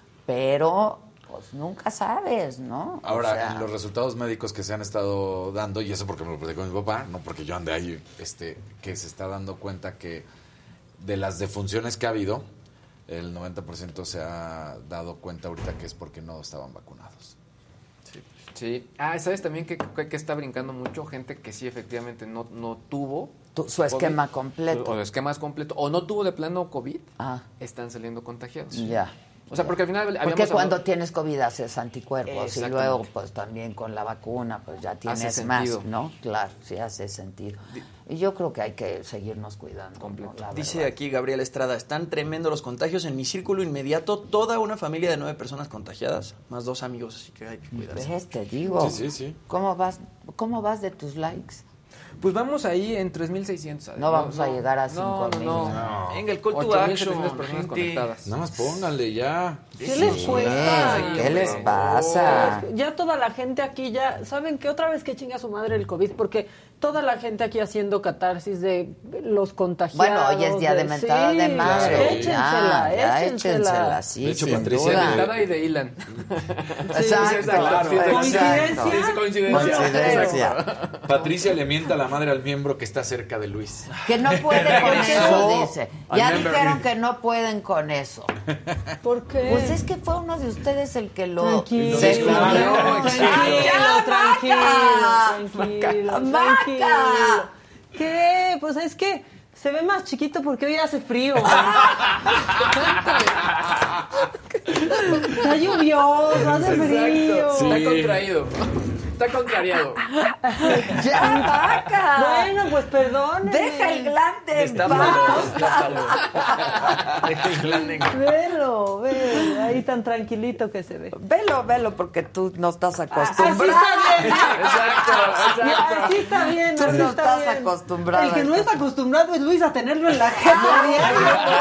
pero pues nunca sabes, ¿no? Ahora, en los resultados médicos que se han estado dando, y eso porque me lo platicó mi papá, no porque yo ande ahí, que se está dando cuenta que de las defunciones que ha habido, el 90% se ha dado cuenta ahorita que es porque no estaban vacunados. Sí. ¿Sabes también que está brincando mucho? Gente que sí efectivamente no tuvo su esquema completo. O esquemas completo. O no tuvo de plano COVID. Están saliendo contagiados. Ya. O sea, porque al final porque cuando tienes COVID haces anticuerpos y luego pues también con la vacuna pues ya tienes más, ¿no? Claro, sí hace sentido. Y yo creo que hay que seguirnos cuidando, ¿no? Dice aquí Gabriel Estrada, están tremendos los contagios en mi círculo inmediato, toda una familia de 9 personas contagiadas, más 2 amigos, así que hay que cuidarse. Te digo. Sí. ¿Cómo vas de tus likes? Pues vamos ahí en 3,600. No vamos a llegar a 5,000. No. Venga, el call to action. personas conectadas. Nada más pónganle ya. ¿Qué les cuesta? ¿Qué les pasa? Ya toda la gente aquí ya, ¿saben qué? Otra vez que chinga su madre el COVID, porque toda la gente aquí haciendo catarsis de los contagiados. Bueno, hoy es día de mentada de madre. Échensela. Sí, de hecho, sin Patricia duda. Mentada y de Ilan. Coincidencia. Patricia le mienta la madre al miembro que está cerca de Luis. Que no puede con eso, dice. Ya dijeron que no pueden con eso. ¿Por qué? Pues es que fue uno de ustedes el que lo... Tranquilo. ¿Qué? Pues es que se ve más chiquito porque hoy hace frío. Está lluvioso, hace frío. Sí. Está contraído. Está contrariado. ¡Ya, vaca! Bueno, pues perdón. Deja el glande en paz. Deja el glande en paz. Velo, ahí tan tranquilito que se ve. Velo, porque tú no estás acostumbrado. Así está bien. Exacto. Así está bien. Tú no estás bien. acostumbrado. El que no está acostumbrado es Luis a tenerlo en la jeta diario.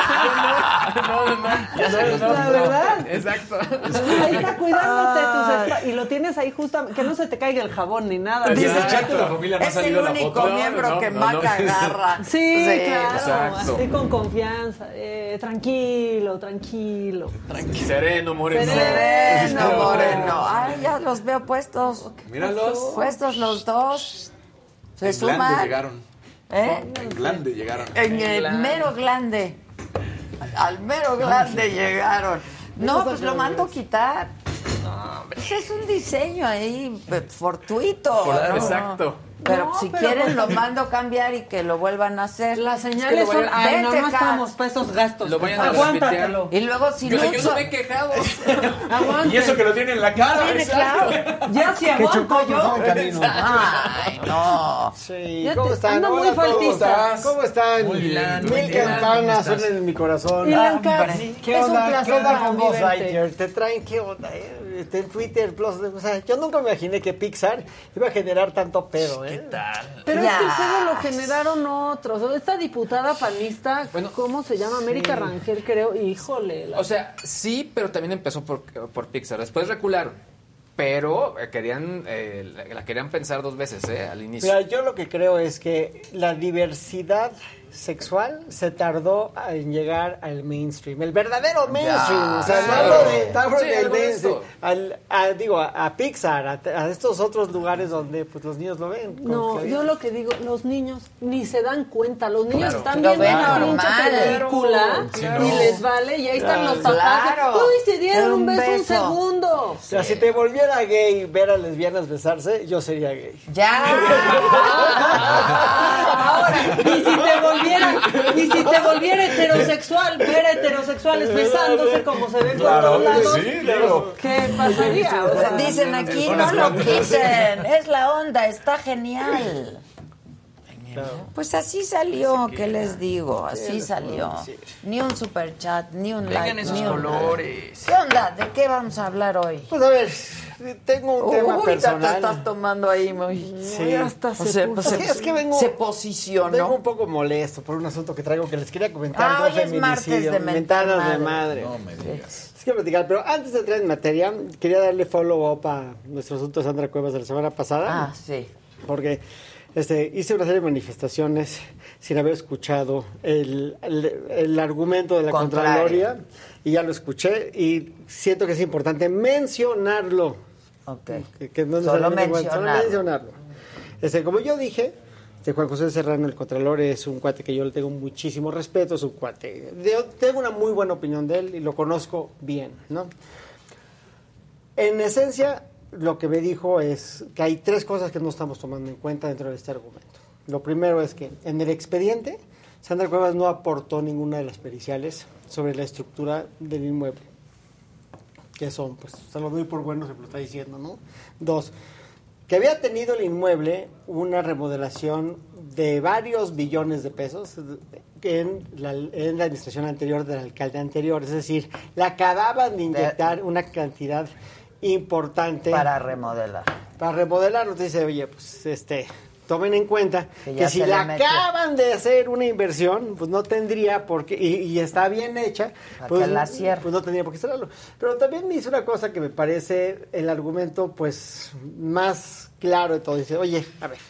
No. La verdad. Exacto. Ahí está cuidándote y lo tienes ahí justamente, que no se te caiga el jabón ni nada. Dice, la familia no es el único miembro que Maca agarra. Sí, claro. Exacto. Así con confianza. Tranquilo. Sereno, moreno. Ay, ya los veo puestos. Míralos. Puestos los dos. Se suman. Glande llegaron. En glande llegaron. En el mero glande. Al mero glande llegaron. No, pues lo mando a quitar. Ese es un diseño ahí fortuito. Exacto. Pero no, si quieren lo mando a cambiar y que lo vuelvan a hacer. Las señales son, ay, no estamos para esos gastos. Lo vayan Aguántatelo. Y luego si yo no me he quejado. Y eso que lo tiene en la cara. Claro. Ya se aguanto yo. Ay, no. Sí, ¿cómo están? Ando muy faltista. ¿Cómo están? Muy bien. Mil campanas suenan en mi corazón. Y Lancaster, ¿Qué es un onda? placer ¿Qué onda para con mí vos, verte. Lightyear? Te traen, ¿qué onda? En Twitter Plus, o sea, yo nunca me imaginé que Pixar iba a generar tanto pedo, ¿eh? ¿Qué tal? Pero es que el pedo lo generaron otros. Esta diputada panista, ¿cómo se llama? América Rangel, creo. Híjole. O sea, sí, pero también empezó por Pixar. Después recularon. Pero la querían pensar 2 veces, al inicio. Mira, yo lo que creo es que la diversidad sexual se tardó en llegar al mainstream, el verdadero mainstream. O sea, no hablo del mainstream, a Pixar, a estos otros lugares donde pues los niños lo ven. No, yo lo que digo, los niños ni se dan cuenta. Los niños están lo viendo ven una normal. película y les vale, y ahí están los papás. Uy, se dieron un beso un segundo. O sea, si te volviera gay ver a lesbianas besarse, yo sería gay. Ya. Ahora, y si te volviera heterosexual, ver heterosexuales besándose como se ven por todos lados, ¿qué pasaría? O sea, dicen aquí, no lo quiten, es la onda, está genial. Pues así salió, ¿qué les digo? Así salió. Ni un superchat, ni un like, Vengan esos ni un colores. ¿Qué onda? ¿De qué vamos a hablar hoy? Pues a ver, tengo un tema personal. Te estás tomando ahí muy... Sí. Hasta es que vengo, se posicionó. Vengo un poco molesto por un asunto que traigo que les quería comentar. Hoy es martes de mentadas de madre. No me digas. Es que platicar, pero antes de entrar en materia, quería darle follow-up a nuestro asunto de Sandra Cuevas de la semana pasada. Ah, sí. Porque hice una serie de manifestaciones sin haber escuchado el argumento de la Contraloría, y ya lo escuché y siento que es importante mencionarlo. Okay. Que no solo mencionarlo. Como yo dije, Juan José Serrano, el Contralor, es un cuate que yo le tengo muchísimo respeto, es un cuate. Yo tengo una muy buena opinión de él y lo conozco bien, ¿no? En esencia, lo que me dijo es que hay 3 cosas que no estamos tomando en cuenta dentro de este argumento. Lo primero es que en el expediente, Sandra Cuevas no aportó ninguna de las periciales sobre la estructura del inmueble. Que son, pues, se lo doy por bueno, se lo está diciendo, ¿no? 2, que había tenido el inmueble una remodelación de varios billones de pesos en la administración anterior del alcalde anterior. Es decir, le acababan de inyectar una cantidad importante para remodelar. Para remodelarlo, te dice, oye, pues tomen en cuenta que si le acaban de hacer una inversión, pues no tendría por qué, y está bien hecha, pues no tendría por qué cerrarlo. Pero también me hizo una cosa que me parece el argumento pues más claro de todo. Dice, oye, a ver,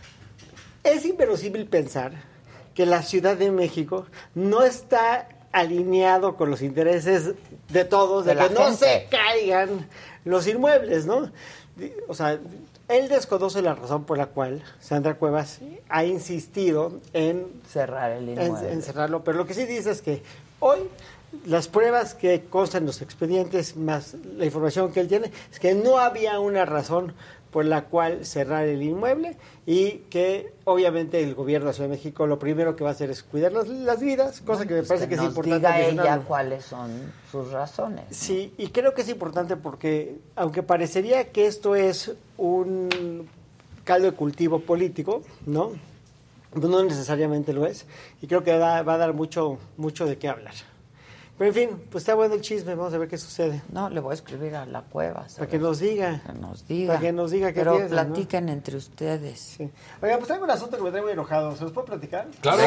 es inverosímil pensar que la Ciudad de México no está alineado con los intereses de todos, de que no se caigan los inmuebles, ¿no? O sea, él desconoce la razón por la cual Sandra Cuevas ha insistido en cerrar el inmueble. En cerrarlo, pero lo que sí dice es que hoy las pruebas que constan en los expedientes más la información que él tiene es que no había una razón por la cual cerrar el inmueble y que obviamente el gobierno de la Ciudad de México lo primero que va a hacer es cuidar las vidas, cosa que me parece que es importante. Diga ella cuáles son sus razones. Sí, y creo que es importante porque aunque parecería que esto es un caldo de cultivo político, ¿no? Pues no necesariamente lo es, y creo que va a dar mucho de qué hablar. Pero en fin, pues está bueno el chisme, vamos a ver qué sucede. No, le voy a escribir a la Cueva. Para que nos diga. Para que nos diga qué pero piensan, platiquen, ¿no? Entre ustedes. Sí. Oiga, pues traigo un asunto que me trae muy enojado. ¿Se los puedo platicar? Claro,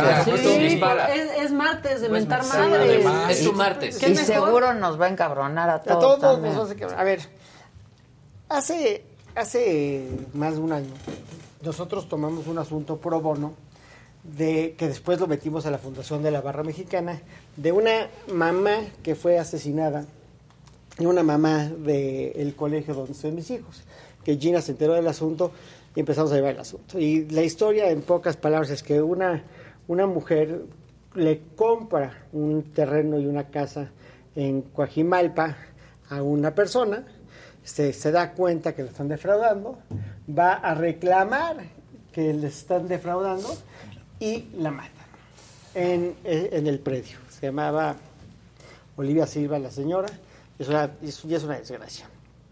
es martes de mentar madres. Es tu martes. Y seguro nos va a encabronar a todos. A todos nos va a encabronar. A ver, hace más de un año nosotros tomamos un asunto pro bono que después lo metimos a la Fundación de la Barra Mexicana, de una mamá que fue asesinada, y una mamá del colegio donde estoy mis hijos, que Gina se enteró del asunto y empezamos a llevar el asunto. Y la historia, en pocas palabras, es que una mujer le compra un terreno y una casa en Coajimalpa a una persona, se da cuenta que lo están defraudando, va a reclamar que les están defraudando y la matan en el predio. Se llamaba Olivia Silva, la señora, es una desgracia.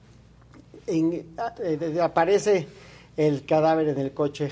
Aparece el cadáver en el coche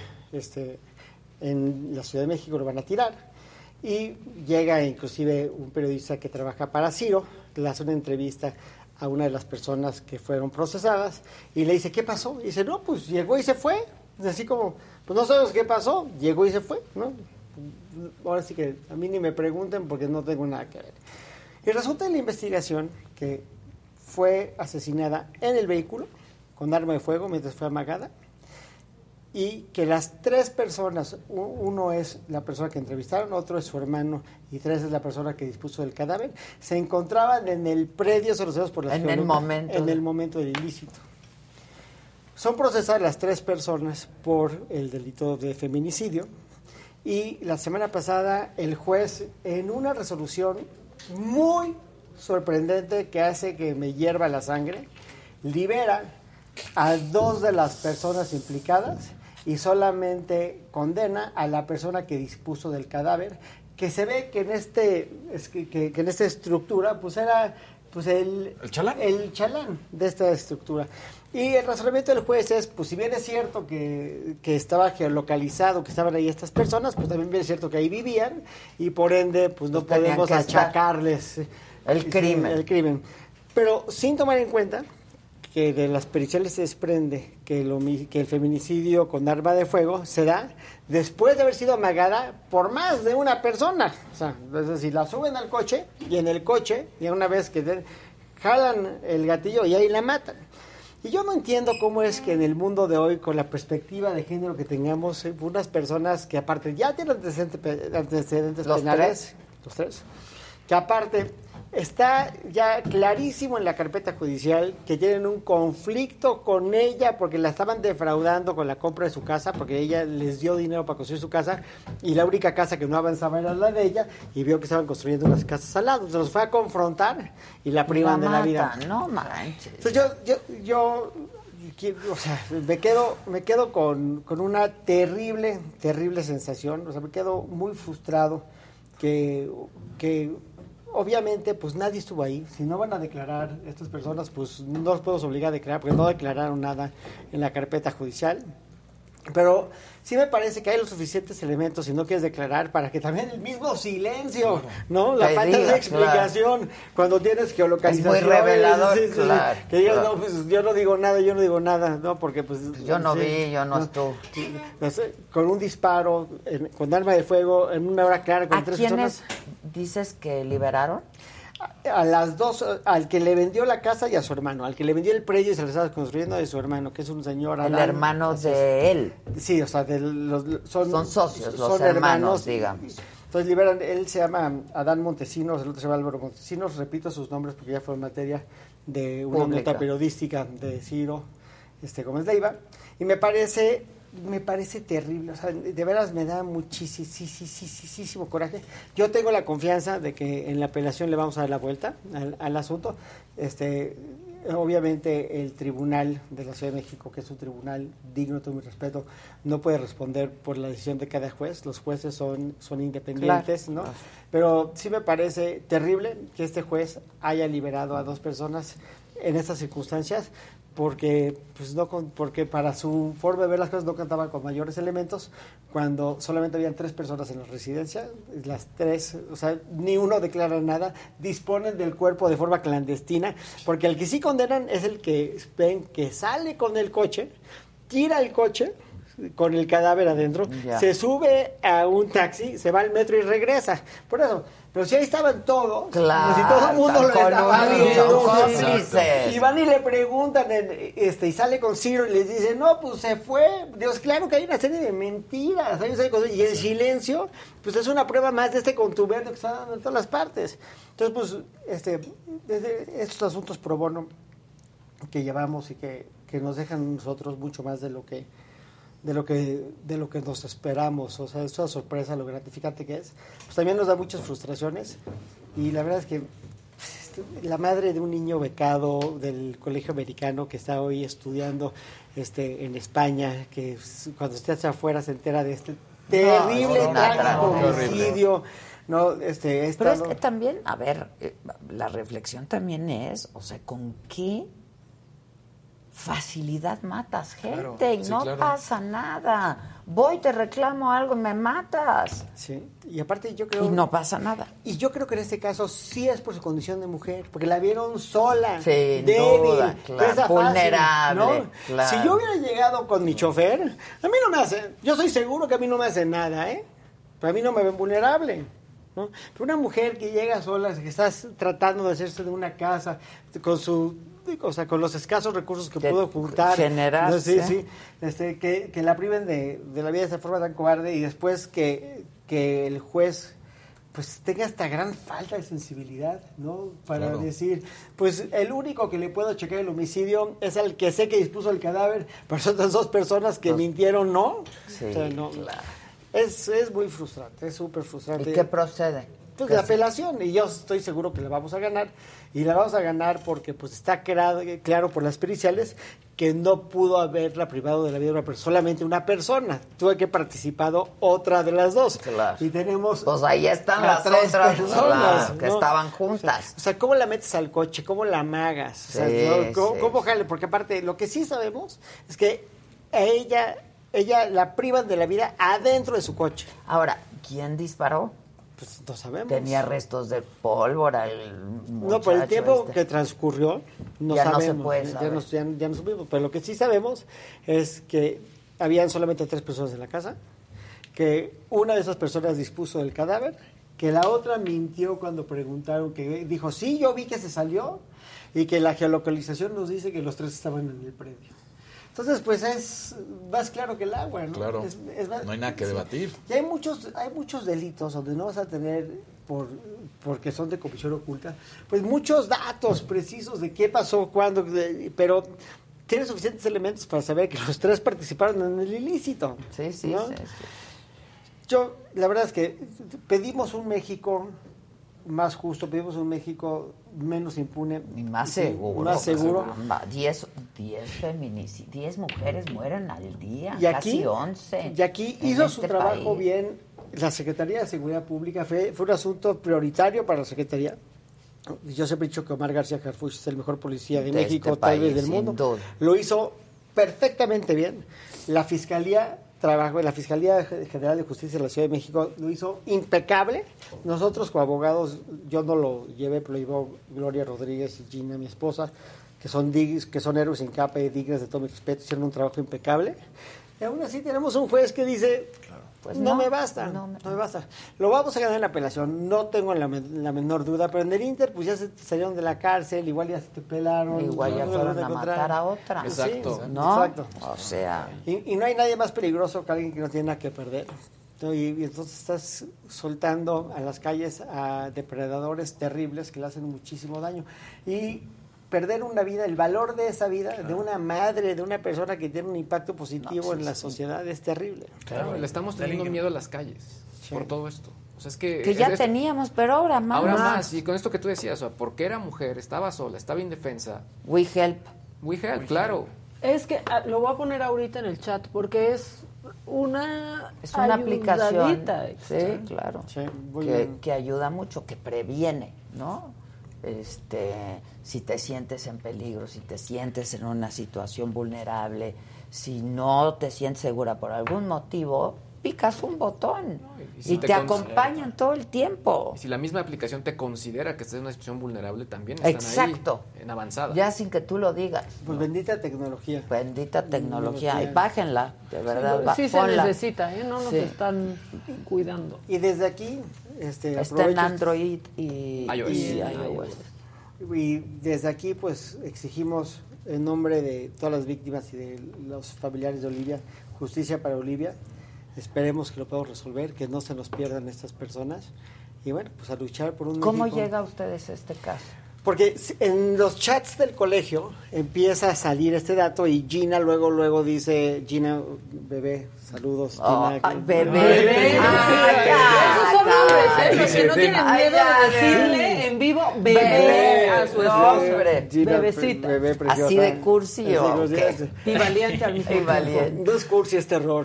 en la Ciudad de México, lo van a tirar, y llega inclusive un periodista que trabaja para Ciro, le hace una entrevista a una de las personas que fueron procesadas y le dice, ¿qué pasó? Y dice, no, pues llegó y se fue. Así como, pues no sabemos qué pasó, llegó y se fue, ¿no? Ahora sí que a mí ni me pregunten porque no tengo nada que ver. Y resulta en la investigación que fue asesinada en el vehículo con arma de fuego mientras fue amagada, y que las 3 personas, uno es la persona que entrevistaron, otro es su hermano y 3 es la persona que dispuso del cadáver, se encontraban en el predio solucionados por la en el momento del ilícito. Son procesadas las 3 personas por el delito de feminicidio, y la semana pasada el juez, en una resolución muy sorprendente que hace que me hierva la sangre, libera a 2 de las personas implicadas y solamente condena a la persona que dispuso del cadáver, que se ve que en esta estructura pues era pues el chalán de esta estructura. Y el razonamiento del juez es, pues si bien es cierto que estaba geolocalizado, que estaban ahí estas personas, pues también bien es cierto que ahí vivían y por ende pues no podemos achacarles el crimen. Pero sin tomar en cuenta que de las periciales se desprende que el feminicidio con arma de fuego se da después de haber sido amagada por más de una persona. O sea, es decir, la suben al coche y en el coche, ya una vez que jalan el gatillo y ahí la matan. Y yo no entiendo cómo es que en el mundo de hoy, con la perspectiva de género que tengamos, unas personas que aparte ya tienen antecedentes penales, los 3, que aparte está ya clarísimo en la carpeta judicial que tienen un conflicto con ella porque la estaban defraudando con la compra de su casa, porque ella les dio dinero para construir su casa y la única casa que no avanzaba era la de ella, y vio que estaban construyendo unas casas al lado. Se los fue a confrontar y la privan de la vida. No manches. Entonces yo o sea, me quedo con una terrible sensación. O sea, me quedo muy frustrado que obviamente, pues nadie estuvo ahí. Si no van a declarar estas personas, pues no los podemos obligar a declarar, porque no declararon nada en la carpeta judicial. Pero sí me parece que hay los suficientes elementos, si no quieres declarar, para que también el mismo silencio, ¿no? La falta de explicación, cuando tienes geolocalización. Es muy revelador, claro. Que digas, no, pues yo no digo nada, ¿no? Porque pues... Yo no vi, yo no estuve. Con un disparo, con arma de fuego, en una hora clara, con ¿A 3 quiénes personas. Dices que liberaron? A las 2, al que le vendió la casa y a su hermano, al que le vendió el predio y se lo estaba construyendo, de su hermano, que es un señor Adán. El hermano de él. Sí, o sea, son socios, los hermanos, digamos. Entonces liberan, él se llama Adán Montesinos, el otro se llama Álvaro Montesinos, repito sus nombres porque ya fue materia de una nota periodística de Ciro Gómez Leiva, y me parece terrible, o sea, de veras me da muchísimo coraje. Yo tengo la confianza de que en la apelación le vamos a dar la vuelta al asunto. Obviamente el tribunal de la Ciudad de México, que es un tribunal digno de todo mi respeto, no puede responder por la decisión de cada juez. Los jueces son independientes, claro, ¿no? Pero sí me parece terrible que este juez haya liberado a 2 personas en estas circunstancias, porque para su forma de ver las cosas no contaban con mayores elementos, cuando solamente habían 3 personas en la residencia. Las 3, o sea, ni uno declara nada, disponen del cuerpo de forma clandestina, porque el que sí condenan es el que ven que sale con el coche, tira el coche con el cadáver adentro, se sube a un taxi, se va al metro y regresa. Por eso, pero si ahí estaban todos, claro, si todo el mundo lo estaba viendo, y van y le preguntan, y sale con Ciro y les dice, no, pues se fue. Dios, claro que hay una serie de mentiras, y el silencio, pues es una prueba más de este contubernio que está dando en todas las partes. Entonces, pues, desde estos asuntos pro bono que llevamos y que nos dejan nosotros mucho más de lo que nos esperamos, o sea, esta sorpresa, lo gratificante que es, pues también nos da muchas frustraciones, y la verdad es que la madre de un niño becado del colegio americano que está hoy estudiando en España, que cuando esté hacia afuera se entera de este terrible homicidio. No, Pero es que también, a ver, la reflexión también es, o sea, ¿con qué facilidad matas gente? Y no pasa nada. Voy, te reclamo algo, me matas. Sí, y aparte yo creo... Y no pasa nada. Y yo creo que en este caso sí es por su condición de mujer, porque la vieron sola, débil, duda, claro, vulnerable. Fácil, ¿no? Claro. Si yo hubiera llegado con mi chofer, a mí no me hace... Yo soy seguro que a mí no me hace nada, ¿eh? Pero a mí no me ven vulnerable, ¿no? Pero una mujer que llega sola, que está tratando de hacerse de una casa, con los escasos recursos que pudo juntar, generar, ¿no? Sí, que la priven de la vida de esa forma tan cobarde, y después que el juez pues tenga esta gran falta de sensibilidad, ¿no? Para decir, pues el único que le puedo checar el homicidio es al que sé que dispuso el cadáver, pero son las dos personas que mintieron, ¿no? Sí, o sea, no, claro. Es muy frustrante, es súper frustrante. ¿Y qué procede? Pues la apelación, y yo estoy seguro que la vamos a ganar, y la vamos a ganar porque pues está claro por las periciales que no pudo haberla privado de la vida de una persona, solamente una persona, tuvo que participado otra de las dos. Claro. Y tenemos... Pues ahí están las tres otras personas, que estaban juntas. O sea, ¿cómo la metes al coche? ¿Cómo la amagas? O sea, ¿cómo jale? Porque aparte, lo que sí sabemos es que a ella la privan de la vida adentro de su coche. Ahora, ¿quién disparó? Pues no sabemos. Tenía restos de pólvora el muchacho. No, por el tiempo que transcurrió, no ya sabemos. No se puede saber. Ya no supimos. Pero lo que sí sabemos es que habían solamente 3 personas en la casa, que una de esas personas dispuso del cadáver, que la otra mintió cuando preguntaron, que dijo, sí, yo vi que se salió, y que la geolocalización nos dice que los 3 estaban en el predio. Entonces, pues es más claro que el agua, ¿no? Claro, no hay nada que debatir. Y hay muchos delitos donde no vas a tener, porque son de comisión oculta, pues muchos datos precisos de qué pasó, cuándo, pero tienes suficientes elementos para saber que los 3 participaron en el ilícito. Sí. Yo, la verdad es que pedimos un México más justo, pedimos un México menos impune y más seguro. Más seguro. 10 feminicidios, 10 mujeres mueren al día, y aquí, casi 11. Y aquí hizo su trabajo bien la Secretaría de Seguridad Pública, fue un asunto prioritario para la Secretaría. Yo siempre he dicho que Omar García Harfuch es el mejor policía de México, tal vez del mundo. Lo hizo perfectamente bien. La Fiscalía General de Justicia de la Ciudad de México lo hizo impecable. Nosotros como abogados, yo no lo llevé, pero lo llevó Gloria Rodríguez y Gina, mi esposa, que son héroes sin capa y dignas de todo mi respeto, hicieron un trabajo impecable. Y aún así tenemos un juez que dice, pues no me basta. Lo vamos a ganar en la apelación, no tengo la menor duda, pero en el Inter, pues ya se salieron de la cárcel, igual ya se te pelaron. Igual ya fueron a matar a otra. Exacto. Sí, ¿no? Exacto. O sea... Y no hay nadie más peligroso que alguien que no tiene nada que perder. Y entonces estás soltando a las calles a depredadores terribles que le hacen muchísimo daño. Y perder una vida, el valor de esa vida, de una madre, de una persona que tiene un impacto positivo en la sociedad, es terrible. Claro, le estamos teniendo miedo a las calles por todo esto. O sea, es que ya teníamos, pero ahora más. Ahora más, y con esto que tú decías, o sea, porque era mujer, estaba sola, estaba indefensa. We help, claro. Es que lo voy a poner ahorita en el chat, porque es una aplicación. Sí, claro. Sí, que ayuda mucho, que previene, ¿no? Si te sientes en peligro, si te sientes en una situación vulnerable, si no te sientes segura por algún motivo, picas un botón y te acompañan todo el tiempo. Y si la misma aplicación te considera que estás en una situación vulnerable, también están ahí en avanzada. Ya sin que tú lo digas. Pues bendita tecnología. Bendita tecnología. Y bájenla, de verdad. Sí, se necesita, no nos están cuidando. Y desde aquí... está en Android y iOS. Y desde aquí, pues, exigimos, en nombre de todas las víctimas y de los familiares de Olivia, justicia para Olivia. Esperemos que lo podamos resolver, que no se nos pierdan estas personas. Y bueno, pues a luchar por un ¿Cómo México. llega a ustedes este caso? Porque en los chats del colegio empieza a salir este dato y Gina luego dice, Gina, bebé, saludos. Gina, bebé. Esos son hombres, los que no tienen miedo de decirle en vivo, bebé a su nombre. Bebecita. Bebé preciosa. Así de cursi o qué. Y valiente al mismo tiempo. No es cursi, es terror.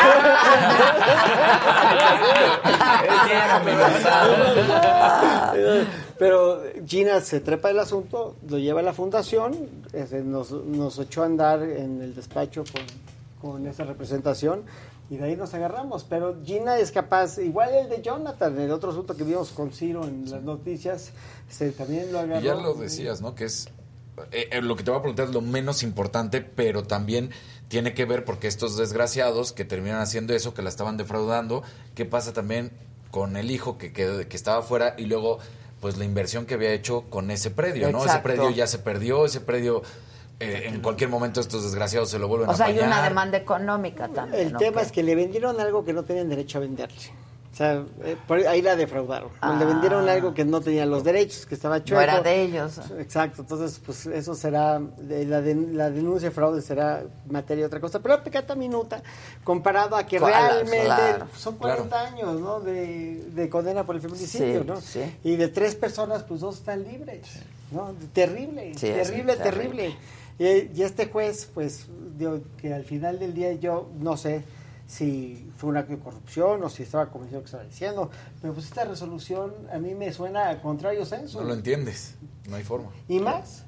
Pero Gina se trepa el asunto, lo lleva a la fundación, nos echó a andar en el despacho con esa representación y de ahí nos agarramos. Pero Gina es capaz, igual el de Jonathan, el otro asunto que vimos con Ciro en las noticias, también lo agarró. Y ya lo decías, ¿no? Que es lo que te voy a preguntar es lo menos importante, pero también tiene que ver porque estos desgraciados que terminan haciendo eso, que la estaban defraudando, ¿qué pasa también con el hijo que estaba afuera y luego pues la inversión que había hecho con ese predio, ¿no? Exacto. Ese predio ya se perdió, ese predio en cualquier momento estos desgraciados se lo vuelven a apañar. O sea, hay una demanda económica también. El tema es que le vendieron algo que no tenían derecho a venderle. O sea, ahí la defraudaron. Le vendieron algo que no tenía los derechos, que estaba chueco. No era de ellos. Exacto. Entonces, pues eso será, la denuncia de fraude será materia de otra cosa. Pero pecata minuta, comparado a que realmente son 40 años, ¿no? De condena por el feminicidio, ¿no? Sí. Y de 3 personas, pues 2 están libres, ¿no? Terrible, terrible. Y este juez, pues, que al final del día yo no sé si fue un acto de corrupción o si estaba convencido de lo que estaba diciendo, pero pues esta resolución a mí me suena a contrario senso. No lo entiendes, no hay forma. Y más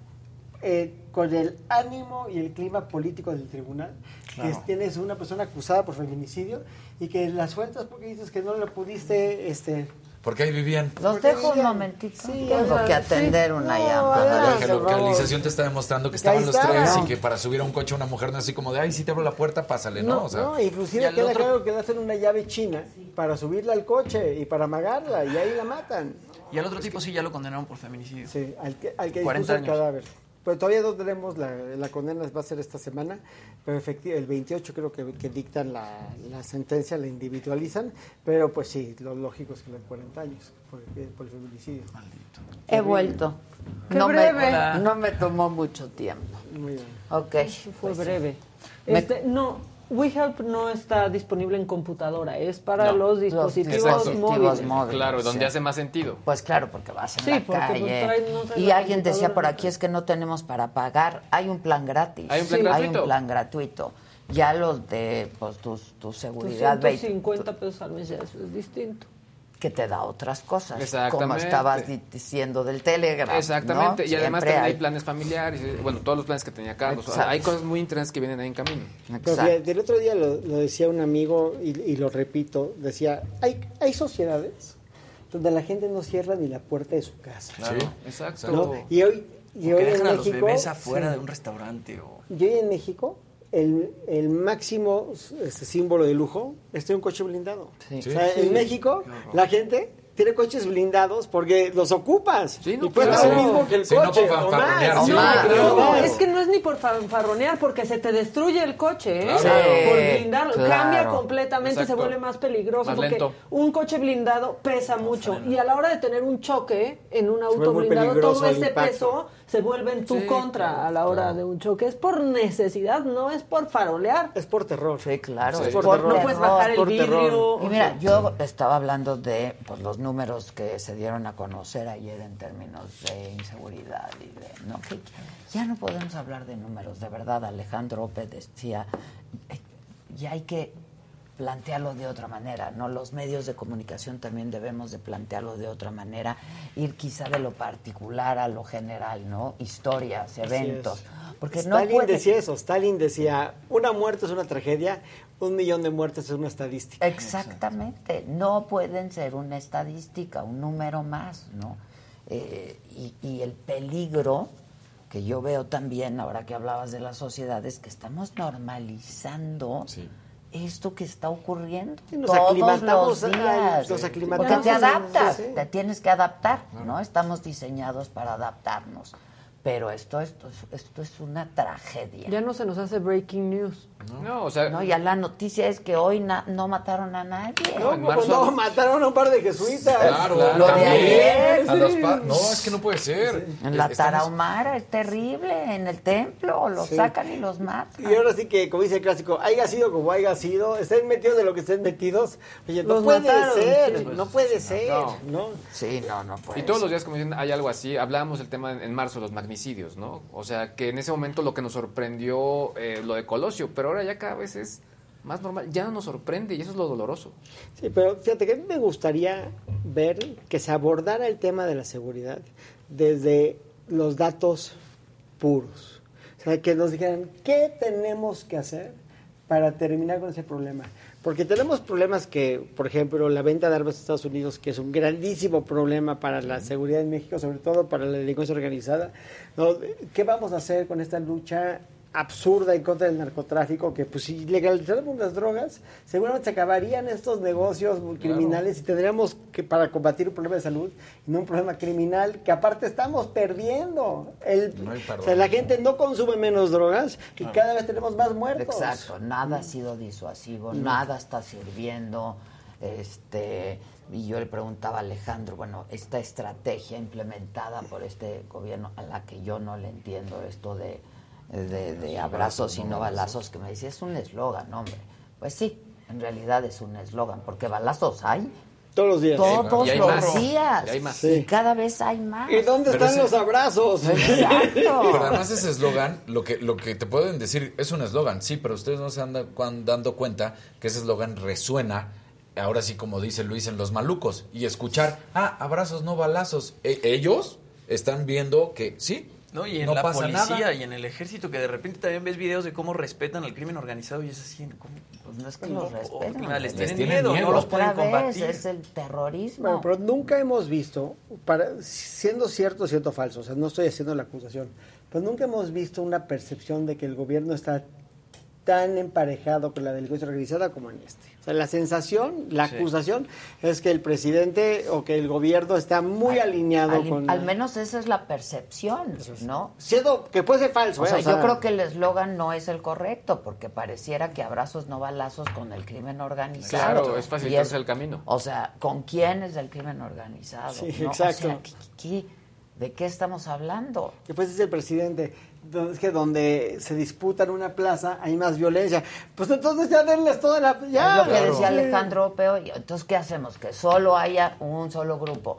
con el ánimo y el clima político del tribunal, que tienes una persona acusada por feminicidio y que la sueltas porque dices que no lo pudiste... Porque ahí vivían. Los dejo un momentito. Sí, tengo que atender una llamada. La geolocalización te está demostrando que estaban los 3 y que para subir a un coche una mujer no es así como de, ay, si te abro la puerta, pásale, ¿no? O sea, no, inclusive queda claro que le hacen una llave china para subirla al coche y para amagarla y ahí la matan. Y al otro tipo sí ya lo condenaron por feminicidio. Sí, al que dispuso el cadáver. Pero todavía no tenemos la condena, va a ser esta semana, pero efectivamente el 28 creo que dictan la sentencia, la individualizan, pero pues sí, lo lógico es que le den 40 años por el feminicidio. Maldito. He vuelto. No me tomó mucho tiempo. Muy bien. Ok. Fue breve. WeHelp no está disponible en computadora, es para los dispositivos móviles. Claro, donde hace más sentido. Pues claro, porque vas en la calle. Y alguien decía por aquí, es que no tenemos para pagar. Hay un plan gratis. Hay un plan gratuito. Ya los de pues tu seguridad. 250 pesos al mes ya eso es distinto. Que te da otras cosas, exactamente, como estabas diciendo del Telegram. Exactamente, ¿no? y además también hay planes familiares, bueno, todos los planes que tenía Carlos. O sea, hay cosas muy interesantes que vienen ahí en camino. Del otro día lo decía un amigo y lo repito, decía, hay sociedades donde la gente no cierra ni la puerta de su casa. Claro, sí, exacto. ¿No? Y hoy en México, a los bebés afuera de un restaurante. Y hoy en México el máximo símbolo de lujo es un coche blindado. Sí. O sea, en México la gente tiene coches blindados porque los ocupas. Sí, no, y cuesta lo mismo que el coche. No, o más. No, es que no es ni por fanfarronear, porque se te destruye el coche, ¿eh? Claro. Por blindarlo. Cambia completamente. Exacto. Se vuelve más peligroso. Más porque lento. Un coche blindado pesa mucho. Y a la hora de tener un choque en un auto blindado, todo ese peso se vuelve en tu contra a la hora de un choque. Es por necesidad, no es por farolear. Es por terror. Sí, claro. Sí. Es por terror. No puedes bajar el vidrio. Y mira, yo estaba hablando de los números que se dieron a conocer ayer en términos de inseguridad y de no, que ya no podemos hablar de números, de verdad. Alejandro Opez decía, ya hay que plantearlo de otra manera, ¿no? Los medios de comunicación también debemos de plantearlo de otra manera, ir quizá de lo particular a lo general, ¿no? Historias, eventos. Porque Stalin decía eso, Stalin decía, una muerte es una tragedia, 1 millón de muertes es una estadística. Exactamente, no pueden ser una estadística, un número más, ¿no? Y el peligro que yo veo también, ahora que hablabas de la sociedad, es que estamos normalizando esto que está ocurriendo todos los días. Porque te adaptas, te tienes que adaptar, ¿no? Estamos diseñados para adaptarnos. Pero esto es una tragedia. Ya no se nos hace breaking news. No, o sea... No, ya la noticia es que hoy no mataron a nadie. No, mataron a un par de jesuitas. Claro, lo de ayer. No, es que no puede ser. Sí. En la Tarahumara es terrible, en el templo, los sacan y los matan. Y ahora sí que, como dice el clásico, haya sido como haya sido, estén metidos de lo que estén metidos. Oye, no puede ser, no puede ser. No. Sí, no puede Y todos los días, como dicen, hay algo así. Hablábamos del tema en marzo, los magnicidios, ¿no? O sea, que en ese momento lo que nos sorprendió, lo de Colosio, pero ahora ya cada vez es más normal, ya no nos sorprende y eso es lo doloroso. Sí, pero fíjate que a mí me gustaría ver que se abordara el tema de la seguridad desde los datos puros. O sea, que nos dijeran qué tenemos que hacer para terminar con ese problema. Porque tenemos problemas que, por ejemplo, la venta de armas a Estados Unidos, que es un grandísimo problema para la seguridad en México, sobre todo para la delincuencia organizada, ¿no? ¿Qué vamos a hacer con esta lucha absurda en contra del narcotráfico? Que pues si legalizáramos las drogas, seguramente se acabarían estos negocios criminales y tendríamos que, para combatir un problema de salud, y no un problema criminal, que aparte estamos perdiendo. O sea, la gente no consume menos drogas y cada vez tenemos más muertos. Exacto, nada ha sido disuasivo, nada está sirviendo. Y yo le preguntaba a Alejandro, bueno, esta estrategia implementada por este gobierno, a la que yo no le entiendo, esto de abrazos y no balazos, que me decía, es un eslogan, hombre. Pues sí, en realidad es un eslogan, porque balazos hay todos los días. Todos los días. Y hay más. Y cada vez hay más. ¿Y dónde están los abrazos? Exacto. Pero además ese eslogan, lo que te pueden decir, es un eslogan, sí, pero ustedes no se andan dando cuenta que ese eslogan resuena, ahora sí como dice Luis, en los malucos. Y escuchar, abrazos, no balazos. Ellos están viendo que sí. No, y en la policía y en el ejército, que de repente también ves videos de cómo respetan al crimen organizado y es así. Pues no es que los respetan. Les tienen miedo, no los pueden combatir. Es el terrorismo. Bueno, pero nunca hemos visto, siendo cierto o siendo falso, o sea, no estoy haciendo la acusación, pero nunca hemos visto una percepción de que el gobierno está tan emparejado con la delincuencia organizada como en este. O sea, la sensación, la acusación es que el presidente o que el gobierno está muy alineado con... Al menos esa es la percepción, ¿no? Siendo que puede ser falso. O sea, yo creo que el eslogan no es el correcto, porque pareciera que abrazos no balazos con el crimen organizado. Claro, es facilitarse el camino. O sea, ¿con quién es el crimen organizado? Sí, ¿no? exacto. O sea, ¿de qué estamos hablando? Después dice el presidente, es que donde se disputan una plaza hay más violencia. Pues entonces ya denles toda la... Ya, es lo que decía Alejandro Peo. Entonces, ¿qué hacemos? Que solo haya un solo grupo.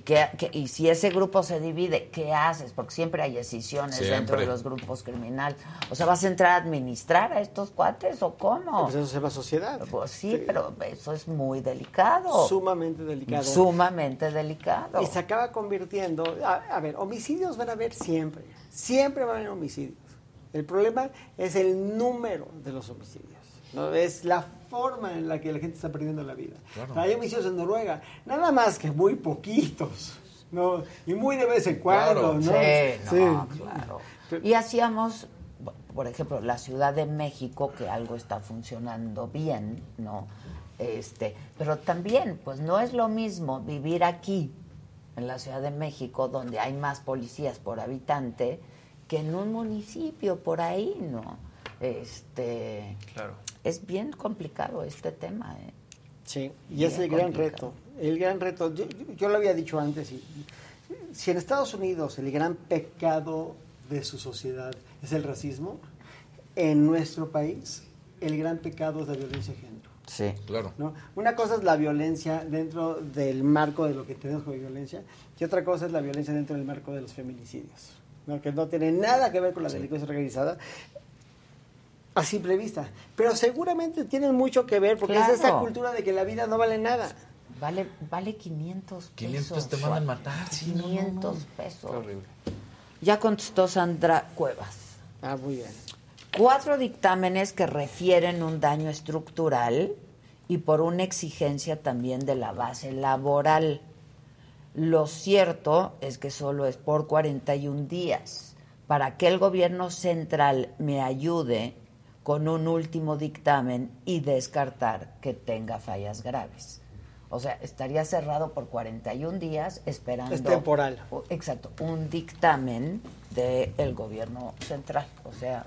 Y si ese grupo se divide, ¿qué haces? Porque siempre hay escisiones dentro de los grupos criminales. O sea, ¿vas a entrar a administrar a estos cuates o cómo? Pues eso se llama sociedad. Pues sí, pero eso es muy delicado. Sumamente delicado. Sumamente delicado. Y se acaba convirtiendo... A ver, homicidios van a haber siempre. Siempre van a haber homicidios. El problema es el número de los homicidios. ¿No? Es la forma en la que la gente está perdiendo la vida. Claro. Hay homicidios en Noruega, nada más que muy poquitos, ¿no? Y muy de vez en cuando, ¿no? Claro. Y hacíamos, por ejemplo, la Ciudad de México, que algo está funcionando bien, ¿no? Pero también, pues no es lo mismo vivir aquí, en la Ciudad de México, donde hay más policías por habitante, que en un municipio por ahí, ¿no? Claro. Es bien complicado este tema, ¿eh? Sí, y es el gran reto. El gran reto, yo lo había dicho antes, si en Estados Unidos el gran pecado de su sociedad es el racismo, en nuestro país el gran pecado es la violencia de género. Sí, claro. ¿No? Una cosa es la violencia dentro del marco de lo que tenemos como violencia, y otra cosa es la violencia dentro del marco de los feminicidios, ¿no? Que no tiene nada que ver con la delincuencia organizada a simple vista, pero seguramente tienen mucho que ver porque es esa cultura de que la vida no vale nada. Vale 500 pesos. 500 te mandan matar. 500 pesos. Qué horrible. Ya contestó Sandra Cuevas. Muy bien. 4 dictámenes que refieren un daño estructural y por una exigencia también de la base laboral. Lo cierto es que solo es por 41 días para que el gobierno central me ayude con un último dictamen y descartar que tenga fallas graves. O sea, estaría cerrado por 41 días esperando... Es temporal. Exacto, un dictamen del gobierno central, o sea,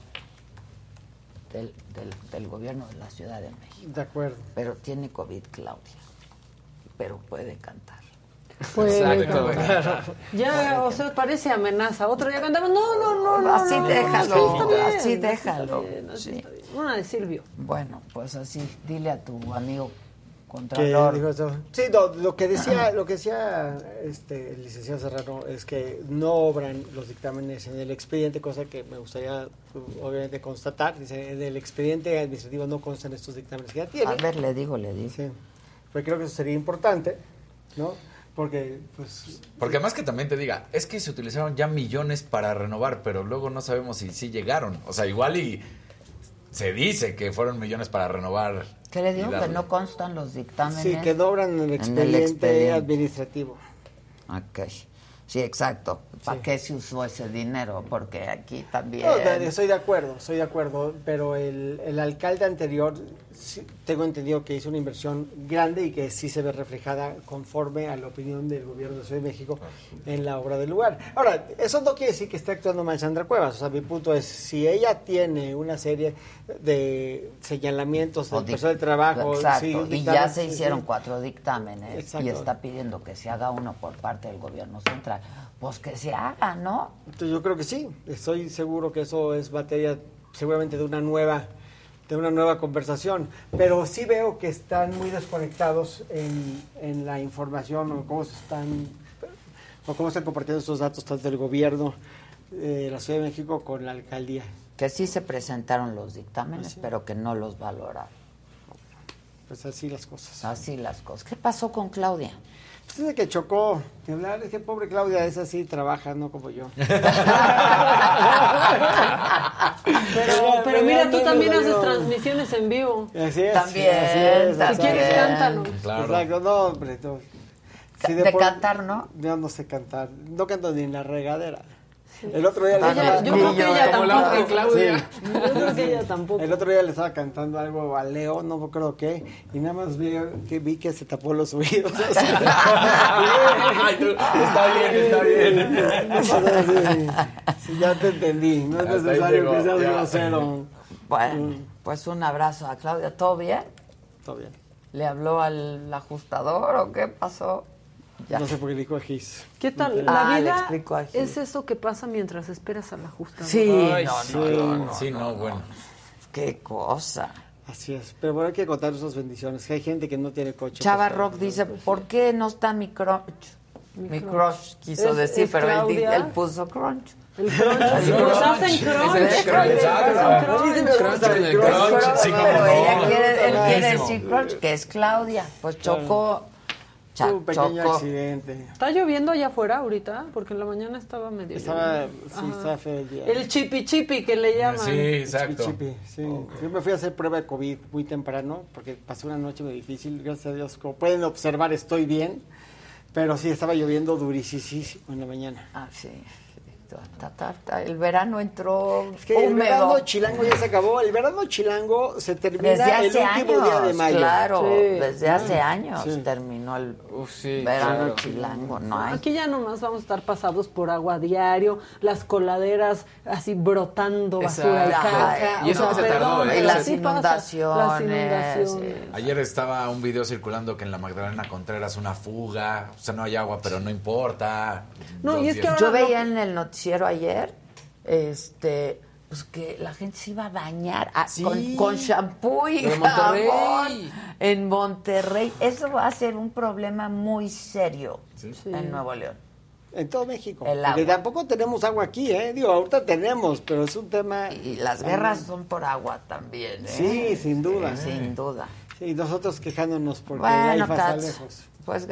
del gobierno de la Ciudad de México. De acuerdo. Pero tiene COVID Claudia, pero puede cantar. Pues, ya, o sea, parece amenaza. Otro día cantamos, no. Así déjalo. Sí. Una de Silvio. Bueno, pues así, dile a tu amigo Contralor. Sí, lo que decía el licenciado Serrano es que no obran los dictámenes en el expediente, cosa que me gustaría obviamente constatar. Dice, en el expediente administrativo no constan estos dictámenes que ya tiene. A ver, le digo. Sí. Pues creo que eso sería importante, ¿no? Porque además que también te diga, es que se utilizaron ya millones para renovar, pero luego no sabemos si llegaron. O sea, igual y se dice que fueron millones para renovar. ¿Qué le digo? Que no constan los dictámenes. Sí, que no obran en el expediente administrativo. Ok. Sí, exacto. ¿Para qué se usó ese dinero? Porque aquí también... No, estoy de acuerdo, pero el alcalde anterior, sí, tengo entendido que hizo una inversión grande y que sí se ve reflejada conforme a la opinión del gobierno de la Ciudad de México en la obra del lugar. Ahora, eso no quiere decir que esté actuando mal Sandra Cuevas. O sea, mi punto es, si ella tiene una serie de señalamientos del personal de trabajo... Exacto, y ya se hicieron 4 dictámenes. Exacto. Y está pidiendo que se haga uno por parte del gobierno central. Pues que se haga, ¿no? Entonces yo creo que sí. Estoy seguro que eso es materia seguramente de una nueva conversación. Pero sí veo que están muy desconectados en la información o cómo están compartiendo estos datos tanto del gobierno de la Ciudad de México con la alcaldía. Que sí se presentaron los dictámenes, pero que no los valoraron. Pues así las cosas. Así las cosas. ¿Qué pasó con Claudia? Pues es de que chocó. Es que pobre Claudia, esa sí trabaja, no como yo. pero mira, tú también haces transmisiones en vivo. Así es. También. Si quieres, cántanos. Claro. Exacto, no, hombre. No. Sí, de cantar, ¿no? Yo no sé cantar. No canto ni en la regadera. El otro día yo creo que ella tampoco. Claudia. Sí. Yo creo que ella tampoco. El otro día le estaba cantando algo a Leo, no creo qué, y nada más vi que se tapó los oídos. Está bien. Sí, ya te entendí, no es necesario que seas grosero. Bueno, pues un abrazo a Claudia. ¿Todo bien? Todo bien. ¿Le habló al ajustador o qué pasó? Ya. No sé por qué dijo a Gis. ¿Qué tal? La vida es eso que pasa mientras esperas al ajustador. Sí, bueno. Qué cosa. Así es. Pero bueno, hay que contar esas bendiciones. Que hay gente que no tiene coche. Chava Rock dice, ¿por qué no está mi crunch? Mi crush quiso decir, pero él puso crunch. El crunch. Nos hacen crunch. Él quiere decir crunch, que es Claudia. Pues chocó. Un pequeño accidente. ¿Está lloviendo allá afuera ahorita? Porque en la mañana estaba medio... Estaba feo el día. El chipi que le llaman. Sí, exacto. Yo me fui a hacer prueba de COVID muy temprano porque pasé una noche muy difícil. Gracias a Dios, como pueden observar, estoy bien. Pero sí, estaba lloviendo durísimo en la mañana. Ah, sí. El verano entró el verano chilango ya se acabó. El verano chilango se termina el último día de mayo. Claro, desde hace años terminó el verano chilango. No hay. Aquí ya nomás vamos a estar pasados por agua diario, las coladeras así brotando basura y caca. Y eso se tardó, y las inundaciones. Ayer estaba un video circulando que en la Magdalena Contreras una fuga, o sea, no hay agua, pero no importa. No, y es que yo veía en el noticiero ayer, pues que la gente se iba a bañar con shampoo y jabón en Monterrey. Eso va a ser un problema muy serio en Nuevo León. En todo México. Porque tampoco tenemos agua aquí, Digo, ahorita tenemos, pero es un tema... Y las guerras son por agua también, Sí, sin duda. Sin duda. Sí, nosotros quejándonos porque hay está lejos. Pues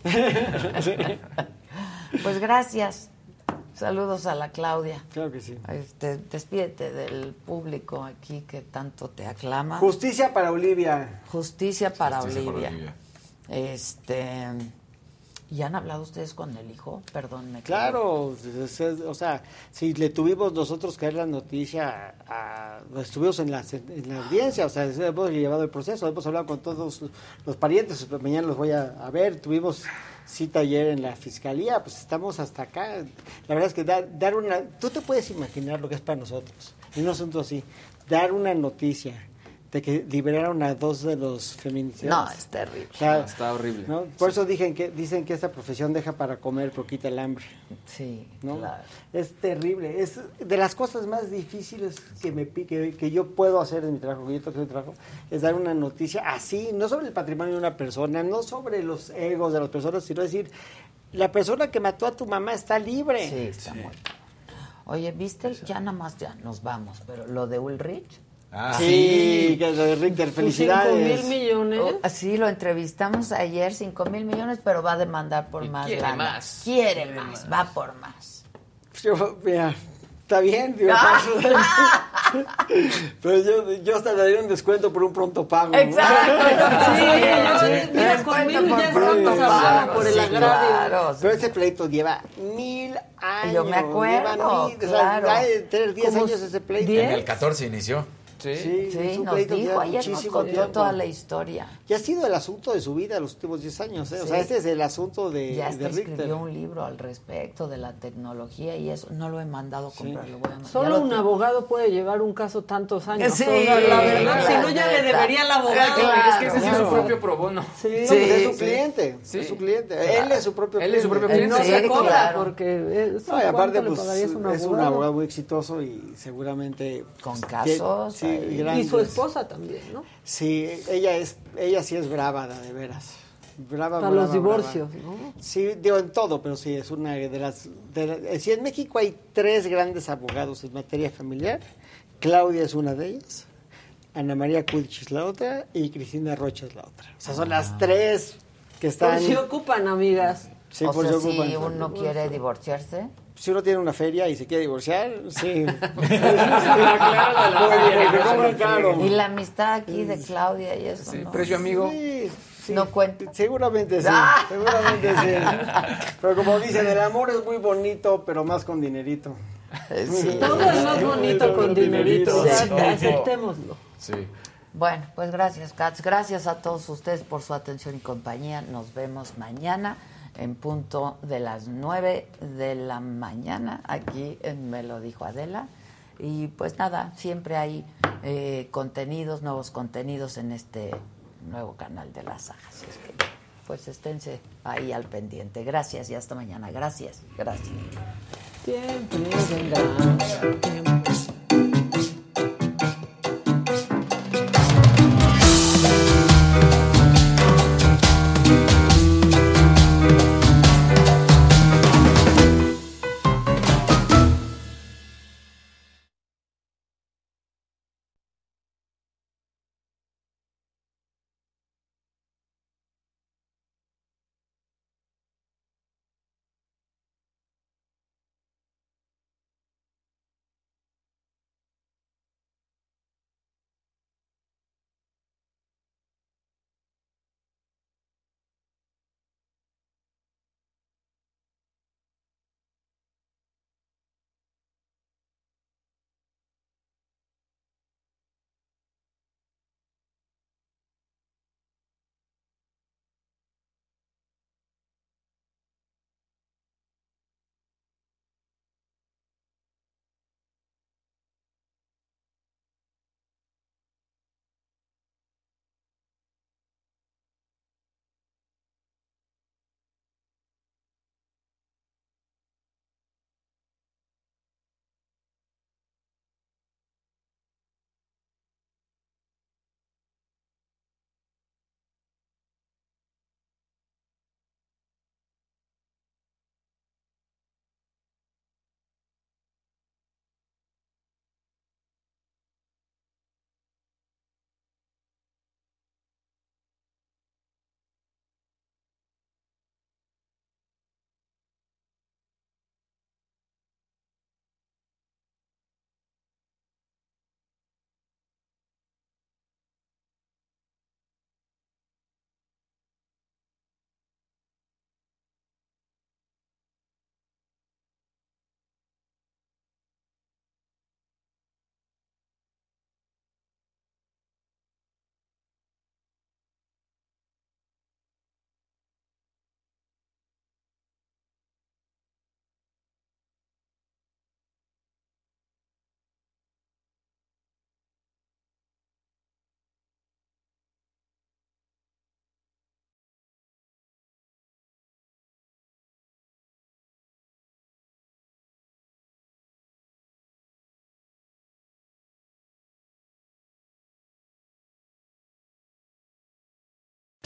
gracias. Saludos a la Claudia. Claro que sí. Despídete del público aquí que tanto te aclama. Justicia para Olivia. Justicia para Olivia. ¿Y han hablado ustedes con el hijo? Perdón, me Claro, o sea, si le tuvimos nosotros que dar la noticia, estuvimos en la audiencia, o sea, hemos llevado el proceso, hemos hablado con todos los parientes, mañana los voy a ver, tuvimos cita ayer en la fiscalía, pues estamos hasta acá. La verdad es que dar una... Tú te puedes imaginar lo que es para nosotros, en un asunto así, dar una noticia de que liberaron a 2 de los feminicidios. No, es terrible. O sea, está horrible. ¿no? Por eso dicen que esta profesión deja para comer, pero quita el hambre. Sí, ¿no? claro. Es terrible. Es de las cosas más difíciles que yo puedo hacer en mi trabajo, que yo tengo que hacer mi trabajo, es dar una noticia así, no sobre el patrimonio de una persona, no sobre los egos de las personas, sino decir, la persona que mató a tu mamá está libre. Sí, está muerta. Oye, ¿viste? Ya nada más ya nos vamos, pero lo de Ulrich... Sí, que de Richter, felicidades. 5,000 millones. Sí, lo entrevistamos ayer, 5,000 millones, pero va a demandar por más quiere lana. más. Quiere más, va por más. Mira, está bien, digo, pero yo hasta le daría un descuento por un pronto pago. Exacto. Sí, mira, con 1,000 ya estamos hablando por el agravio. Claro, pero ese pleito lleva 1,000 años. Yo me acuerdo, claro. O sea, de tener 10 años ese pleito. En el 14 inició. Sí, nos dijo, ayer nos contó toda la historia. Y ha sido el asunto de su vida los últimos 10 años, ¿eh? O sea, este es el asunto de ya Richter. escribió un libro al respecto de la tecnología y eso, no lo he mandado a comprar, lo voy a mandar. Solo un abogado puede llevar un caso tantos años. Sí, la verdad, si no ya le debería al abogado. Claro, es que ese es su propio pro bono. Sí, es su cliente, es su cliente. Él es su propio cliente. Él es su propio cliente. No se cobra claro. porque no, y aparte pues, es un abogado muy exitoso y seguramente con casos y su esposa también, ¿no? Sí, ella sí es brava, de veras. Para los divorcios, ¿no? Sí, digo en todo, pero sí, es una de las... sí, en México hay 3 grandes abogados en materia familiar. Claudia es una de ellas, Ana María Kudich es la otra y Cristina Rocha es la otra. O sea, son las 3 que están... Por si ocupan, amigas. Sí, o por sea, si ocupan. si uno quiere divorciarse... Si uno tiene una feria y se quiere divorciar, sí. Y la amistad aquí de Claudia y eso, sí, ¿no? precio amigo. Sí, no cuenta. Seguramente sí, seguramente sí. Pero como dicen, el amor es muy bonito, pero más con dinerito. Sí. Todo es más bonito con dinerito. Sí. Aceptémoslo. Sí. Bueno, pues gracias, Katz. Gracias a todos ustedes por su atención y compañía. Nos vemos mañana en punto de las 9 de la mañana aquí en Me lo dijo Adela. Y pues nada, siempre hay contenidos, nuevos contenidos en este nuevo canal de La Saga. Así es que pues esténse ahí al pendiente. Gracias y hasta mañana. Gracias. Siempre venga.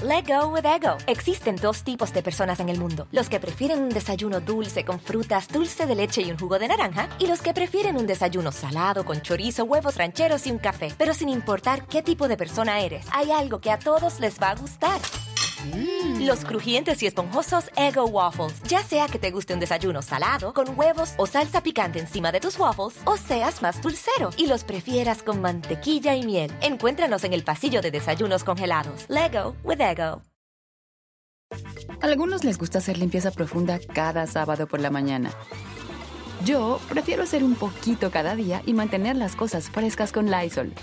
Let go with Eggo. Existen dos tipos de personas en el mundo. Los que prefieren un desayuno dulce con frutas, dulce de leche y un jugo de naranja. Y los que prefieren un desayuno salado con chorizo, huevos rancheros y un café. Pero sin importar qué tipo de persona eres, hay algo que a todos les va a gustar. Los crujientes y esponjosos Eggo Waffles. Ya sea que te guste un desayuno salado, con huevos o salsa picante encima de tus waffles, o seas más dulcero y los prefieras con mantequilla y miel. Encuéntranos en el pasillo de desayunos congelados. Lego with Eggo. A algunos les gusta hacer limpieza profunda cada sábado por la mañana. Yo prefiero hacer un poquito cada día y mantener las cosas frescas con Lysol.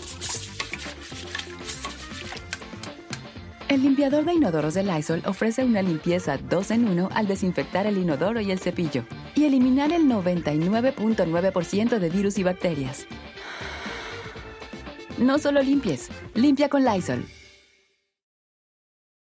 El limpiador de inodoros de Lysol ofrece una limpieza 2 en 1 al desinfectar el inodoro y el cepillo y eliminar el 99.9% de virus y bacterias. No solo limpies, limpia con Lysol.